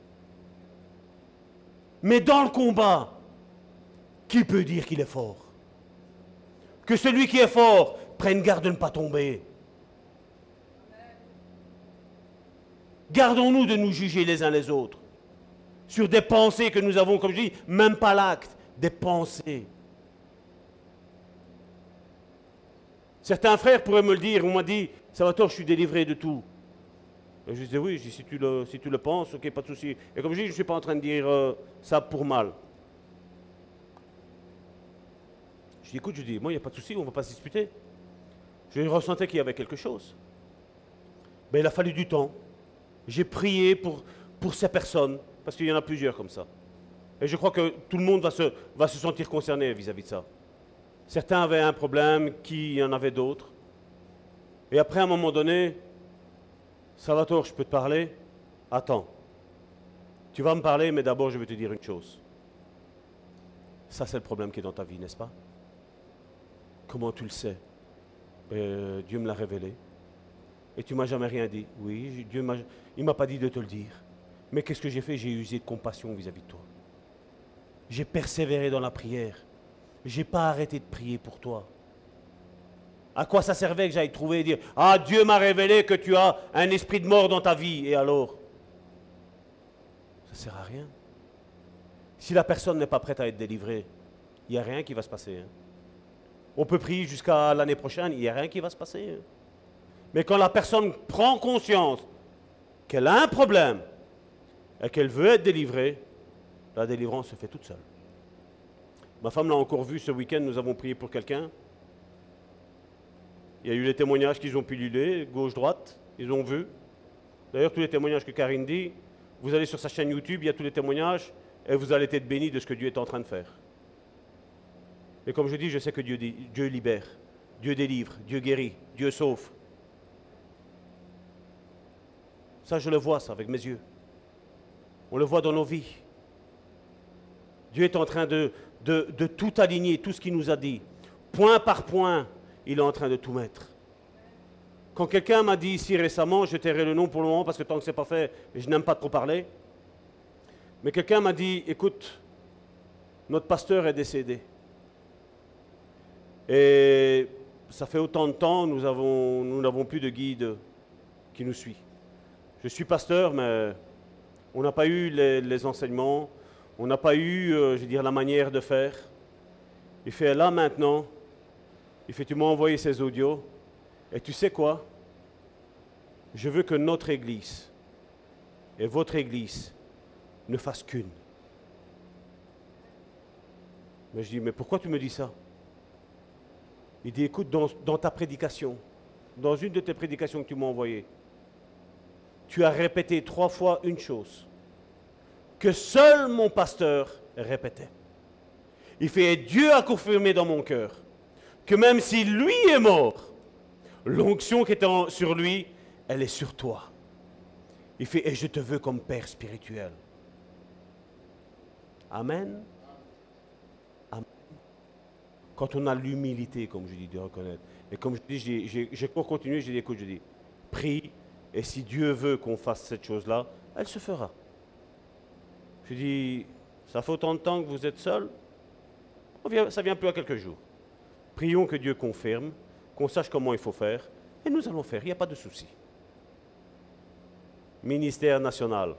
Mais dans le combat, qui peut dire qu'il est fort? Que celui qui est fort prenne garde de ne pas tomber. Gardons-nous de nous juger les uns les autres sur des pensées que nous avons, comme je dis, même pas l'acte, des pensées. Certains frères pourraient me le dire, on m'a dit, Salvatore, je suis délivré de tout. Et je disais, oui, si tu le penses, ok, pas de souci. Et comme je dis, je ne suis pas en train de dire ça pour mal. Je dis, écoute, moi, il n'y a pas de souci, on ne va pas se disputer. Je ressentais qu'il y avait quelque chose. Mais il a fallu du temps. J'ai prié pour ces personnes, parce qu'il y en a plusieurs comme ça. Et je crois que tout le monde va se sentir concerné vis-à-vis de ça. Certains avaient un problème, qui en avait d'autres. Et après, à un moment donné, Salvatore, je peux te parler? Attends. Tu vas me parler, mais d'abord, je vais te dire une chose. Ça, c'est le problème qui est dans ta vie, n'est-ce pas? Comment tu le sais? Dieu me l'a révélé. Et tu ne m'as jamais rien dit. Oui, il ne m'a pas dit de te le dire. Mais qu'est-ce que j'ai fait? J'ai usé de compassion vis-à-vis de toi. J'ai persévéré dans la prière. Je n'ai pas arrêté de prier pour toi. À quoi ça servait que j'aille trouver et dire « Ah, Dieu m'a révélé que tu as un esprit de mort dans ta vie. » Et alors? Ça ne sert à rien. Si la personne n'est pas prête à être délivrée, il n'y a rien qui va se passer. Hein. On peut prier jusqu'à l'année prochaine, il n'y a rien qui va se passer. Hein. Mais quand la personne prend conscience qu'elle a un problème et qu'elle veut être délivrée, la délivrance se fait toute seule. Ma femme l'a encore vu ce week-end, nous avons prié pour quelqu'un. Il y a eu les témoignages qu'ils ont pullulé, gauche-droite, ils ont vu. D'ailleurs, tous les témoignages que Karine dit, vous allez sur sa chaîne YouTube, il y a tous les témoignages, et vous allez être bénis de ce que Dieu est en train de faire. Et comme je dis, je sais que Dieu libère, Dieu délivre, Dieu guérit, Dieu sauve. Ça, je le vois, ça, avec mes yeux. On le voit dans nos vies. Dieu est en train de tout aligner, tout ce qu'il nous a dit. Point par point, il est en train de tout mettre. Quand quelqu'un m'a dit ici récemment, je tairai le nom pour le moment parce que tant que ce n'est pas fait, je n'aime pas trop parler. Mais quelqu'un m'a dit, écoute, notre pasteur est décédé. Et ça fait autant de temps, nous n'avons plus de guide qui nous suit. Je suis pasteur, mais On n'a pas eu les enseignements, on n'a pas eu, la manière de faire. Il fait là maintenant, il fait tu m'as envoyé ces audios, et tu sais quoi? Je veux que notre Église et votre Église ne fassent qu'une. Mais je dis, mais pourquoi tu me dis ça? Il dit, écoute, dans ta prédication, dans une de tes prédications que tu m'as envoyées, tu as répété 3 fois une chose que seul mon pasteur répétait. Il fait, et Dieu a confirmé dans mon cœur que même si lui est mort, l'onction qui est sur lui, elle est sur toi. Il fait, et je te veux comme père spirituel. Amen. Amen. Quand on a l'humilité, comme je dis, de reconnaître. Et comme je dis, j'ai pour continuer, je dis, écoute, je dis, prie, et si Dieu veut qu'on fasse cette chose-là, elle se fera. Je dis, ça fait autant de temps que vous êtes seul, ça vient plus à quelques jours. Prions que Dieu confirme, qu'on sache comment il faut faire, et nous allons faire, il n'y a pas de souci. Ministère national,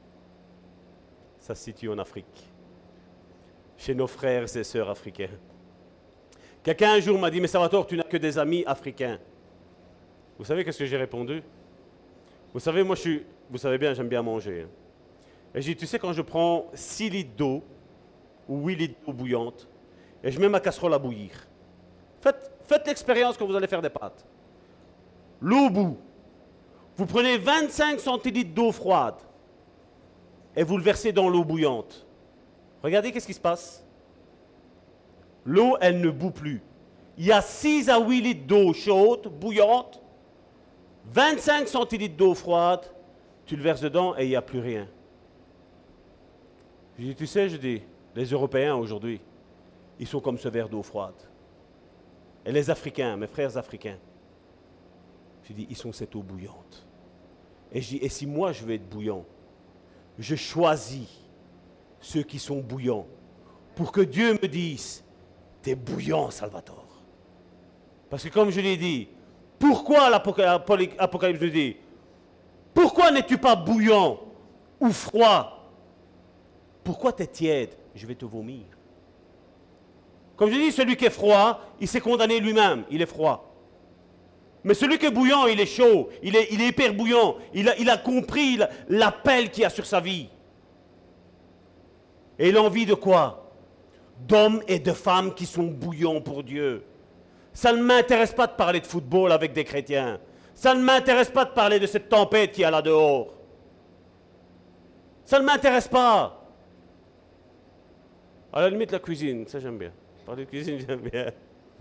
ça se situe en Afrique, chez nos frères et sœurs africains. Quelqu'un un jour m'a dit, mais Salvatore, tu n'as que des amis africains. Vous savez qu'est-ce que j'ai répondu? Vous savez, moi, vous savez bien, j'aime bien manger. Hein. Et j'ai dit, tu sais, quand je prends 6 litres d'eau, ou 8 litres d'eau bouillante, et je mets ma casserole à bouillir, faites l'expérience quand vous allez faire des pâtes. L'eau au bout. Vous prenez 25 centilitres d'eau froide, et vous le versez dans l'eau bouillante. Regardez qu'est-ce qui se passe. L'eau, elle ne bout plus. Il y a 6 à 8 litres d'eau chaude, bouillante, 25 centilitres d'eau froide, tu le verses dedans et il n'y a plus rien. Je dis, tu sais, les Européens aujourd'hui, ils sont comme ce verre d'eau froide. Et les Africains, mes frères africains, je dis, ils sont cette eau bouillante. Et je dis, et si moi je veux être bouillant, je choisis ceux qui sont bouillants pour que Dieu me dise, t'es bouillant, Salvatore. Parce que comme je l'ai dit, pourquoi l'Apocalypse nous dit, pourquoi n'es-tu pas bouillant ou froid? Pourquoi t'es tiède? Je vais te vomir. Comme je dis, celui qui est froid, il s'est condamné lui-même, il est froid. Mais celui qui est bouillant, il est chaud, il est hyper bouillant, il a compris l'appel qu'il y a sur sa vie. Et il a envie de quoi? D'hommes et de femmes qui sont bouillants pour Dieu. Ça ne m'intéresse pas de parler de football avec des chrétiens. Ça ne m'intéresse pas de parler de cette tempête qu'il y a là dehors. Ça ne m'intéresse pas. À la limite, la cuisine, ça j'aime bien. Parler de cuisine, j'aime bien.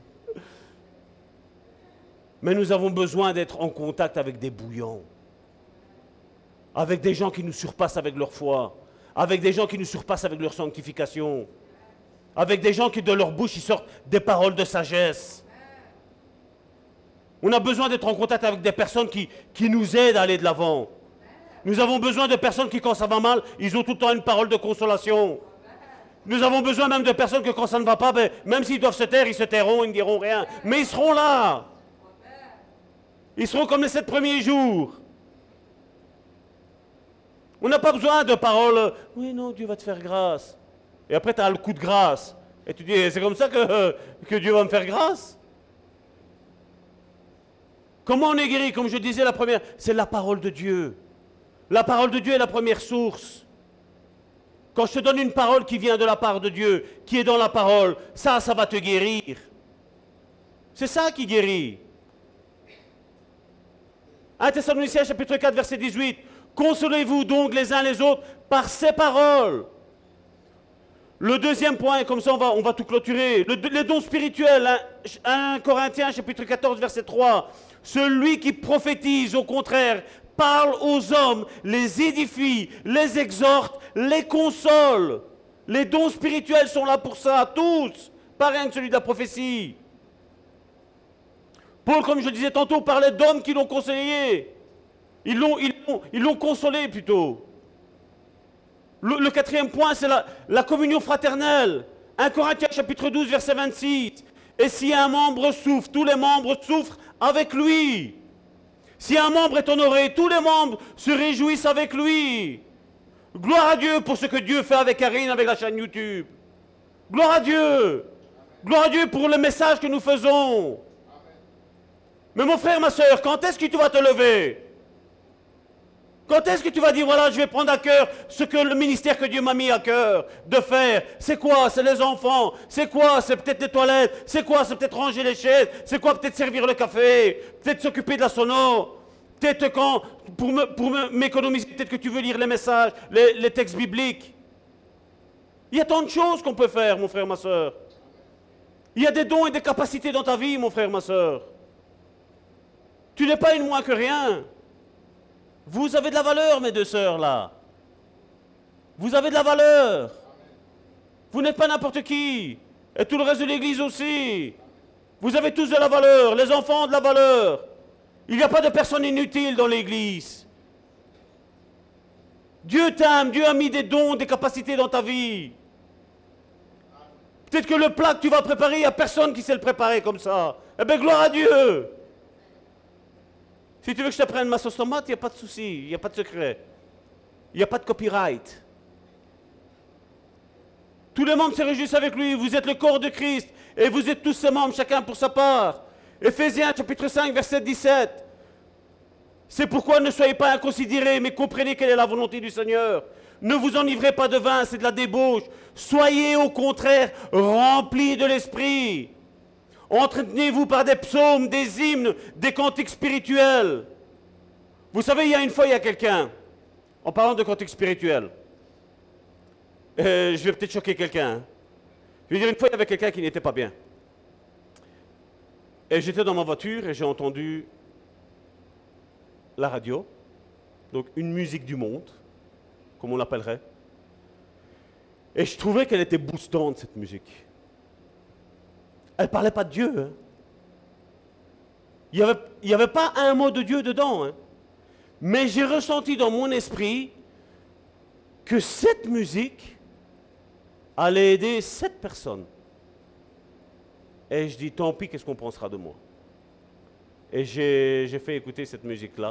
Mais nous avons besoin d'être en contact avec des bouillants. Avec des gens qui nous surpassent avec leur foi. Avec des gens qui nous surpassent avec leur sanctification. Avec des gens qui, de leur bouche, ils sortent des paroles de sagesse. On a besoin d'être en contact avec des personnes qui nous aident à aller de l'avant. Nous avons besoin de personnes qui, quand ça va mal, ils ont tout le temps une parole de consolation. Nous avons besoin même de personnes que quand ça ne va pas, même s'ils doivent se taire, ils se tairont, ils ne diront rien. Mais ils seront là. Ils seront comme les 7 premiers jours. On n'a pas besoin de paroles. Oui, non, Dieu va te faire grâce. Et après, tu as le coup de grâce. Et tu dis, c'est comme ça que Dieu va me faire grâce. Comment on est guéri? Comme je disais la première, c'est la parole de Dieu. La parole de Dieu est la première source. Quand je te donne une parole qui vient de la part de Dieu, qui est dans la parole, ça va te guérir. C'est ça qui guérit. 1 Thessaloniciens chapitre 4 verset 18. Consolez-vous donc les uns les autres par ces paroles. Le deuxième point, comme ça on va tout clôturer, les dons spirituels, 1 Corinthiens chapitre 14 verset 3. Celui qui prophétise, au contraire, parle aux hommes, les édifie, les exhorte, les console. Les dons spirituels sont là pour ça, tous, pas rien que celui de la prophétie. Paul, comme je disais tantôt, parlait d'hommes qui l'ont conseillé. Ils l'ont consolé plutôt. Le quatrième point, c'est la communion fraternelle. 1 Corinthiens chapitre 12, verset 26. Et si un membre souffre, tous les membres souffrent avec lui. Si un membre est honoré, tous les membres se réjouissent avec lui. Gloire à Dieu pour ce que Dieu fait avec Karine, avec la chaîne YouTube. Gloire à Dieu. Gloire à Dieu pour le message que nous faisons. Mais mon frère, ma soeur, quand est-ce que tu vas te lever? Quand est-ce que tu vas dire, voilà, je vais prendre à cœur ce que le ministère que Dieu m'a mis à cœur de faire? C'est quoi? C'est les enfants. C'est quoi? C'est peut-être les toilettes. C'est quoi? C'est peut-être ranger les chaises. C'est quoi? Peut-être servir le café. Peut-être s'occuper de la sono. Peut-être quand, pour m'économiser, peut-être que tu veux lire les messages, les textes bibliques. Il y a tant de choses qu'on peut faire, mon frère, ma soeur. Il y a des dons et des capacités dans ta vie, mon frère, ma soeur. Tu n'es pas une moins que rien. Vous avez de la valeur, mes deux sœurs, là. Vous avez de la valeur. Vous n'êtes pas n'importe qui. Et tout le reste de l'Église aussi. Vous avez tous de la valeur. Les enfants ont de la valeur. Il n'y a pas de personnes inutiles dans l'Église. Dieu t'aime. Dieu a mis des dons, des capacités dans ta vie. Peut-être que le plat que tu vas préparer, il n'y a personne qui sait le préparer comme ça. Eh bien, gloire à Dieu. Si tu veux que je te prenne ma sauce tomate, il n'y a pas de souci, il n'y a pas de secret. Il n'y a pas de copyright. Tous les membres se réjouissent avec lui, vous êtes le corps de Christ, et vous êtes tous ses membres, chacun pour sa part. Éphésiens chapitre 5, verset 17. C'est pourquoi ne soyez pas inconsidérés, mais comprenez quelle est la volonté du Seigneur. Ne vous enivrez pas de vin, c'est de la débauche. Soyez au contraire remplis de l'esprit. Entretenez-vous par des psaumes, des hymnes, des cantiques spirituels. Vous savez, il y a quelqu'un, en parlant de cantiques spirituels, je vais peut-être choquer quelqu'un. Hein. Je vais dire, une fois, il y avait quelqu'un qui n'était pas bien. Et j'étais dans ma voiture et j'ai entendu la radio, donc une musique du monde, comme on l'appellerait. Et je trouvais qu'elle était boostante, cette musique. Elle ne parlait pas de Dieu. Hein. Il n'y avait pas un mot de Dieu dedans. Hein. Mais j'ai ressenti dans mon esprit que cette musique allait aider 7 personnes. Et je dis, tant pis, qu'est-ce qu'on pensera de moi? Et j'ai fait écouter cette musique-là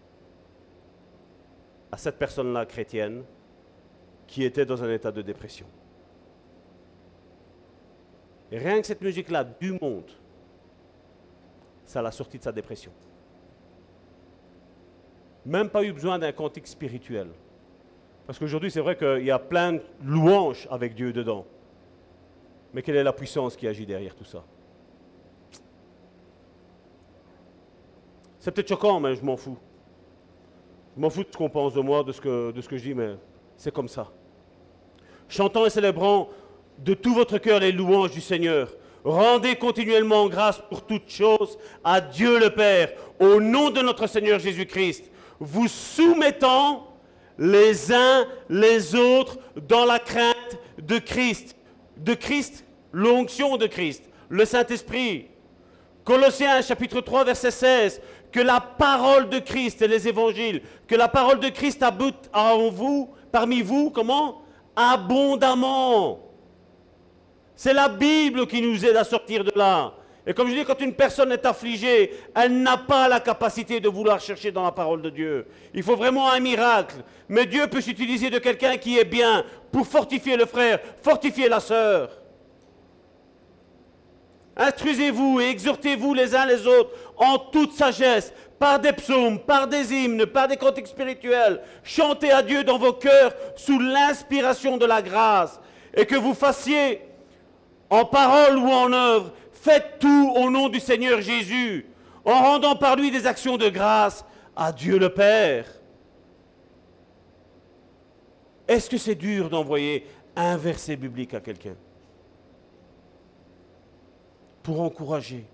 à cette personne-là chrétienne qui était dans un état de dépression. Et rien que cette musique-là, du monde, ça l'a sorti de sa dépression. Même pas eu besoin d'un cantique spirituel. Parce qu'aujourd'hui, c'est vrai qu'il y a plein de louanges avec Dieu dedans. Mais quelle est la puissance qui agit derrière tout ça? C'est peut-être choquant, mais je m'en fous. Je m'en fous de ce qu'on pense de moi, de ce que je dis, mais c'est comme ça. Chantant et célébrant de tout votre cœur les louanges du Seigneur. Rendez continuellement grâce pour toutes choses à Dieu le Père, au nom de notre Seigneur Jésus-Christ, vous soumettant les uns les autres dans la crainte de Christ. De Christ, l'onction de Christ, le Saint-Esprit. Colossiens chapitre 3 verset 16, que la parole de Christ et les évangiles, que la parole de Christ habite en vous, parmi vous, comment? Abondamment. C'est la Bible qui nous aide à sortir de là. Et comme je dis, quand une personne est affligée, elle n'a pas la capacité de vouloir chercher dans la parole de Dieu. Il faut vraiment un miracle. Mais Dieu peut s'utiliser de quelqu'un qui est bien pour fortifier le frère, fortifier la sœur. Instruisez-vous et exhortez-vous les uns les autres en toute sagesse, par des psaumes, par des hymnes, par des cantiques spirituels. Chantez à Dieu dans vos cœurs sous l'inspiration de la grâce. Et que vous fassiez, en parole ou en œuvre, faites tout au nom du Seigneur Jésus, en rendant par lui des actions de grâce à Dieu le Père. Est-ce que c'est dur d'envoyer un verset biblique à quelqu'un? Pour encourager,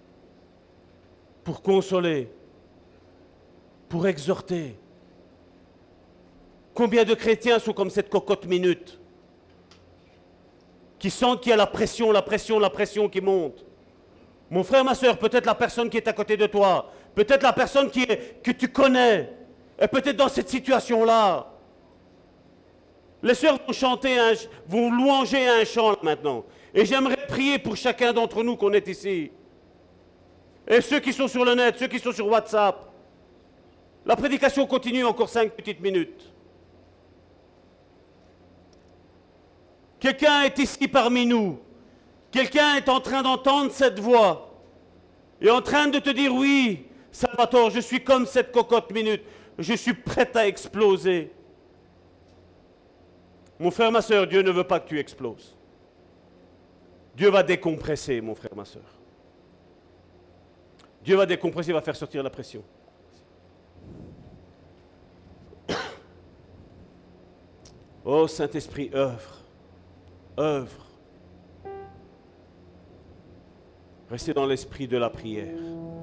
pour consoler, pour exhorter. Combien de chrétiens sont comme cette cocotte minute, qui sentent qu'il y a la pression qui monte? Mon frère, ma soeur, peut-être la personne qui est à côté de toi, peut-être la personne que tu connais, est peut-être dans cette situation-là. Les sœurs vont louanger un chant là, maintenant. Et j'aimerais prier pour chacun d'entre nous qu'on est ici. Et ceux qui sont sur le net, ceux qui sont sur WhatsApp. La prédication continue encore 5 petites minutes. Quelqu'un est ici parmi nous. Quelqu'un est en train d'entendre cette voix et en train de te dire, oui, Salvatore, je suis comme cette cocotte minute. Je suis prêt à exploser. Mon frère, ma soeur, Dieu ne veut pas que tu exploses. Dieu va décompresser, mon frère, ma soeur. Dieu va décompresser, va faire sortir la pression. Oh Saint-Esprit, œuvre, œuvre. Restez dans l'esprit de la prière.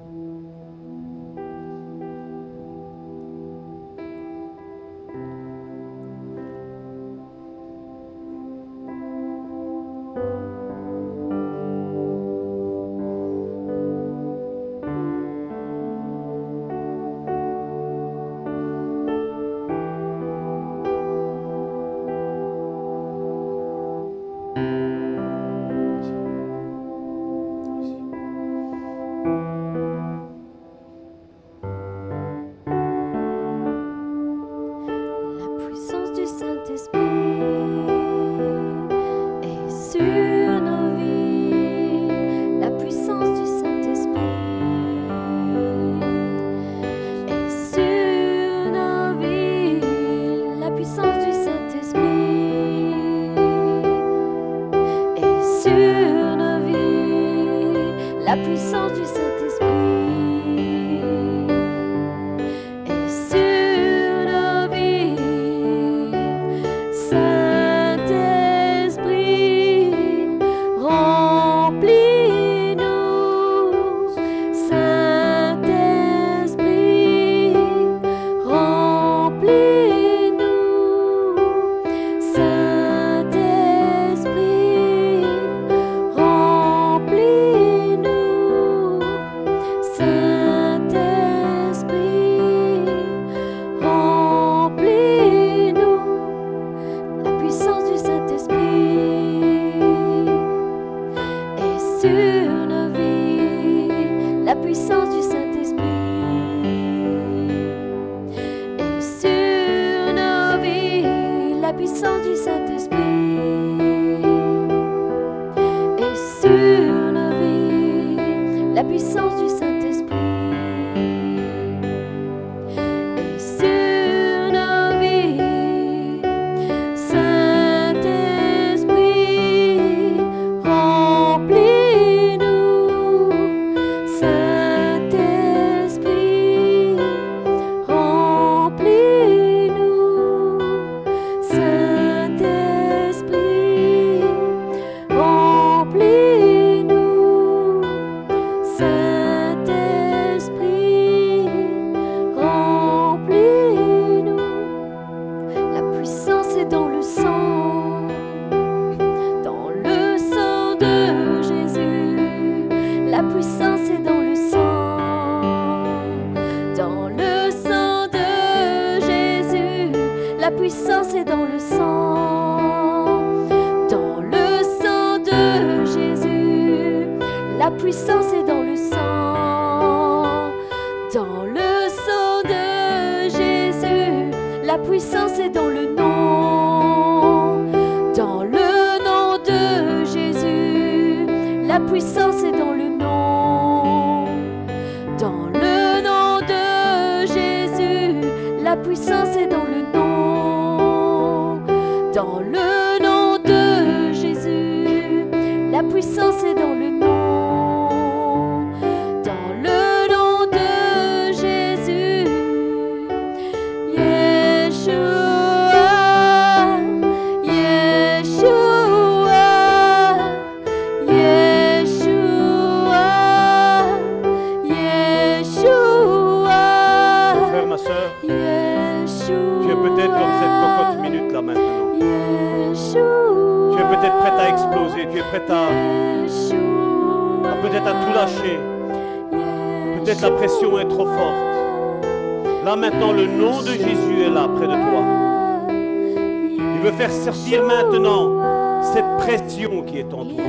Sortir maintenant cette pression qui est en toi.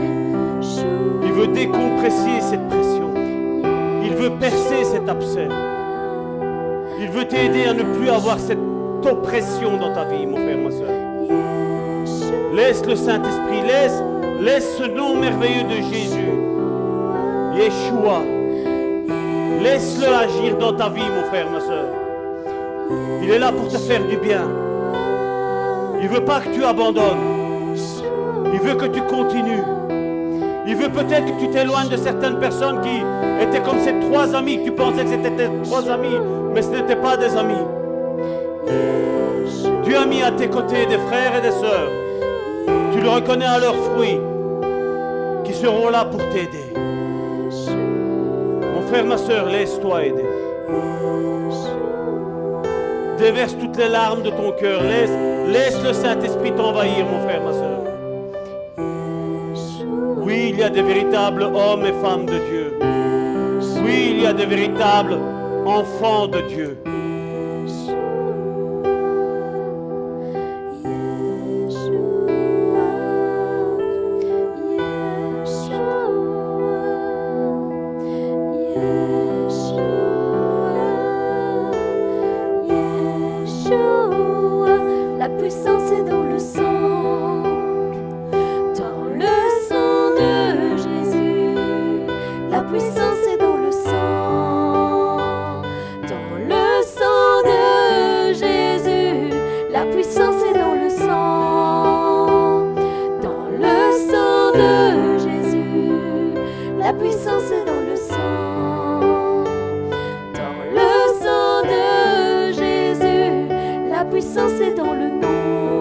Il veut décompresser cette pression. Il veut percer cet abcès. Il veut t'aider à ne plus avoir cette oppression dans ta vie, mon frère, ma soeur. Laisse le Saint-Esprit, laisse ce nom merveilleux de Jésus, Yeshua. Laisse-le agir dans ta vie, mon frère, ma soeur. Il est là pour te faire du bien. Il ne veut pas que tu abandonnes. Il veut que tu continues. Il veut peut-être que tu t'éloignes de certaines personnes qui étaient comme ces 3 amis, que tu pensais que c'était tes 3 amis, mais ce n'étaient pas des amis. Dieu a mis à tes côtés des frères et des sœurs. Tu le reconnais à leurs fruits, qui seront là pour t'aider. Mon frère, ma sœur, laisse-toi aider. Déverse toutes les larmes de ton cœur. Laisse le Saint-Esprit t'envahir, mon frère, ma sœur. Oui, il y a des véritables hommes et femmes de Dieu. Oui, il y a des véritables enfants de Dieu. La puissance est dans le sang, dans le sang de Jésus. La puissance est dans le sang, dans le sang de Jésus. La puissance est dans le sang, dans le sang de Jésus. La puissance est dans le sang, dans le sang de Jésus. La puissance est dans le nom.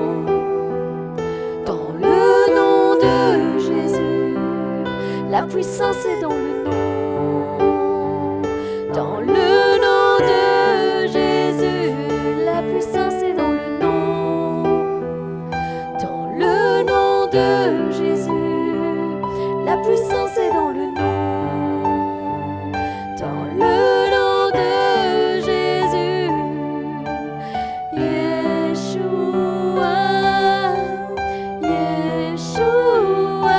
La puissance est dans le nom, dans le nom de Jésus. La puissance est dans le nom, dans le nom de Jésus. La puissance est dans le nom, dans le nom de Jésus. Yeshua, Yeshua.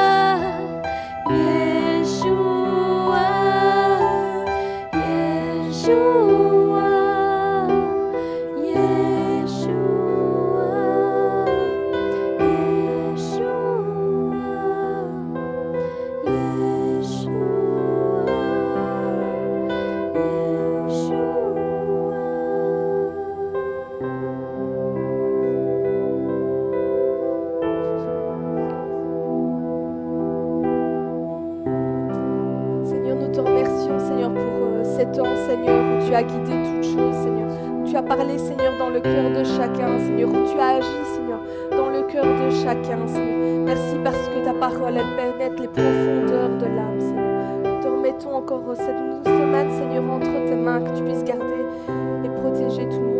Seigneur, où tu as guidé toutes choses, Seigneur, où tu as parlé, Seigneur, dans le cœur de chacun, Seigneur, où tu as agi, Seigneur, dans le cœur de chacun, Seigneur. Merci parce que ta parole, elle pénètre les profondeurs de l'âme, Seigneur. Nous te remettons encore cette semaine, Seigneur, entre tes mains, que tu puisses garder et protéger tout le monde.